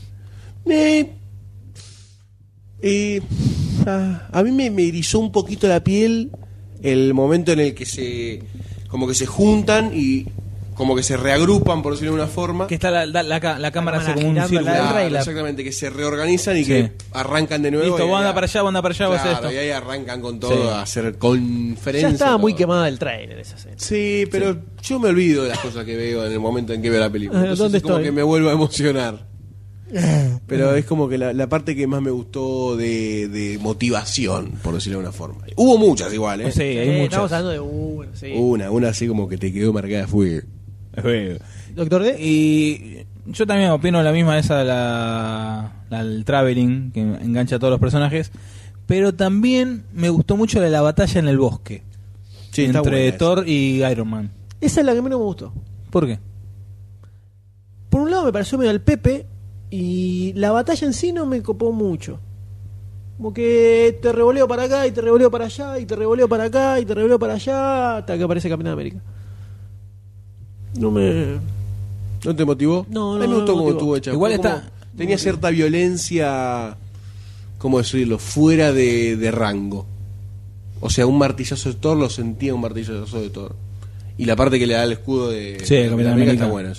A mí me erizó un poquito la piel el momento en el que como que se juntan y como que se reagrupan, por decirlo de una forma. Que está la cámara hace como un girando, círculo. la del Claro, trailer. exactamente, que se reorganizan y Sí. que arrancan de nuevo. Listo, y vos anda ahí- para allá, vos anda para allá, vos haces Claro, esto. y ahí arrancan con todo Sí. a hacer conferencias. Ya estaba muy todo. quemada el trailer esa escena. Sí, pero yo me olvido de las cosas que veo en el momento en que veo la película. Entonces ¿Dónde es como estoy? que me vuelvo a emocionar. Pero es como que la parte que más me gustó de motivación, por decirlo de una forma. Hubo muchas igual, ¿eh? Sí, hay Estamos muchas. hablando de una, sí. Una así como que te quedó marcada fue. Doctor D. Y yo también opino la misma esa del traveling, que engancha a todos los personajes. Pero también me gustó mucho la batalla en el bosque. Sí, está buena entre esa. Thor y Iron Man. Esa es la que menos me gustó. ¿Por qué? Por un lado me pareció medio al Pepe y la batalla en sí no me copó mucho. Como que te revoleo para acá y te revoleo para allá y te revoleo para acá y te revoleo para allá hasta que aparece Capitán América. No me... ¿No te motivó? No, A mí no, me gustó no cómo motivó. estuvo hecha. Igual Fue está- como- tenía cierta violencia, ¿cómo decirlo? Fuera de rango. O sea, un martillazo de Thor lo sentía un martillazo de Thor. Y la parte que le da el escudo de Sí, de Capitán América América. está bueno eso.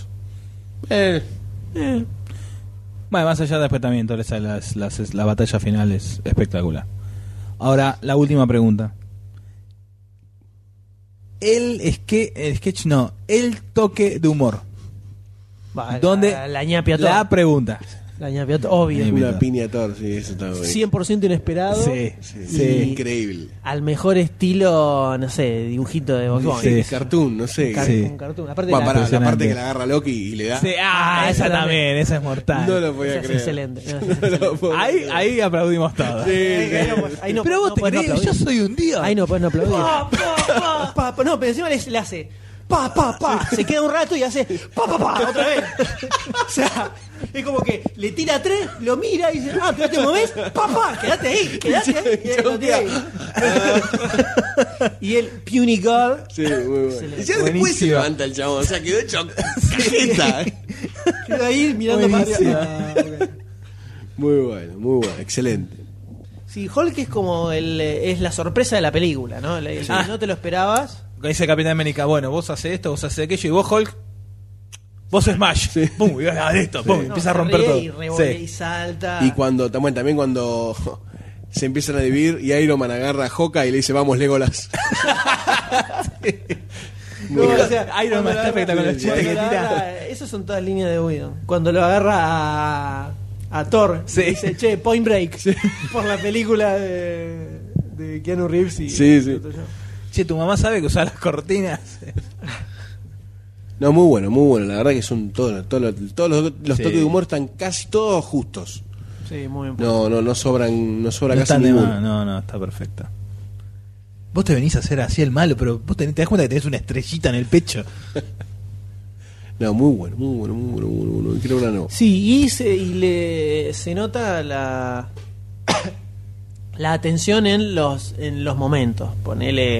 Bueno, más allá después también, toda la batalla final es espectacular. Ahora, la última pregunta. El sketch no, el toque de humor. Va, ¿Dónde? La ñapia Thor. La pregunta. La ñapia Thor, obvio. Ñapia. Una piña Thor, sí, eso está bueno. 100% inesperado. Sí, Y Increíble. al mejor estilo, no sé, dibujito de Box Bunny. Sí. Cartoon, no sé. Sí. Un cartoon. Aparte Bueno, la- pará, la Impresionante. parte que la agarra Loki y le da. Sí, esa esa también. también, esa es mortal. No lo podía esa es creer. excelente. Esa es No excelente. lo podía Ahí, creer. ahí aplaudimos todos. Ahí no- Pero vos no te podés no crees, aplaudir. yo soy un dios. Ahí no puedes no aplaudir. No, pero encima le hace pa, pa, pa. Se queda un rato y hace pa, pa, pa, otra vez. O sea, es como que le tira 3, lo mira y dice, ¿pero te movés? Pa, pa, quédate ahí. Quédate ahí. Y el Puny God. Sí, muy bueno. Y ya después se levanta el chabón, o sea, quedó hecho cajeta. Quedó ahí mirando para arriba. Muy bueno, excelente. Sí, Hulk es como es la sorpresa de la película, ¿no? No te lo esperabas. Dice Capitán América, bueno, vos haces esto, vos haces aquello, y vos, Hulk, vos Smash. Sí. Pum, y vas a esto, pum, empieza a romper todo. Y revolea y salta. Y también cuando se empiezan a dividir y Iron Man agarra a Hawkeye y le dice, vamos, Legolas. No, o sea, Iron Man está espectacular, los chistes que tira. Esas son todas líneas de Whedon. Cuando lo agarra a Thor, Sí. dice, che, Point Break, por la película de Keanu Reeves y Sí. Che, tu mamá sabe que usaba las cortinas. No, muy bueno, la verdad que son todos los Sí. toques de humor están casi todos justos. Sí, muy bien. No sobra No casi están de ninguno. más, no, está perfecto. Vos te venís a hacer así el malo, pero vos te das cuenta que tenés una estrellita en el pecho. No, muy bueno, creo que no. Sí, y se nota la atención en los momentos. Ponele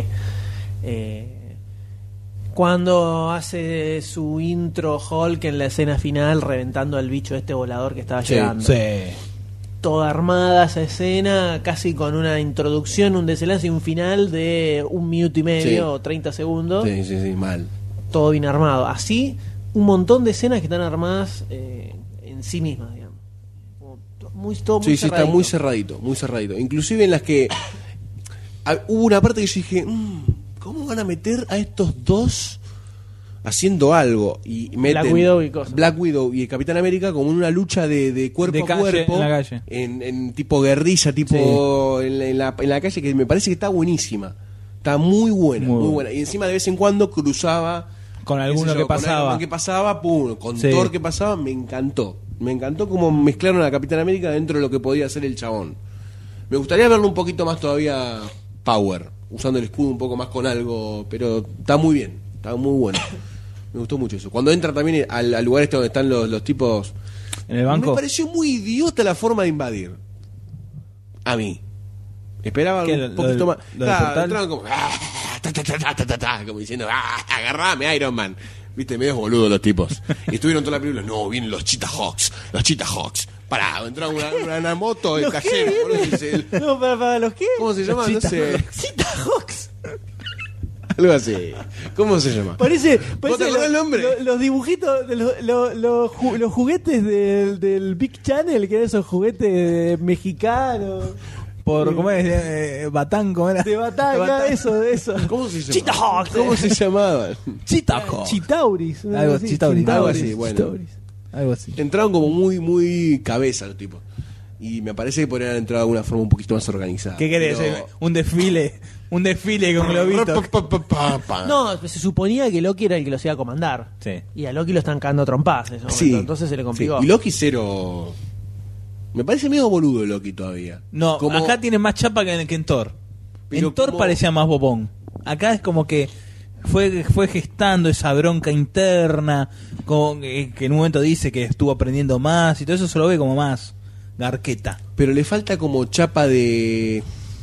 cuando hace su intro Hulk en la escena final reventando al bicho este volador que estaba llegando. Sí. Toda armada esa escena, casi con una introducción, un desenlace y un final de 1 minuto y medio Sí. o 30 segundos. Sí, mal. Todo bien armado. Así, un montón de escenas que están armadas en sí mismas, digamos. Todo muy Sí, está cerradito. muy cerradito. Inclusive en las que hubo una parte que yo dije, ¿cómo van a meter a estos dos haciendo algo? Y meten Black Widow y cosas. Black Widow y el Capitán América como en una lucha de cuerpo De a calle, cuerpo en la calle. en tipo guerrilla, tipo en la calle, que me parece que está buenísima. Está muy buena, Muy muy buena. buena. Y encima de vez en cuando cruzaba Con alguno qué sé yo, que pasaba. Con Iron Man que pasaba, pum, con Sí. Thor que pasaba, me encantó cómo mezclaron a Capitán América dentro de lo que podía hacer el chabón. Me gustaría verlo un poquito más todavía power, usando el escudo un poco más con algo, pero está muy bien, está muy bueno. Me gustó mucho eso. Cuando entra también al lugar este donde están los tipos, En el banco. me pareció muy idiota la forma de invadir. A mí. Esperaba ¿Qué, un lo poquito del- más. lo del portal? Entraban como como diciendo, agarrame Iron Man. Viste, medio boludo los tipos. Y estuvieron toda la película, no, vienen los Cheetah Hawks. Pará, entraba una moto de ¿Los cajero. qué? boludo, y dice, No, para los qué? ¿cómo se llama? No sé. Cheetah Hawks. Algo así. ¿Cómo se llama? Parece te acordás el nombre? Los dibujitos, los juguetes del Big Channel, que eran esos juguetes mexicanos. ¿Cómo es? Batán, ¿cómo era? De batalla, eso. ¿Cómo se llamaba? Cheetah Hawks. ¿Cómo se llamaban? Cheetah Hawks. Chitauris. Algo así, Chitauris. Algo así, bueno. Chitauris. Algo así. Entraron como muy cabeza los tipos. Y me parece que podrían haber entrado de una forma un poquito más organizada. ¿Qué querés? Pero- Un desfile con globitos. No, se suponía que Loki era el que los iba a comandar. Sí. Y a Loki lo están cagando a trompadas en ese momento. Sí. Entonces se le complicó. Sí. Y Loki cero. Me parece medio boludo Loki todavía. No, Como- acá tiene más chapa que en Thor. Pero En Thor como- parecía más bobón. Acá es como que fue gestando esa bronca interna, como que en un momento dice que estuvo aprendiendo más y todo eso se lo ve como más garqueta. Pero le falta como chapa de.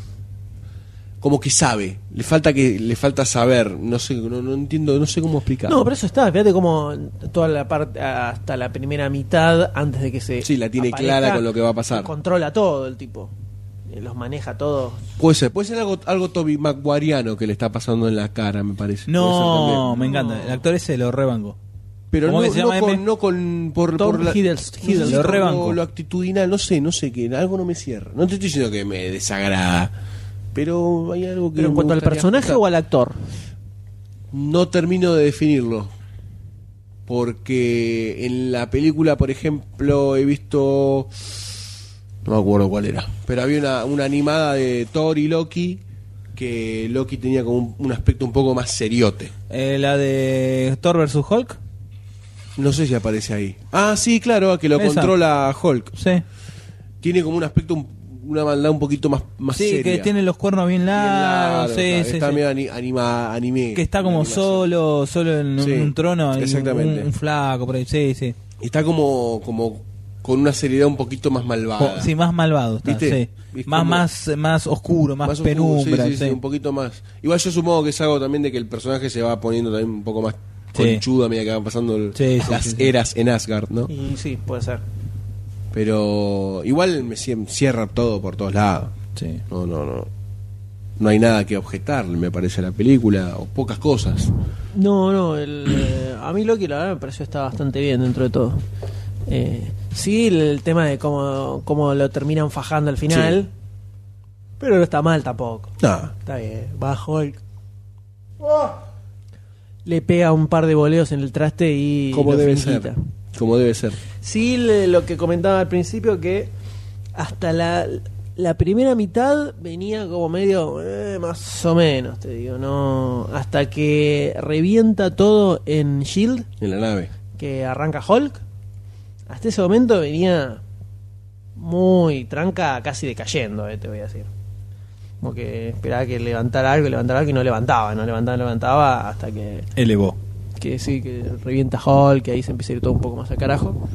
Como que sabe. Le falta saber. No sé, no entiendo, no sé cómo explicar. No, pero eso está. Fíjate cómo toda la parte, hasta la primera mitad, antes de que se. Sí, la tiene aparezca, clara con lo que va a pasar. Controla todo el tipo. Los maneja todos. Puede ser algo Tobey Maguireano que le está pasando en la cara, me parece. Puede ser No, también. me encanta. El actor ese lo rebanco. Pero ¿Cómo no, que se llama, M? por Tom la, Hiddleston. no sé si Lo por rebanco. lo actitudinal, no sé, que algo no me cierra. No te estoy diciendo que me desagrada, pero hay algo que Pero en me cuanto al gustaría personaje ajustar. o al actor. No termino de definirlo. Porque en la película, por ejemplo, he visto, no me acuerdo cuál era, pero había una animada de Thor y Loki, que Loki tenía como un aspecto un poco más seriote. La de Thor vs. Hulk. No sé si aparece ahí. Ah, sí, claro, que lo Esa. controla Hulk. Sí. Tiene como un aspecto una maldad un poquito más Sí, seria. que tiene los cuernos bien largos, Está sí. medio anime. Que está como solo en Sí, un trono, hay exactamente. un flaco por ahí, sí. Está como con una seriedad un poquito más malvada. Sí, más malvado está, ¿Viste? sí. Es Más oscuro, más oscuro, penumbra, sí, un poquito más. Igual yo supongo que es algo también de que el personaje se va poniendo también un poco más conchudo a medida que van pasando las eras en Asgard, ¿no? Y sí, puede ser. Pero igual me cierra todo por todos lados. Sí. No hay nada que objetar, me parece, a la película, o pocas cosas. No, a mí Loki la verdad me pareció está bastante bien dentro de todo. Sí, el tema de cómo lo terminan fajando al final, Sí. pero no está mal tampoco. No. Está bien, va Hulk. Le pega un par de voleos en el traste y Como lo debe finiquita. ser. Como debe ser. Sí, lo que comentaba al principio, que hasta la primera mitad venía como medio más o menos, te digo, no, hasta que revienta todo en Shield, En la nave. que arranca Hulk. Hasta ese momento venía muy tranca, casi decayendo, te voy a decir. Como que esperaba que levantara algo y no levantaba hasta que Elevó. sí, que revienta Hulk, que ahí se empieza a ir todo un poco más al carajo.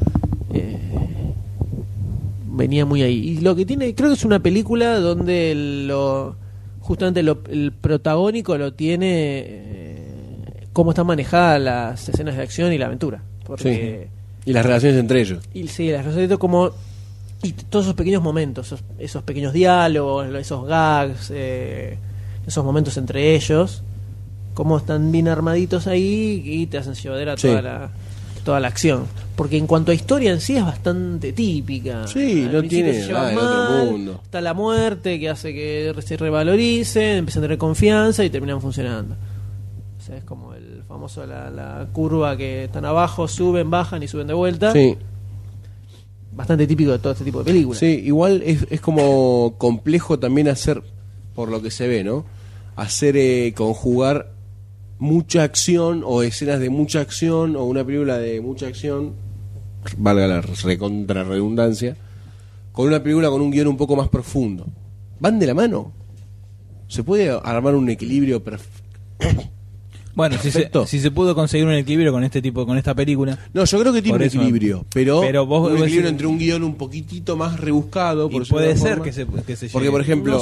Venía muy ahí. Y lo que tiene, creo que es una película donde justamente el protagónico lo tiene cómo están manejadas las escenas de acción y la aventura. Porque Y las relaciones entre ellos. y sí, las relaciones como y todos esos pequeños momentos, esos pequeños diálogos, esos gags, esos momentos entre ellos, cómo están bien armaditos ahí y te hacen llevadera toda la acción. Porque en cuanto a historia en sí es bastante típica. Sí, Al no principio tiene se llevan nada del otro mal, mundo. está la muerte que hace que se revaloricen, empiezan a tener confianza y terminan funcionando. O sea, es como el famoso la curva que están abajo, suben, bajan y suben de vuelta. Sí. Bastante típico de todo este tipo de películas. Sí, igual es como complejo también hacer, por lo que se ve, ¿no? Hacer conjugar mucha acción o escenas de mucha acción o una película de mucha acción, valga la recontra redundancia, con una película con un guión un poco más profundo. ¿Van de la mano? ¿Se puede armar un equilibrio perfecto? Bueno, Perfecto. si se pudo conseguir un equilibrio con esta película. No, yo creo que tiene Por un eso- equilibrio, pero vos un decís- equilibrio entre un guión un poquitito más rebuscado, por Y decirlo de puede alguna ser forma. que se Porque, llegue. por ejemplo,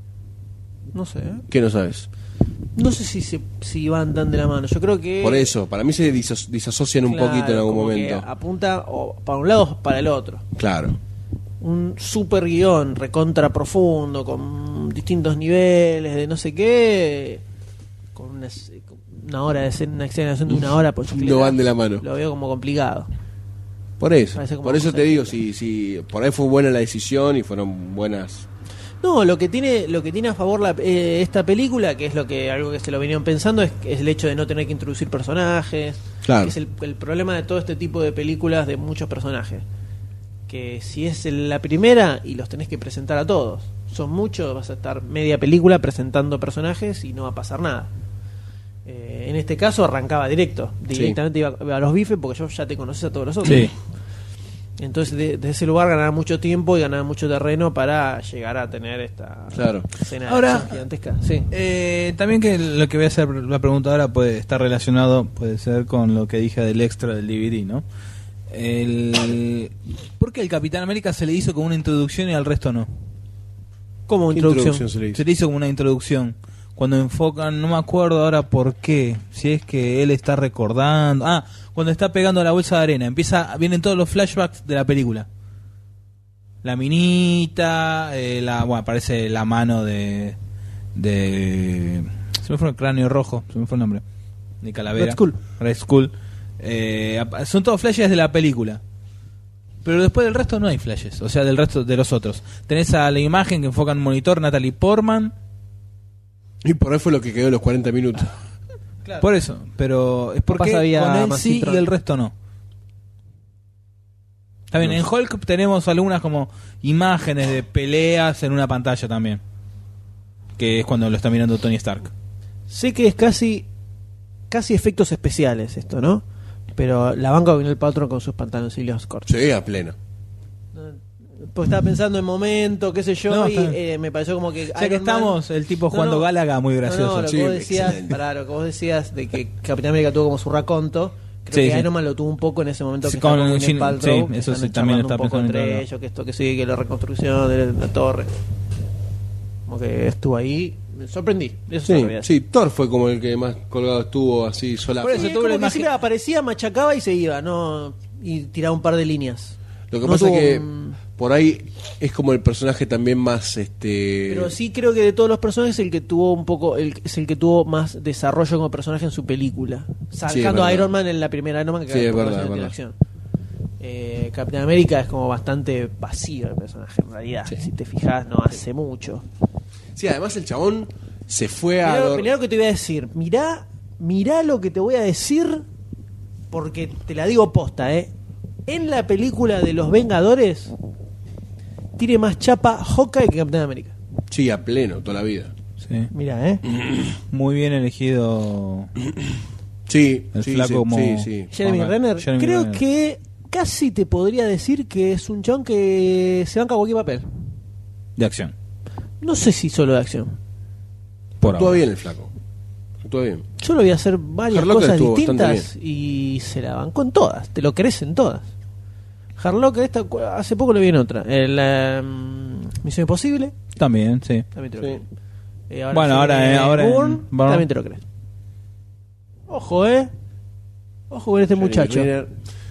No sé. ¿qué no sabes? No sé si van tan de la mano. Yo creo que. Por eso, para mí se disasocian un claro, poquito en algún como que momento. apunta o para un lado o para el otro. Claro. Un super guión recontra profundo, con distintos niveles de no sé qué. Con una hora de escena, una escena de una hora, pues No van de la mano. Lo veo como complicado. Por eso. Parece como Por eso cosa te digo, distinta. si por ahí fue buena la decisión y fueron buenas. No, lo que tiene a favor esta película, que es algo que se lo venían pensando, es el hecho de no tener que introducir personajes. Claro. Que es el problema de todo este tipo de películas de muchos personajes. Que si es la primera y los tenés que presentar a todos, son muchos, vas a estar media película presentando personajes y no va a pasar nada. En este caso arrancaba directamente iba a los bifes porque yo ya te conoces a todos los otros. Sí. Entonces de ese lugar ganaba mucho tiempo y ganaba mucho terreno para llegar a tener esta Claro. escena Ahora- de acción gigantesca. Sí. También que lo que voy a hacer la pregunta ahora puede estar relacionado, puede ser con lo que dije del extra del DVD, ¿no? ¿Por qué el Capitán América se le hizo como una introducción y al resto no? Como ¿Qué introducción. se le hizo? Se le hizo como una introducción. Cuando enfocan, no me acuerdo ahora por qué, si es que él está recordando. Cuando está pegando la bolsa de arena, vienen todos los flashbacks de la película. La minita, aparece la mano de se me fue el cráneo rojo, se me fue el nombre. De Calavera. Red Skull. Son todos flashes de la película. Pero después del resto no hay flashes, o sea, del resto de los otros. Tenés a la imagen que enfoca en un monitor, Natalie Portman. Y por ahí fue lo que quedó los 40 minutos. Por eso, pero es porque Capaz había con él más sí intro. y el resto no. Está bien, en Hulk tenemos algunas como imágenes de peleas en una pantalla también. Que es cuando lo está mirando Tony Stark. Sé que es casi efectos especiales esto, ¿no? Pero la banca vino el patrón con sus pantaloncillos cortos. Sí, a pleno. Porque estaba pensando en momento, qué sé yo, No, y está- me pareció como que... Ya que Iron Man- estamos, el tipo jugando Gálaga muy gracioso. No, lo Sí, que vos decías, excelente. lo que vos decías de que Capitán América tuvo como su raconto, creo Sí, que sí. Iron Man lo tuvo un poco en ese momento que Sí, estaba con con Gwyneth Jim- Paltrow, sí, que eso están sí, también charlando un estaba poco pensando en entre verlo. ellos, que esto que sigue, que la reconstrucción de la torre. Como que estuvo ahí, me sorprendí. Eso es lo que voy a decir. Sí, Thor fue como el que más colgado estuvo así sola. Por eso Sí, tuve como la que imagen- siempre aparecía, machacaba y se iba, no, y tiraba un par de líneas. Lo que No pasa es tuvo que un- por ahí es como el personaje también más Pero sí creo que de todos los personajes el que tuvo un poco es el que tuvo más desarrollo como personaje en su película, sacando a verdad. Iron Man en la primera Iron Man que Sí, es un poco verdad, más es de verdad. interacción. Capitán América es como bastante vacío el personaje en realidad, Sí. si te fijas no hace mucho. Sí, además el chabón se fue a Mirá lo que te voy a decir, mirá lo que te voy a decir porque te la digo posta, en la película de los Vengadores tiene más chapa Hawkeye que Capitán América. Sí, a pleno toda la vida. Sí. Mirá, Muy bien elegido. Sí, El sí, flaco sí, como- sí, sí. Jeremy Ajá, Renner, Jeremy creo Renner. que casi te podría decir que es un chabón que se banca cualquier papel. De acción. No sé si solo de acción. Por Actúa ahora. bien el flaco. Actúa bien. Yo lo voy a hacer varias Harlock cosas estuvo bastante distintas y se la bancó en todas. Te lo crees en todas. Harlock, hace poco lo vi en otra. Misión Imposible, También, sí. también te lo Sí. crees. Bueno, ahora en Bourne, Bourne. también te lo crees. Ojo, Ojo con este muchacho. Jeremy Renner.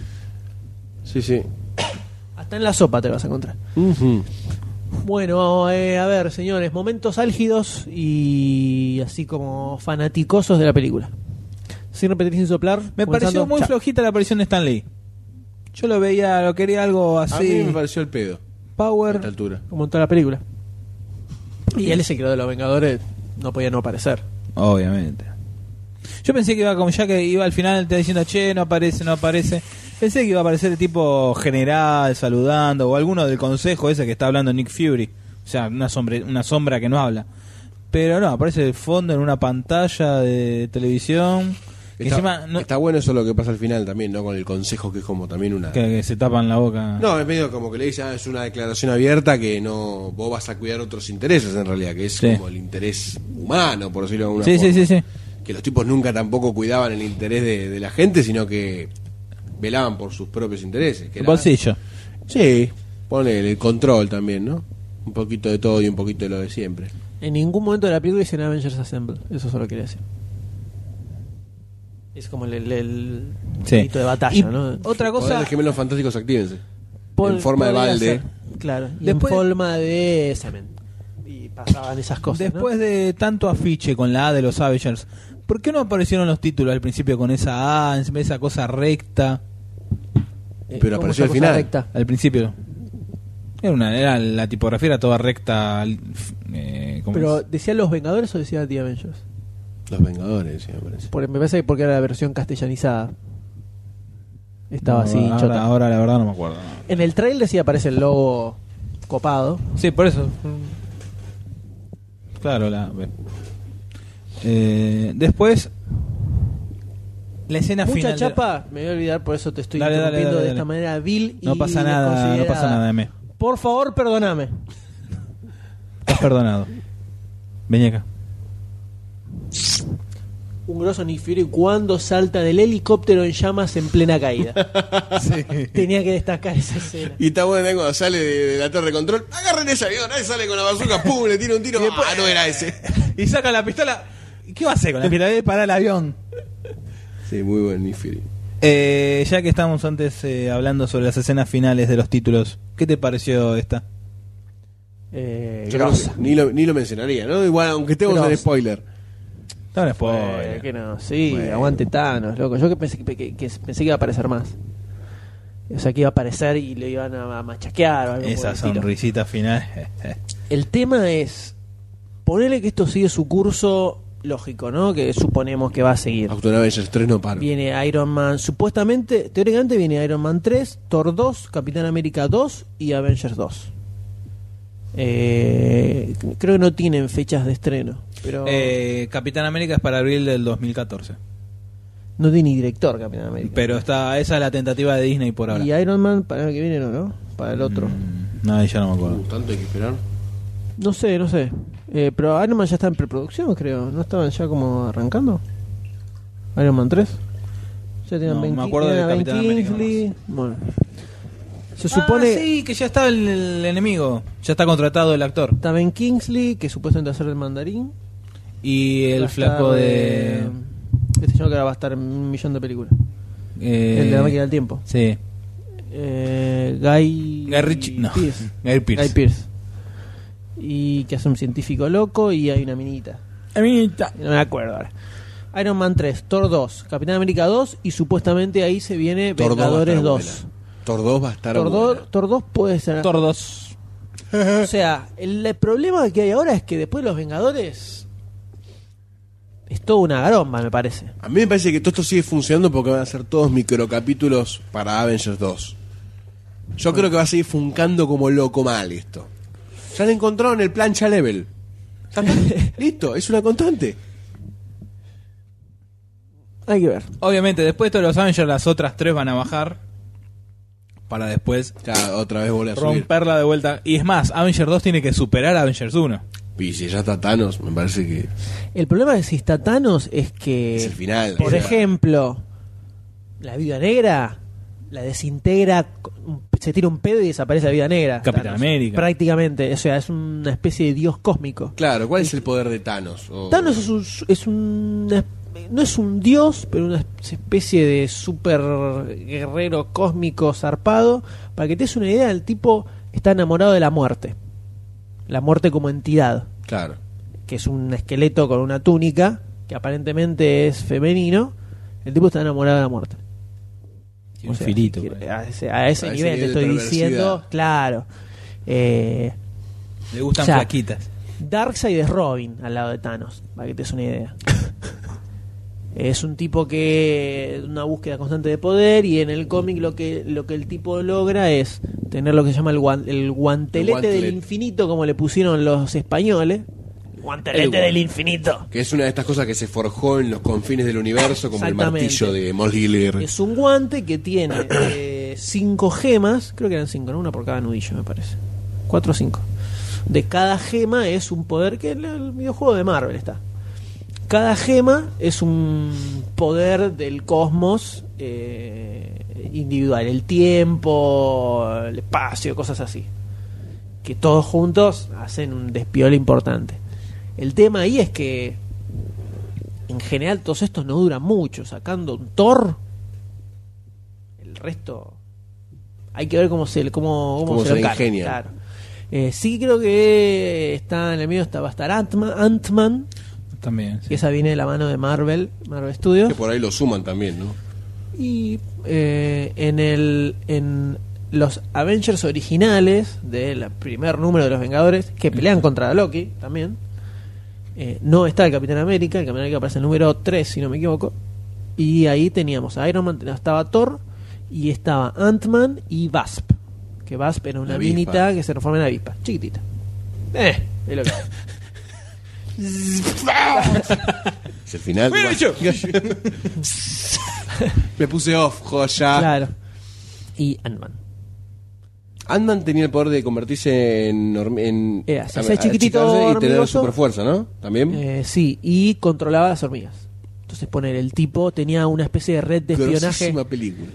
Sí, sí. Hasta en la sopa te lo vas a encontrar. Ujú. Bueno, a ver, señores, momentos álgidos y así como fanaticosos de la película. Sin repetir, sin soplar. Me pareció comenzando muy ya. flojita la aparición de Stan Lee. Yo lo veía, lo quería algo A mí así. me pareció el pedo a esta Power. altura. Como en toda la película. Y él es el creador de los Vengadores, no podía no aparecer. Obviamente. Yo pensé que iba como ya que iba al final te diciendo, che, no aparece, no aparece. Pensé que iba a aparecer el tipo general saludando o alguno del consejo ese que está hablando Nick Fury. O sea, una sombra que no habla. Pero no, aparece de fondo en una pantalla de televisión. Que Está, encima no- está bueno eso lo que pasa al final también, ¿no? Con el consejo que es como también una... que se tapan la boca. No, es medio como que le dice, es una declaración abierta que no vos vas a cuidar otros intereses en realidad, que es Sí. como el interés humano, por decirlo de alguna Sí, forma. sí, sí, sí. Que los tipos nunca tampoco cuidaban el interés de la gente, sino que velaban por sus propios intereses. Que El era- bolsillo. Sí, pone el control también, ¿no? Un poquito de todo y un poquito de lo de siempre. En ningún momento de la película dicen Avengers Assemble. Eso solo quería decir. Es como el Sí. grito de batalla, Y ¿no? otra cosa. Poderes gemelos fantásticos, actívense. Pol- en forma de podría balde. ser, claro. Y Después- en forma de semen. Y pasaban esas cosas. Después de tanto afiche con la A de los Avengers, ¿por qué no aparecieron los títulos al principio con esa A, esa cosa recta? ¿no? pero ¿Cómo apareció esa al cosa final. recta? Al principio. Era la tipografía era toda recta. ¿Cómo Pero es? ¿decía Los Vengadores o decía The Avengers? Los Vengadores, sí, me parece. Me parece que porque era la versión castellanizada. Estaba No, así, ahora, chota. ahora la verdad no me acuerdo. En el trailer sí aparece el logo copado. Sí, por eso. Claro, después, la escena Mucha final. de- chapa, me voy a olvidar, por eso te estoy Dale, dale, interrumpiendo dale, de esta dale. manera vil y No pasa nada, no desconsiderada. pasa nada, M. Por favor, perdóname. Estás perdonado. Vení acá. Un grosso Nick Fury cuando salta del helicóptero en llamas en plena caída. Tenía que destacar esa escena. Y está bueno cuando sale de la torre de control. Agarren ese avión, ahí sale con la bazooka, pum, le tira un tiro. Ah, no era ese. Y saca la pistola. ¿Y qué va a hacer con la pistola? Debe parar el avión. Sí, muy buen Nick Fury. Ya que estamos antes hablando sobre las escenas finales de los títulos, ¿qué te pareció esta? Yo creo Grossa. que ni lo mencionaría, ¿no? Igual, aunque estemos Grossa. en spoiler. No, no spoiler. Que no, sí, Bueno. aguante Thanos, loco. Yo que pensé que iba a aparecer más. O sea, que iba a aparecer y le iban a machaquear o algo por Esa el estilo. sonrisita final. El tema es ponerle que esto sigue su curso lógico, ¿no? Que suponemos que va a seguir. Auto Avengers 3 no paro. Viene Iron Man, supuestamente, teóricamente viene Iron Man 3, Thor 2, Capitán América 2 y Avengers 2. Creo que no tienen fechas de estreno, pero Capitán América es para abril del 2014. no tiene ni director Capitán América. Pero esa es la tentativa de Disney por ahora. Y Iron Man para el que viene no, ¿no? Para el otro. No, ya no me acuerdo. ¿Tanto hay que esperar? No sé. Pero Iron Man ya está en preproducción, creo. ¿No estaban ya como arrancando? Iron Man 3. Ya tenían No, me acuerdo de Ben Capitán América Kingsley. Bueno. Se supone... sí, que ya está el enemigo. Ya está contratado el actor. Está Ben Kingsley, que supuestamente va a ser el mandarín. Y Va el a flaco estar, de... Este señor que ahora va a estar en 1.000.000 de películas. El de la máquina del tiempo. Sí. Guy Ritchie. No. Pearce. Guy Pearce. Guy Pearce. Y que hace un científico loco y hay una minita. No me acuerdo ahora. Iron Man 3, Thor 2, Capitán América 2 y supuestamente ahí se viene Thor 2 va a Vengadores estar 2. buena. Thor 2 va a estar Thor buena. 2, Thor 2 puede ser. Tordos. O sea, el problema que hay ahora es que después de los Vengadores es toda una garomba, me parece. A mí me parece que todo esto sigue funcionando porque van a ser todos microcapítulos para Avengers 2. Yo creo que va a seguir funcando como loco mal esto. Ya le encontraron el plancha level. Listo, es una constante. Hay que ver. Obviamente, después de todos los Avengers, las otras 3 van a bajar. Para después Ya, otra vez volver a subir. romperla de vuelta. Y es más, Avengers 2 tiene que superar a Avengers 1. Y si ya está Thanos, me parece que El problema de si está Thanos es que, es el final. por O sea, ejemplo, la Viuda Negra la desintegra, se tira un pedo y desaparece la Viuda Negra. Capitán América. Prácticamente, o sea, es una especie de dios cósmico. Claro, ¿cuál es el poder de Thanos? Thanos no es un dios, pero una especie de super guerrero cósmico zarpado. Para que te des una idea, el tipo está enamorado de la muerte. La muerte como entidad, Claro. que es un esqueleto con una túnica, que aparentemente es femenino. El tipo está enamorado de la muerte. Tiene un O sea, filito. si por quiere- ahí. a ese nivel te de estoy perversidad. diciendo, claro. Le gustan o sea, flaquitas. Darkseid es Robin al lado de Thanos, para que te des una idea. Es un tipo que una búsqueda constante de poder, y en el cómic lo que el tipo logra es tener lo que se llama el guantelete El guantelete. del infinito, como le pusieron los españoles. Guantelete El del infinito. Que es una de estas cosas que se forjó en los confines del universo, como el Exactamente. martillo de Mjolnir. Es un guante que tiene 5 gemas, creo que eran 5, ¿no? Una por cada nudillo, me parece. 4 o 5. De cada gema es un poder que en el videojuego de Marvel está. Cada gema es un poder del cosmos individual. El tiempo, el espacio, cosas así. Que todos juntos hacen un despiole importante. El tema ahí es que en general todos estos no duran mucho. Sacando un Thor, el resto hay que ver cómo se Cómo se se lo la carga, ingenian. claro. Sí, creo que está en el medio, va a estar Ant-Man, También. sí. que esa viene de la mano de Marvel Studios. Que por ahí lo suman también, ¿no? Y en los Avengers originales del primer número de los Vengadores, que pelean contra Loki también, no está el Capitán América. El Capitán América aparece en el número 3, si no me equivoco. Y ahí teníamos a Iron Man, estaba Thor, y estaba Ant-Man y Wasp. Que Wasp era una La avispa. minita que se transforma en avispa, chiquitita. Es lo que Es el final. Me puse off, joya. Claro. Y Ant-Man. Ant-Man tenía el poder de convertirse en Se hacía chiquitito, achicarse y tener hormigoso. super fuerza, ¿no? También. Sí, y controlaba las hormigas. Entonces, poner el tipo tenía una especie de red de espionaje. Grosísima película.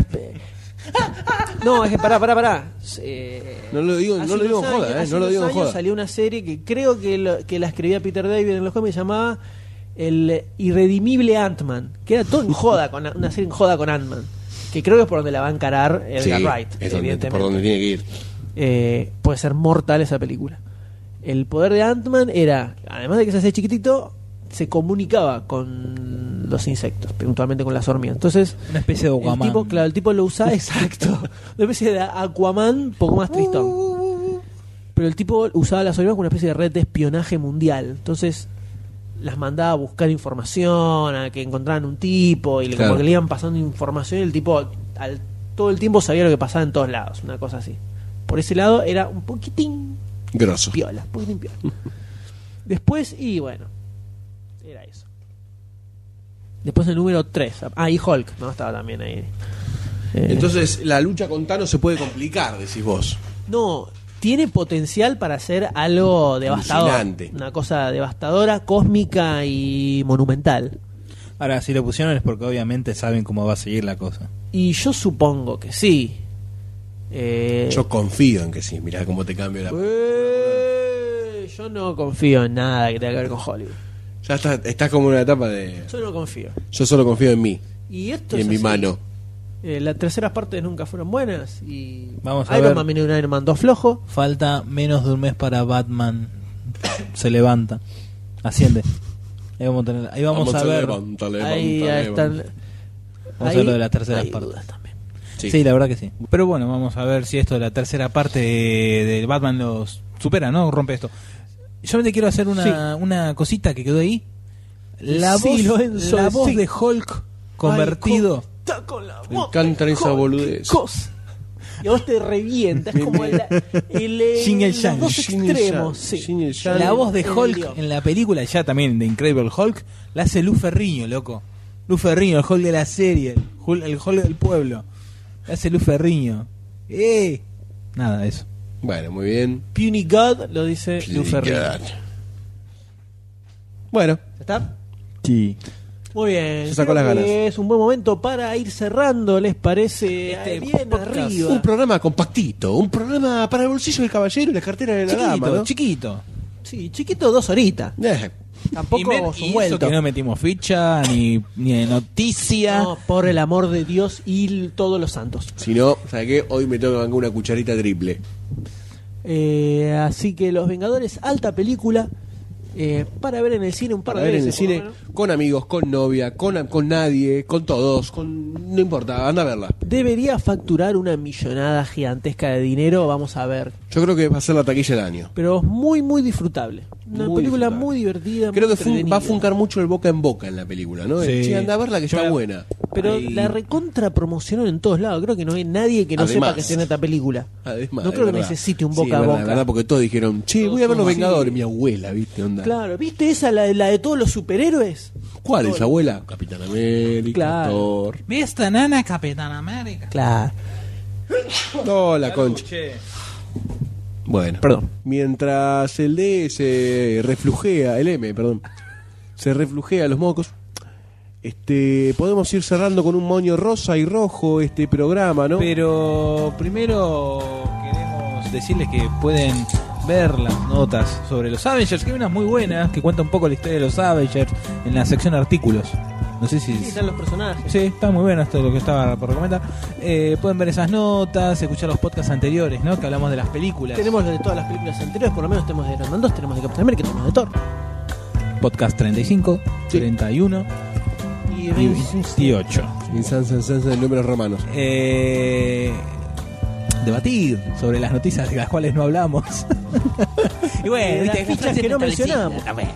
No, es que pará. No lo digo, Hace no lo digo en unos joda, años- hace no lo unos digo en años joda. Salió una serie que creo que la escribía Peter David en los cómics, llamaba El Irredimible Ant-Man, que era todo en joda, una serie en joda con Ant-Man, que creo que es por donde la va a encarar Sí, Edgar Wright, es donde, evidentemente. por donde tiene que ir. Puede ser mortal esa película. El poder de Ant-Man era, además de que se hace chiquitito, se comunicaba con los insectos, puntualmente con las hormigas. Entonces, Una especie de Aquaman. el tipo lo usaba, exacto, una especie de Aquaman, un poco más tristón. Pero el tipo usaba las hormigas como una especie de red de espionaje mundial. Entonces las mandaba a buscar información, a que encontraran un tipo, y Claro. como que le iban pasando información, y el tipo todo el tiempo sabía lo que pasaba en todos lados, una cosa así. Por ese lado era un poquitín Grosso. piola, un poquitín piola. Después, y bueno, era eso. Después el número 3. Y Hulk, ¿no? Estaba también ahí. Entonces, la lucha con Thanos se puede complicar, decís vos. No, tiene potencial para ser algo devastador. Alucinante. Una cosa devastadora, cósmica y monumental. Ahora, si lo pusieron es porque obviamente saben cómo va a seguir la cosa. Y yo supongo que sí. Yo confío en que sí. Mirá cómo te cambio la... Yo no confío en nada que tenga que ver con Hollywood. Ya estás como en una etapa de... Yo no confío. Yo solo confío en mí Y esto y es en mi así. mano. Las terceras partes nunca fueron buenas. Y Vamos a Iron ver. Man 1 y Iron Man 2 flojo. Falta menos de un mes para Batman. Se levanta. Asciende. Ahí vamos a ver. Ahí están. Vamos a ver lo de las terceras hay partes. dudas también. Sí, la verdad que sí. Pero bueno, vamos a ver si esto de la tercera parte de Batman los supera, ¿no? Rompe esto. Solamente quiero hacer una cosita que quedó ahí. La Sí, voz, Lorenzo, la voz sí. de Hulk convertido. Ay, está con la Me boca, encantan esas Hulk, boludeces. qué cosa. Y a vos te revienta. Es como Yin y el yang. los dos Yin y el extremos. yang, Sí. yin y el yang. La voz de El Hulk lío. en la película, ya también de Incredible Hulk, la hace Lou Ferrigno, loco. Lou Ferrigno, el Hulk de la serie, el Hulk del pueblo. La hace Lou Ferrigno. Nada, eso. Bueno, muy bien. Puny God lo dice Lou Ferrigno. Bueno, ¿Está? Sí. Muy bien. Se sacó creo las que ganas. es un buen momento para ir cerrando, ¿les parece? Bien podcast. arriba. un programa compactito, un programa para el bolsillo del caballero y la cartera de la Chiquito, dama, ¿no? chiquito. Sí, chiquito, 2 horitas. Tampoco y un eso vuelto. que no metimos ficha, ni de noticia. No, por el amor de Dios y todos los santos. Si no, ¿sabes qué? Hoy me tengo que bancar una cucharita triple. Así que Los Vengadores, alta película. Para ver en el cine un par Para de ver en el veces. por lo cine, menos. con amigos, con novia, con nadie, con todos, no importa, anda a verla. Debería facturar una millonada gigantesca de dinero, vamos a ver. Yo creo que va a ser la taquilla del año. Pero es muy, muy disfrutable. Una Muy película disfrutable. muy divertida. Creo muy que entretenida. va a funcar mucho el boca en boca en la película, ¿no? Sí. Sí, anda a verla que Yo está me- buena. Pero Ahí- la recontra promocionaron en todos lados. Creo que no hay nadie que no Además. sepa que esté en esta película. Además, no de creo que verdad. necesite un Sí, boca a es boca. verdad, porque todos dijeron, che, voy a ver Los Sí. Vengadores. Mi abuela, ¿viste? Onda. Claro, ¿viste esa, la de todos los superhéroes? ¿Cuál es, abuela? Capitán América, Claro. Thor. ¿Viste, nana, Capitán América? Claro. No, la concha. Che. Bueno, Perdón. mientras el D se reflujea, el M, perdón, se reflujea los mocos, podemos ir cerrando con un moño rosa y rojo este programa, ¿no? Pero primero queremos decirles que pueden ver las notas sobre los Avengers, que hay unas muy buenas, que cuentan un poco la historia de los Avengers en la sección artículos. No sé si... Sí, están los personajes. Sí, está muy bueno esto de lo que estaba por recomendar. Pueden ver esas notas, escuchar los podcasts anteriores, ¿no? Que hablamos de las películas. Tenemos lo de todas las películas anteriores, por lo menos tenemos de Iron Man 2, tenemos de Capitán América, tenemos de Thor. Podcast 35, Sí. 31 Y y 28. En números romanos. Debatir sobre las noticias de las cuales no hablamos. Y bueno, Las viste, fichas que no mencionamos.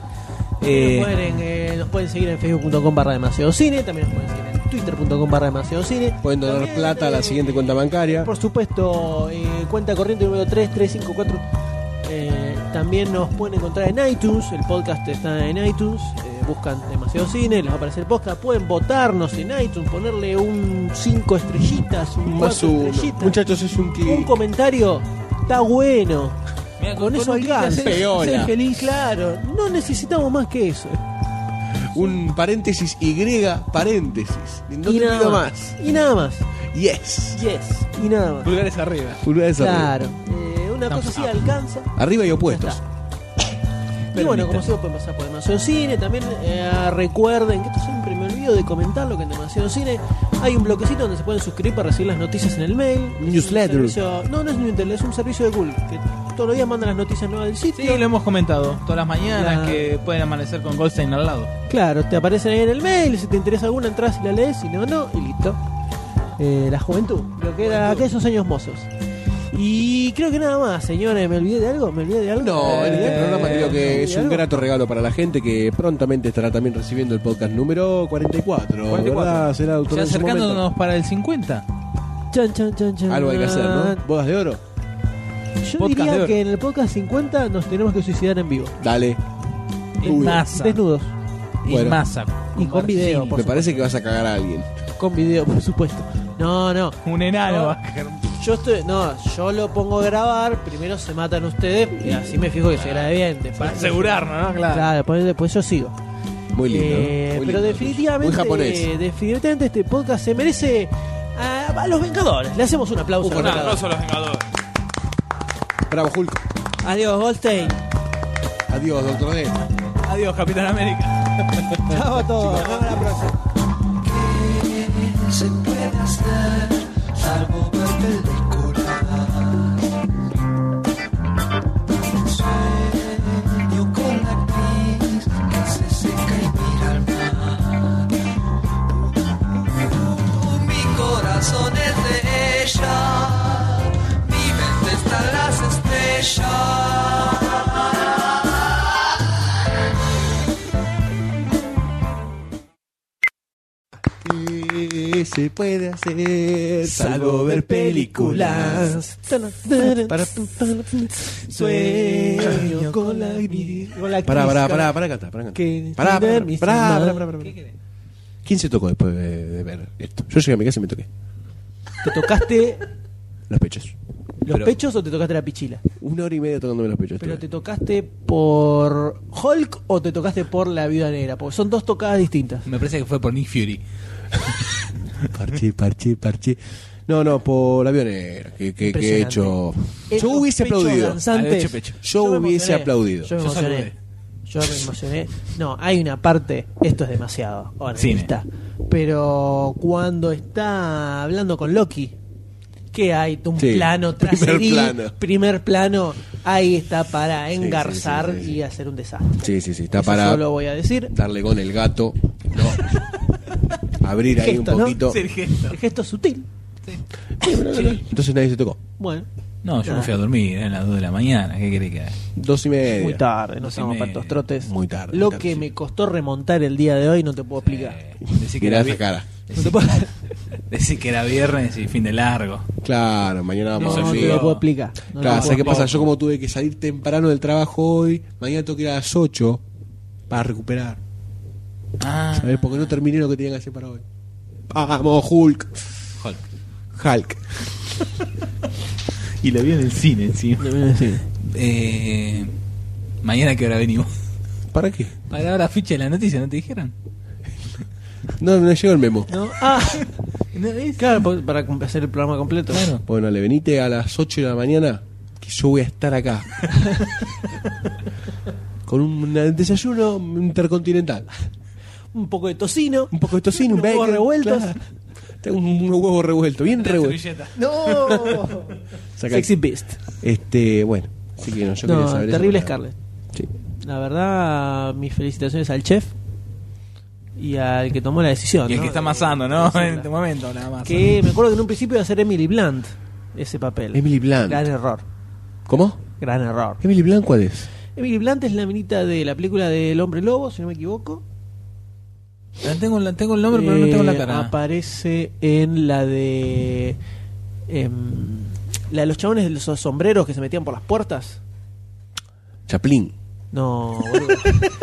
Nos pueden seguir en facebook.com/demasiadocine, también nos pueden seguir en twitter.com/demasiadocine. Pueden donar También, plata a la siguiente cuenta bancaria. Por supuesto, cuenta corriente número 3354. También nos pueden encontrar en iTunes, el podcast está en iTunes. Buscan Demasiado Cine, les va a aparecer el podcast. Pueden votarnos en iTunes, ponerle un 5 estrellitas, un Más 4 uno. estrellitas. Muchachos, es un Un clic. comentario está bueno. Mirá, Con eso un clic alcanza. haces- Peola. haces feliz. Claro, no necesitamos más que eso. Un paréntesis Y, paréntesis. No Y te nada pido más. más. Y nada más. Yes. Yes. Y nada más. Pulgares arriba. Pulgares arriba. Claro. Una cosa así alcanza. Arriba y Ya opuestos. está. Y bueno, como siempre pueden pasar por Demasiado Cine. También recuerden que esto siempre me olvido de comentarlo, que en Demasiado Cine hay un bloquecito donde se pueden suscribir para recibir las noticias en el mail. Es un Newsletter. servicio- no es newsletter, es un servicio de Google que todos los días mandan las noticias nuevas del sitio. Sí, lo hemos comentado todas las mañanas La- que pueden amanecer con Goldstein al lado. Claro, te aparecen ahí en el mail, si te interesa alguna entras y la lees, y no, y listo. La juventud, lo que era aquellos años mozos. Y creo que nada más, señores, ¿me olvidé de algo? ¿Me olvidé de algo? No, en este programa creo ¿me que olvidé es de un algo? grato regalo para la gente que prontamente estará también recibiendo el podcast número 44. 44. ¿Verdad? Será autor Ya en su acercándonos momento. para el 50. Chan, chan, chan, chan. Algo hay que hacer, ¿no? ¿Bodas de oro? Yo Podcast de diría oro. que en el podcast 50 nos tenemos que suicidar en vivo. Dale. En Uy. masa. Desnudos. Bueno. En masa. Y con video, Barcini. por Me parece que vas a cagar a alguien. Con video, por supuesto. No. Un enano. Yo lo pongo a grabar, primero se matan ustedes y así me fijo que se grabe bien. Después, Para asegurarnos, ¿no? Claro. Después yo sigo. Muy lindo. Muy Pero lindo. definitivamente, Muy japonés. definitivamente este podcast se merece a los Vengadores. Le hacemos un aplauso. a los Un Vengadores. aplauso a los Vengadores. Bravo, Hulk. Adiós, Goldstein. Adiós, Doctor D. Adiós, Capitán América. Chao a todos. Nos vemos la próxima. ¿Qué se puede hacer salvo ver películas? Sueño con la actriz que se seca y mira al mar. Mi corazón es de ella, mi mente está en las estrellas. ¿Qué se puede hacer salvo ver películas? Sueño con la actriz. Para cantar. Que Pará. ¿Quién se tocó después de ver esto? Yo llegué a mi casa y me toqué ¿Te tocaste los pechos. los pechos o te tocaste la pichila? 1 hora y media tocándome los pechos. ¿Pero estuve. te tocaste por Hulk o te tocaste por la Viuda Negra? Porque son dos tocadas distintas. Me parece que fue por Nick Fury. Parche. No, por la avionera. Que he Impresionante. hecho. Esos Yo hubiese pechos aplaudido. danzantes. Ha hecho pecho. Yo me hubiese emocioné. aplaudido. Yo me Yo emocioné. saludé. Yo me emocioné. No, hay una parte, esto es demasiado Cine. honesta, pero cuando está hablando con Loki, que hay un Sí, plano primer traserí, plano. primer plano, ahí está para engarzar sí. y hacer un desastre. Sí. Está Eso para solo voy a decir. darle con el gato. No. Abrir ahí Gesto, un ¿no? poquito. Sí, el gesto. El gesto sutil. Entonces nadie se tocó. Bueno, No, yo me fui a dormir, eran las 2 de la mañana. ¿Qué querés que haga? 2:30. muy tarde, no Dos y estamos para media. estos trotes. Muy tarde, Lo muy que tarde, me sí. costó remontar el día de hoy no te puedo explicar. Decí que Mirá era esa cara. No te puedo- Decí que era viernes y fin de largo. Claro, mañana vamos no a te ver. lo puedo explicar. No Claro, te lo ¿sabes qué puedo pasa? Yo como tuve que salir temprano del trabajo hoy, mañana tengo que ir a las 8 para recuperar. Ah, ¿Sabes? Porque no terminé lo que tenía que hacer para hoy. Vamos, Hulk. Hulk. Y lo vi en el cine encima. explicar. Mañana que hora venimos. ¿Para qué? Para ahora ficha de la noticia, ¿no te dijeron? No llegó el memo. ¿No? ¿No ves? Claro, para hacer el programa completo. Claro. Bueno, le venite a las 8 de la mañana que yo voy a estar acá. Con un desayuno intercontinental. Un poco de tocino. Un poco de tocino, un Unos huevos bacon. revueltos. Claro. Tengo unos huevos revueltos, bien revueltos. Servilleta. No. Saca- Sexy Beast. Bueno, así que no, yo quería No, saber eso terrible para- Scarlett. Sí. La verdad, mis felicitaciones al chef y al que tomó la decisión. Y el ¿no? que está amasando, ¿no? De En este momento, nada más. Que me acuerdo que en un principio iba a ser Emily Blunt ese papel. Emily Blunt. Gran error. ¿Cómo? Gran error. ¿Emily Blunt cuál es? Emily Blunt es la minita de la película del Hombre Lobo, si no me equivoco. Tengo el nombre, pero no tengo la cara. Aparece en la de. La de los chabones de los sombreros que se metían por las puertas. Chaplin. No, boludo.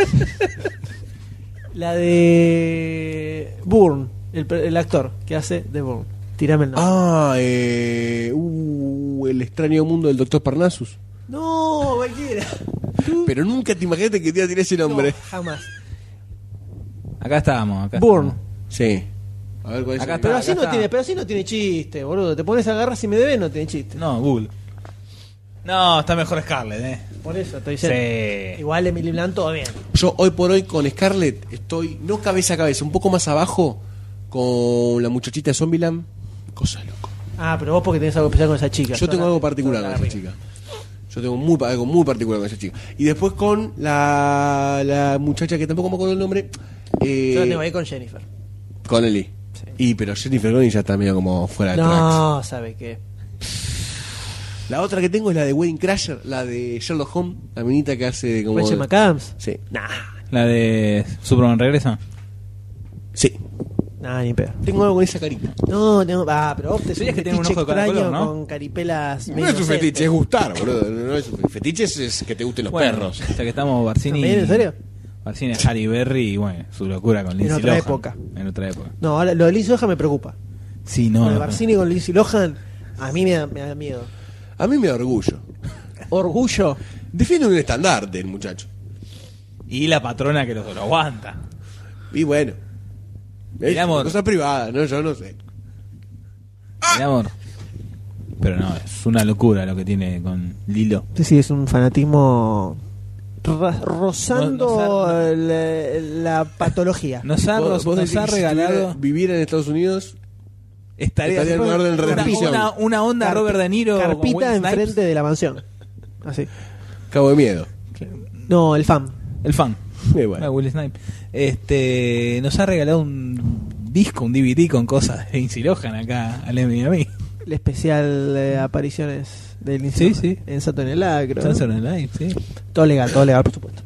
La de. Bourne, el actor que hace de Bourne. Tirame el nombre. El extraño mundo del Doctor Parnassus. No, cualquiera. Pero nunca te imaginaste que te iba a tirar ese nombre. No, jamás. Acá estábamos. Bourne. Sí. A ver cuál es. Acá el- está. Pero así no tiene chiste, boludo. Te pones a agarrar si me debes, no tiene chiste. No, Google. No, está mejor Scarlett, Por eso estoy diciendo. Sí. Igual Emily Blunt, todo bien. Yo hoy por hoy con Scarlett estoy, no cabeza a cabeza, un poco más abajo con la muchachita de Zombieland. Cosa de loco. Ah, pero vos porque tenés algo especial con esa chica. Yo tengo algo particular con esa chica. Yo tengo algo muy particular con esa chica. Y después con la muchacha que tampoco me acuerdo el nombre. Yo la tengo ahí con Jennifer. Connelly. Y pero Jennifer Connelly ya está medio como fuera de tracks. No, ¿sabe qué? La otra que tengo es la de Wedding Crasher, la de Sherlock Holmes, la minita que hace de como... Rachel McAdams. Sí. La de Superman regresa. Sí. Nah, ni pedo. Tengo algo con esa carita. No, pero vos te ¿Sabías que tiene un fetiche ojo de cada extraño color, no? con caripelas. No es un fetiche, es gustar, boludo. No es un fetiche, es que te gusten los Bueno, perros. ya que estamos Barcini. ¿También, en serio? Barcini, Harry Berry y bueno, su locura con Lindsay otra Lohan. época. En otra época. No, ahora lo de Lindsay Lohan me preocupa. Sí, no. Lo de no. Barcini con Lindsay Lohan. A mí me da miedo. A mí me da orgullo. Orgullo. Defiende un estandarte el muchacho. Y la patrona que lo aguanta. Y bueno. Es Mira, amor. cosa privada, ¿no? Yo no sé. Mi amor. Pero no, es una locura lo que tiene con Lilo. Sí, es un fanatismo rozando la patología. Nos ha decís que si regalado. vivir en Estados Unidos Estaría en lugar del restricción. una onda Robert De Niro. con Carpita Wesley Snipes. enfrente de la mansión. Así. Cabo de Miedo. No, el fan. El fan. Bueno. Will Snipe. Nos ha regalado un disco, un DVD con cosas de Lindsay Lohan acá al Emi y a mí. El especial de apariciones del Sí, sí. en Saturday Night Live, creo. Saturday Night Live, sí. Todo legal, por supuesto.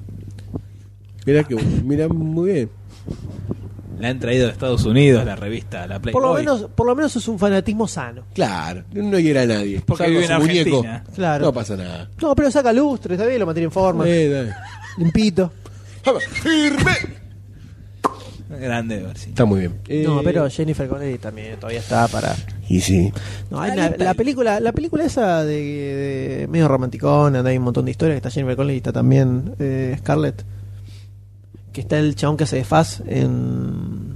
Mira muy bien. La han traído de Estados Unidos, la revista, la Playboy. Por lo menos es un fanatismo sano. Claro, no hiera a nadie. Porque Salvo vive en su muñeco. Argentina. Claro. No pasa nada. No, pero saca lustre, está bien, lo mantiene en forma. Dale. Limpito. Vamos, ¡firme! Grande, a ver si. Está muy bien. No, pero Jennifer Connelly también todavía está para. Y sí. No, hay la película esa de medio romanticona, hay un montón de historias, que está Jennifer Connelly y está también Scarlett, que está el chabón que hace de Faz en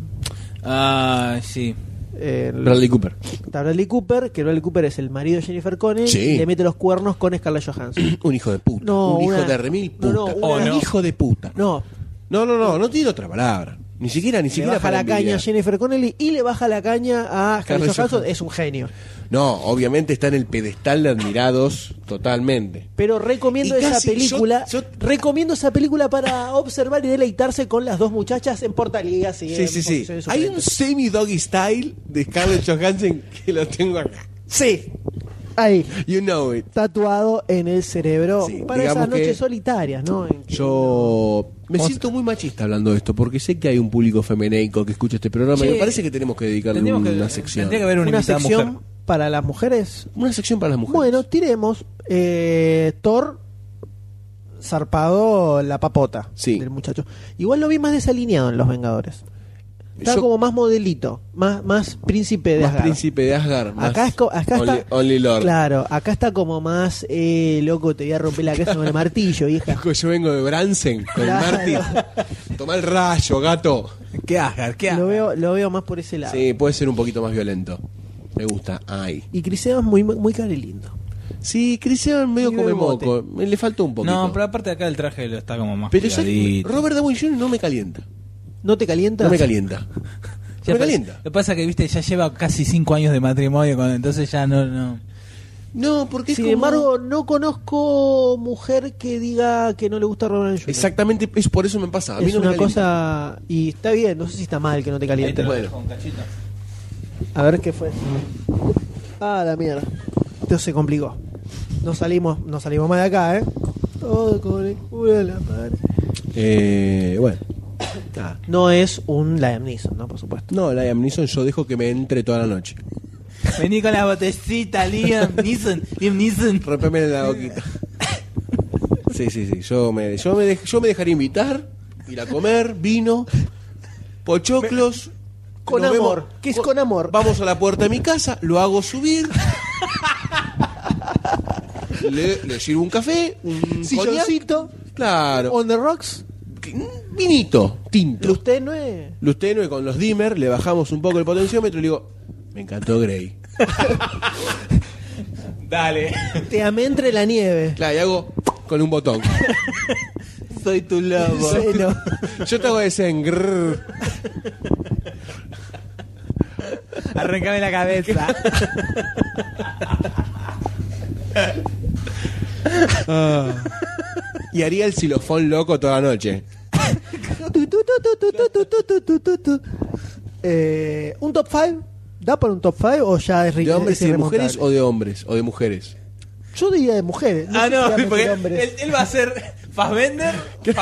Sí. Bradley Cooper. está Bradley Cooper, que Bradley Cooper es el marido de Jennifer Connelly Sí. y le mete los cuernos con Scarlett Johansson. Un hijo de puta. No, un hijo una- de remil puta. no, un hijo de puta. No, No tiene otra palabra. Ni siquiera le baja para la caña a envidiar. Jennifer Connelly y le baja la caña a Scarlett Scarlett Johansson. Johansson. Es un genio. No, obviamente está en el pedestal de admirados totalmente. Pero recomiendo Y esa casi película. yo- Recomiendo esa película para observar y deleitarse con las dos muchachas en portaligas. Sí. Hay un semi-doggy style de Scarlett Johansson que lo tengo acá. Sí, ahí, You know it. tatuado en el cerebro Sí, para digamos esas noches que solitarias, ¿no? En que Yo me siento muy machista hablando de esto porque sé que hay un público femeneico que escucha este programa y Sí. me parece que tenemos que dedicarle una sección. Tendría que haber una, una invitada sección mujer. para las mujeres. Una sección para las mujeres. Bueno, tiremos Thor zarpado la papota Sí. del muchacho. Igual lo vi más desalineado en Los Vengadores. Está Yo- como más modelito, más príncipe de más Asgard. príncipe de Asgard. Más Acá only, está, Only Lord. claro, acá está como más, loco, te voy a romper la cabeza con el martillo, vieja. Loco, yo vengo de Bransen con Claro. el Martin. Toma el rayo, gato. ¿Qué Asgard? ¿Qué Asgard? Lo veo más por ese lado. Sí, puede ser un poquito más violento. Me gusta. Ay. Y Chris Evans muy cari lindo. Sí, Chris Evans medio Y come bebote. moco. Le faltó un poquito. No, pero aparte de acá el traje lo está como más Pero ¿sabes? cuidadito. Robert Downey Jr. no me calienta. ¿No te calienta? No me calienta. Ya me pasa- calienta. Lo que pasa es que, viste, ya lleva casi 5 años de matrimonio, entonces ya no. No, porque es Sin como- embargo, no conozco mujer que diga que no le gusta Robert Downey Jr. Exactamente, es por eso me pasa. A mí Es no me una calienta. cosa... Y está bien, no sé si está mal que no te Ahí caliente. te lo Bueno. dejo con cachito. A ver qué fue. Ah, la mierda. Esto se complicó. No salimos más de acá, ¿eh? Todo con el culo en la pared. Bueno. Ah. No es un Liam Neeson, ¿no? Por supuesto. No, Liam Neeson yo dejo que me entre toda la noche. Vení con la botecita, Liam Neeson. Rompeme la boquita. Sí. Yo me dejaría invitar, ir a comer, vino, pochoclos. Con Nos amor. vemos- ¿Qué es con amor? Vamos a la puerta de mi casa, lo hago subir. le sirvo un café, un coñac. Silloncito. Claro. On the rocks. Vinito, tinto. Usted no es... Lusteno y con los dimmer le bajamos un poco el potenciómetro y le digo, me encantó Grey. Dale. Te amé entre la nieve. Claro, y hago con un botón. Soy tu lobo. Celo. Yo te hago ese en grrr. Arrancame la cabeza. Y haría el xilofón loco toda la noche. ¿Un top 5? ¿Da para un top 5 o ya es ¿De hombres es y de mujeres irremontable? o de hombres? O de mujeres. Yo diría de mujeres. Ah, sé no, si realmente porque de hombres. él va a ser Fassbender.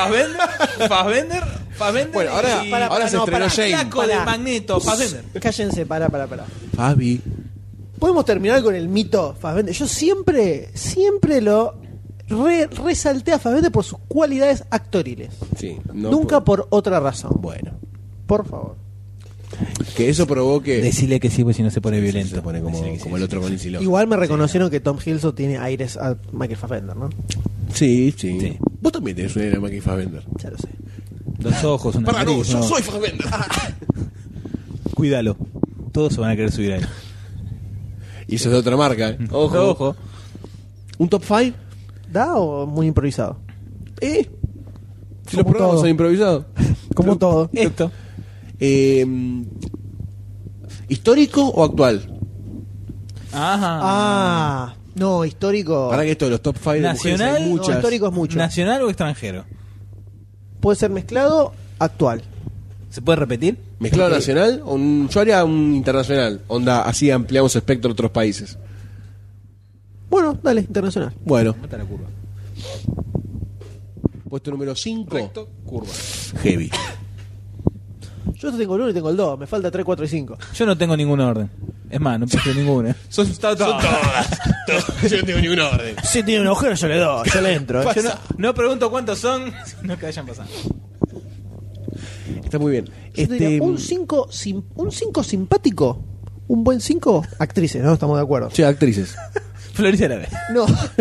Bueno, ahora- y- ahora se estrenó Jane. Flaco de Pará. Magneto, Fassbender. Cállense, pará. Fabi. Podemos terminar con el mito Fassbender. Yo siempre lo resalté a Fassbender por sus cualidades actoriles. Sí, no Nunca por- por otra razón. Bueno. Por favor. Que eso provoque... Decirle que sí, pues si no se pone violento. Se pone como el otro con Lindsay Lohan. Igual me reconocieron que Tom Hiddleston tiene aires a Michael Fassbender, ¿no? Sí. Sí. Vos también tenés un aire de Michael Fassbender. Ya lo sé. Dos ojos, una Pará, no, nariz, yo no. soy Fassbender. Cuídalo. Todos se van a querer subir a él. Y eso es de otra marca. Ojo. Ojo. ¿Un top 5? ¿Da o muy improvisado? Si los Como programas todo. son improvisados. Como todo. Esto. ¿Histórico o actual? Ajá. No, histórico. Para que esto de los top 5 de mujeres Nacional, hay No, muchas. histórico es mucho. ¿Nacional o extranjero? Puede ser mezclado, actual. ¿Se puede repetir? ¿Mezclado nacional? Yo haría un internacional. Onda, así ampliamos el espectro a otros países. Bueno, dale, internacional. Bueno, Mata la curva. puesto número 5. Recto, curva. Heavy. Yo tengo el 1 y tengo el 2. Me falta 3, 4 y 5. Yo no tengo ningún orden. Es más, no puse ninguna. Son todas. Yo no tengo ningún orden. Si tiene un agujero, yo le doy. Yo le entro. Yo no pregunto cuántos son, sino que vayan pasando. Está muy bien. Yo te diría, un 5 simpático. Un buen 5, actrices, ¿no? Estamos de acuerdo. Che, actrices. Florencia Árabe. No.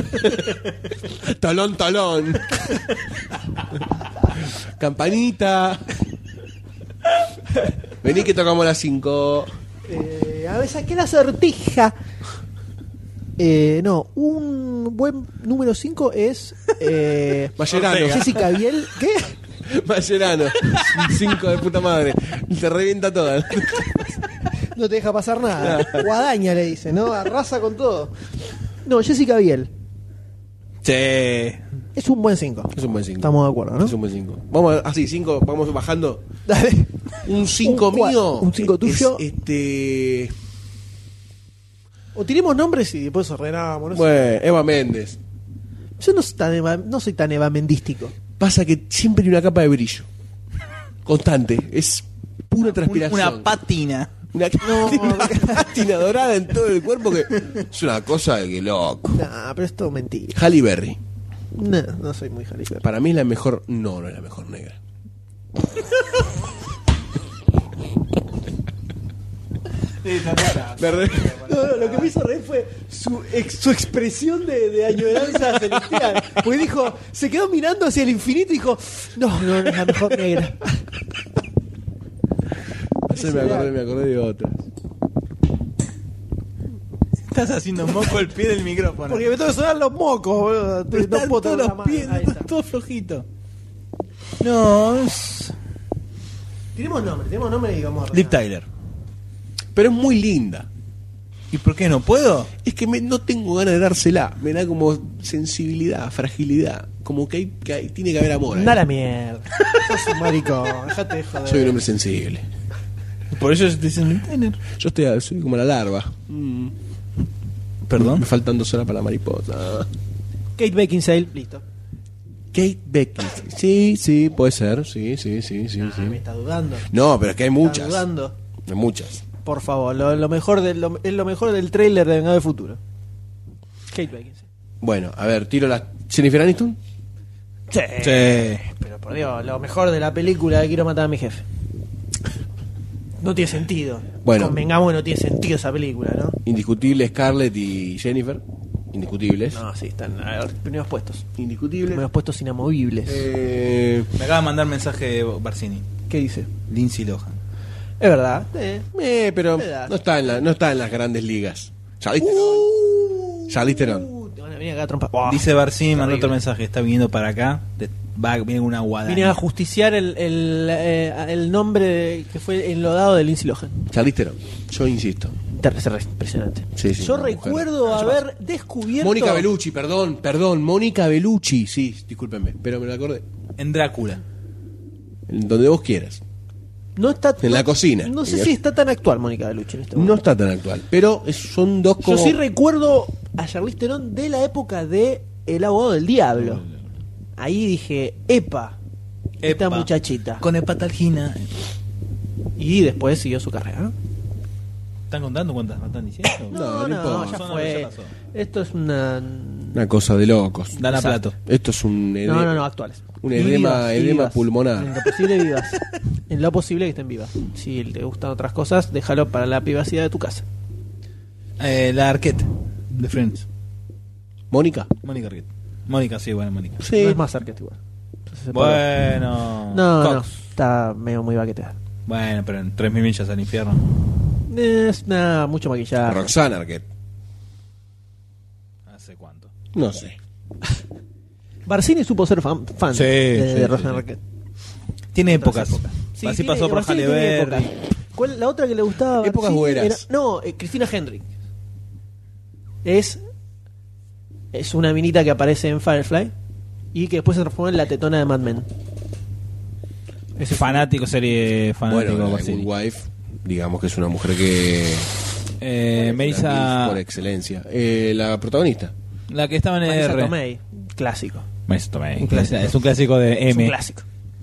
Talón. Campanita. Vení que tocamos las 5. A ver, saqué la sortija. No, un buen número 5 es Mascherano. Jessica Biel. ¿Qué? Mascherano. 5 de puta madre. Te revienta toda. No te deja pasar nada. Guadaña le dice, ¿no? Arrasa con todo. No, Jessica Biel. Sí. Es un buen 5. Es un buen 5. Estamos de acuerdo, ¿no? Es un buen 5. Vamos así, 5, vamos bajando. Dale. Un 5 Un cua- mío. un 5 tuyo. O tiremos nombres y después ordenamos. No sé. Bueno, Eva Méndez. Yo no soy tan evamendístico. Pasa que siempre hay una capa de brillo. Constante. Es pura transpiración. Una pátina. Una pátina dorada en todo el cuerpo que es una cosa de que loco. Nah, pero es todo mentira. Halle Berry. No soy muy Halle Berry. Para mí es la mejor. No es la mejor negra. No, lo que me hizo reír fue su expresión de añoranza celestial. Porque dijo, se quedó mirando hacia el infinito y dijo, no es la mejor negra. Me acordé de otras. Estás haciendo moco el pie del micrófono. Porque me tengo que sonar los mocos, boludo. Pero están puedo todos tocar la los mano. pies, Ahí está. todo flojito. No, es... Tenemos nombre y vamos a Liv ordenar. Tyler. Pero es muy linda. ¿Y por qué no puedo? Es que no tengo ganas de dársela. Me da como sensibilidad, fragilidad. Como que, tiene que haber amor. ahí. Anda a la mierda. Sos un maricón, dejate de joder. Soy un hombre sensible. Por eso te dicen Liv Tyler. Yo soy como la larva. Perdón. Me faltan 2 horas para la mariposa. Kate Beckinsale, listo. Kate Beckinsale. Sí, puede ser. Sí. Me está dudando. No, pero es que hay Está muchas. dudando. Hay muchas. Por favor, lo mejor es lo mejor del tráiler de Vengador del Futuro. Kate Beckinsale. Bueno, a ver, tiro la. ¿Jennifer Aniston? Sí. Sí. Pero por Dios, lo mejor de la película de Quiero matar a mi jefe. No tiene sentido. Bueno. Convengamos que no tiene sentido esa película, ¿no? Indiscutible Scarlett y Jennifer. Indiscutibles. No, sí, están a ver, primeros puestos. Indiscutibles. Primeros puestos inamovibles. Me acaba de mandar mensaje Barcini. ¿Qué dice? Lindsay Lohan. Es verdad. Pero Verdad. no está en las grandes ligas. Charlize Theron. Te van a venir acá a trompar. Buah, Dice Barcini, mandó terrible. otro mensaje. Está viniendo para acá. Viene una guadaña. Vine a justiciar el nombre que fue enlodado de Lindsay Lohan. Charlize Theron. Yo insisto. Impresionante. Sí, Yo una mujer. recuerdo haber descubierto. Mónica Bellucci, perdón. Mónica Bellucci. Sí, discúlpenme, pero me lo acordé. En Drácula. En donde vos quieras. No está, En la cocina. No sé si está tan actual Mónica Bellucci en este momento. No está tan actual, pero son dos como. Yo sí recuerdo a Charlize Theron de la época de El abogado del diablo. Ahí dije, esta Epa. muchachita. Con hepatalgina. Y después siguió su carrera. ¿Están contando cuántas no están diciendo? No importa. ya Son- fue. ya pasó. Esto es una. Una cosa de locos. Dan a Exacto. plato. Esto es un No, actuales. un Y edema vivas. pulmonar. En lo posible vivas. en lo posible que estén vivas. Si te gustan otras cosas, déjalo para la privacidad de tu casa. La Arquette de Friends. Mónica. Mónica Arquette. Mónica, sí, bueno, Mónica. Sí. No es más Arquette igual. Entonces se puede- Bueno. No, Cox. está medio muy baqueteada. Bueno, pero en 3.000 millas al infierno. Es nada, mucho maquillaje. Roxana Arquette. ¿Hace cuánto? No sé. Barcini supo ser fan Sí, de sí, Roxana sí. Arquette. Tiene épocas. Sí, Así tiene- pasó por Barcini Halle tiene Berry. épocas. ¿Cuál la otra que le gustaba? a Épocas Barcini buenas. No, Cristina Hendrick. Es una minita que aparece en Firefly y que después se transformó en la tetona de Mad Men. Ese fanático, serie fanático. Bueno, la Barcini. Good Wife, digamos que es una mujer que... la Melissa, por excelencia. La protagonista. la que estaba en Marisa R. Tomei, clásico. Marisa Tomei. Un clásico. Es un clásico de Es un M. clásico.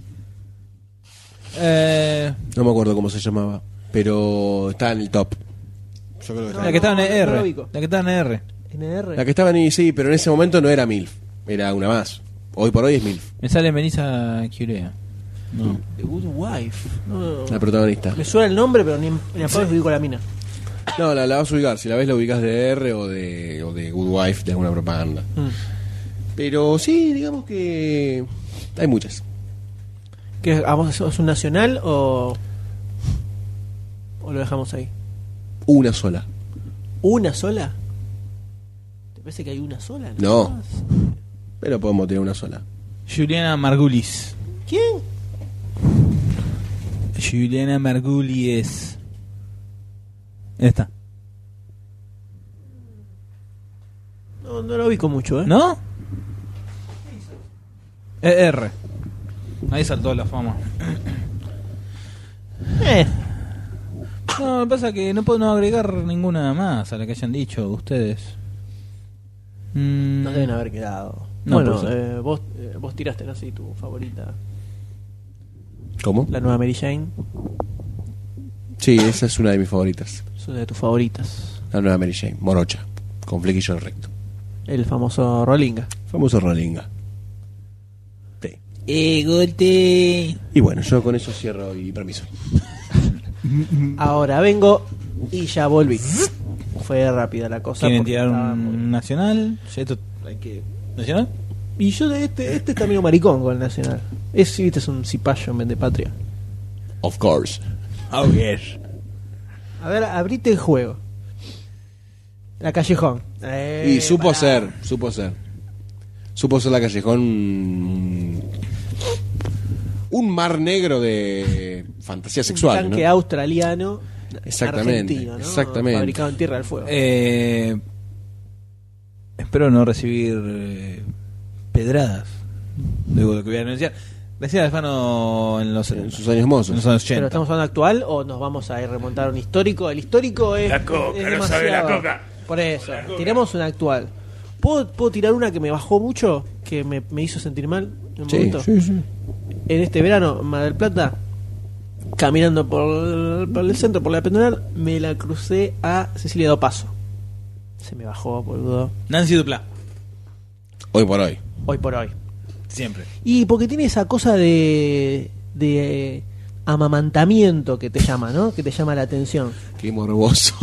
No me acuerdo cómo se llamaba, pero está en el top. Yo creo que está La que estaba en no R. lo ubico. La que estaba en R. NR. La que estaba en sí, pero en ese momento no era MILF, era una más. Hoy por hoy es MILF, Me sale Melissa Curea. No. The Good Wife. No. la protagonista. Me suena el nombre, pero ni a palo ubico la mina. No, la vas a ubicar, si la ves la ubicas de R o de Good Wife, de alguna propaganda. Pero sí, digamos que hay muchas. ¿Qué, vamos, es un nacional o lo dejamos ahí? Una sola. ¿Una sola? ¿Te parece que hay una sola? No. más? Pero podemos tener una sola. Juliana Margulis. ¿Quién? Juliana Margulies. Esta. No lo ubico mucho, ¿eh? ¿No? R. Ahí saltó la fama. No, me pasa que no puedo no agregar ninguna más a la que hayan dicho ustedes. No deben haber quedado. No, bueno, por eso. vos tiraste, ¿no? Sí, tu favorita. ¿Cómo? La nueva Mary Jane. Sí, esa es una de mis favoritas. Es una de tus favoritas. La nueva Mary Jane, morocha, con flequillo recto. El famoso Rolinga. Famoso Rolinga. Sí. Gote. Y bueno, yo con eso cierro y permiso. Ahora vengo y ya volví. Fue rápida la cosa. ¿Quieren porque tirar estaba muy- un nacional? Ya esto hay que... ¿Nacional? Y yo de este está medio maricón con el Nacional. Sí, viste, es un cipayo en vez de patria. Of course. Oh, yes. A ver, abrite el juego. La Callejón. Y supo pará. ser. Supo ser la Callejón un mar negro de fantasía Un sexual, tanque ¿no? australiano. Exactamente, Argentino, ¿no? exactamente. Fabricado en Tierra del Fuego. Espero no recibir pedradas. Luego lo que voy a anunciar. Decía Alfano en los En sus años mozos. en los años 80. ¿Pero estamos hablando actual o nos vamos a remontar a un histórico? El histórico es. La coca, es no sabe la demasiado. coca. Por eso, tiremos una actual. ¿Puedo tirar una que me bajó mucho? Que me hizo sentir mal en un Sí, momento. sí, sí. En este verano, en Mar del Plata, caminando por el centro, por la peatonal, me la crucé a Cecilia Dopaso. Se me bajó, boludo. Nancy Dupla. Hoy por hoy. Hoy por hoy. Siempre. Y porque tiene esa cosa de amamantamiento que te llama, ¿no? Que te llama la atención. Qué morboso.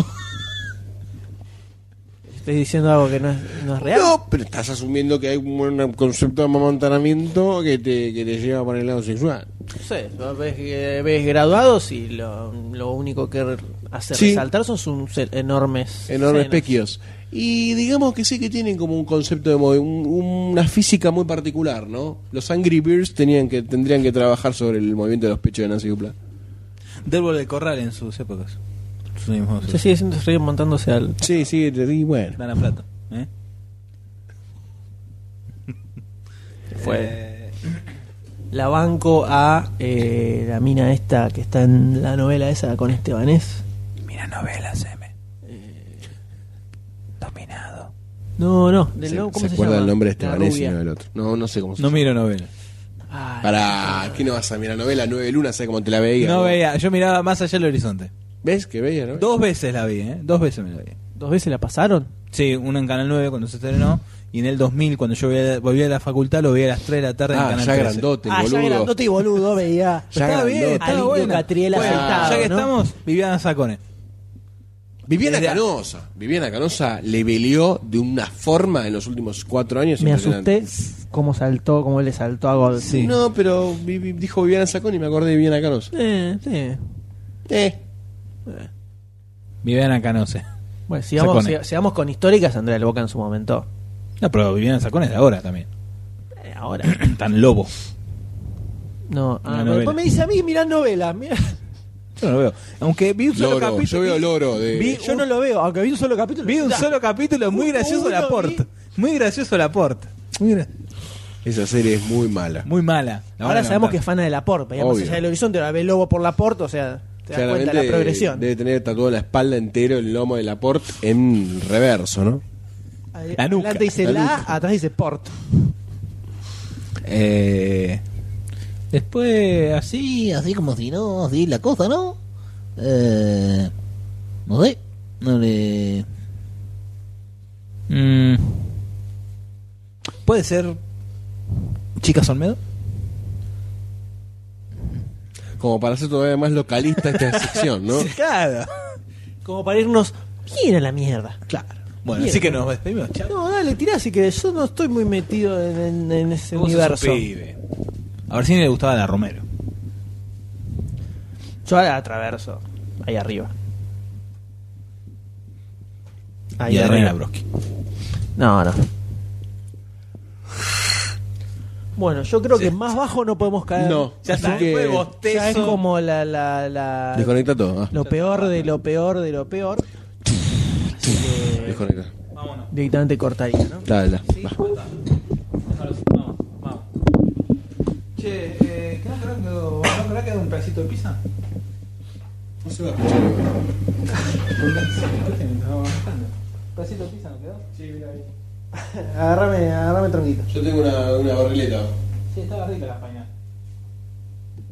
Estoy diciendo algo que no es real. No, pero estás asumiendo que hay un concepto de amamantanamiento que te lleva por el lado sexual. No sé, vos ves graduados y lo único que hace Sí. resaltar son sus enormes Enormes senos. pequios. Y digamos que sí que tienen como un concepto de una física muy particular, ¿no? Los Angry Birds tendrían que trabajar sobre el movimiento de los pechos de Nancy Dupla. Delbol del Corral en sus épocas. Sus mismos. Se sigue montándose al... Sí, sí, y bueno. Dana Plata. Fue. La banco a la mina esta que está en la novela esa con Estebanés. Mira novelas, M. Dominado. No, ¿cómo se se acuerda llama? el nombre de La Estebanés y rubia. no del otro. No sé cómo se No llama. miro novelas. Ay, Para, ¿qué no vas a mirar novela? 9 lunas, ¿sabes cómo te la veía? No vos? veía, yo miraba más allá del horizonte. ¿Ves que veía, no? 2 veces la vi, 2 veces me la vi. ¿2 veces la pasaron? Sí, una en Canal 9 cuando se estrenó Y en el 2000, cuando yo volví a la facultad, lo veía a las 3 de la tarde en Canal ya 13. grandote, Ya boludo. grandote y boludo veía. Ya Estaba bien, grandote. estaba Al bueno. Indio Catriel Bueno, aceitado, ya que ¿no? estamos, Viviana Sacone. Viviana Desde- Canosa. Viviana Canosa le peleó de una forma en los últimos 4 años. Me impresionante. asusté cómo le saltó a Gold. Sí. No, pero dijo Viviana Sacón y me acordé de Viviana Canosa. Sí. Viviana Canose. Bueno, Sacone. sigamos con históricas, Andrea del Boca en su momento. No, pero Viviana Sacone es de ahora también. Ahora. Tan lobo. No, Una pero novela. después me dice a mí, mirá novelas. Yo no lo veo. Aunque vi un solo Loro, capítulo. yo veo Loro de... Yo no lo veo, aunque vi un solo capítulo. Vi un Ya. solo capítulo muy gracioso Uno Laporte. Muy gracioso Laporte. Esa serie es muy mala. Muy mala. La Ahora van a sabemos levantar. que es fan de Laporte. Veíamos Obvio. allá del horizonte, ahora ve Lobo por Laporte, o sea, te das cuenta de la progresión. debe tener tatuado en la espalda entero el lomo de Laporte en reverso, ¿no? La nuca. Adelante dice La la, nuca. atrás dice Port. Después, Así como si no, así la cosa, ¿no? No sé, no le... puede ser Chicas Olmedo. Como para ser todavía más localista esta sección, ¿no? Claro. Como para irnos bien a la mierda. Claro. Bueno, Bien. así que nos despedimos. Chao. No, dale, tirá si querés. Yo no estoy muy metido en ese Vos sos un universo. pibe. A ver si le gustaba la Romero. Yo la atraverso. Ahí arriba. Ahí Y a arriba. Reina Broski. No. Bueno, yo creo que más bajo no podemos caer. No, Ya así está. que Después bostezo. Ya es como la desconecta todo. lo peor de lo peor de lo peor. Así que Desconecta. Vámonos. directamente cortaría, ¿no? Dale, dale. Sí. Va. Vamos, vamos. Che, ¿qué no querrá que un pedacito de pizza? No se va a escuchar. ¿Un pedacito de pizza no quedó? Sí, mira ahí. Agárrame tronquito. Yo tengo una barrileta. Sí, estaba rica la española.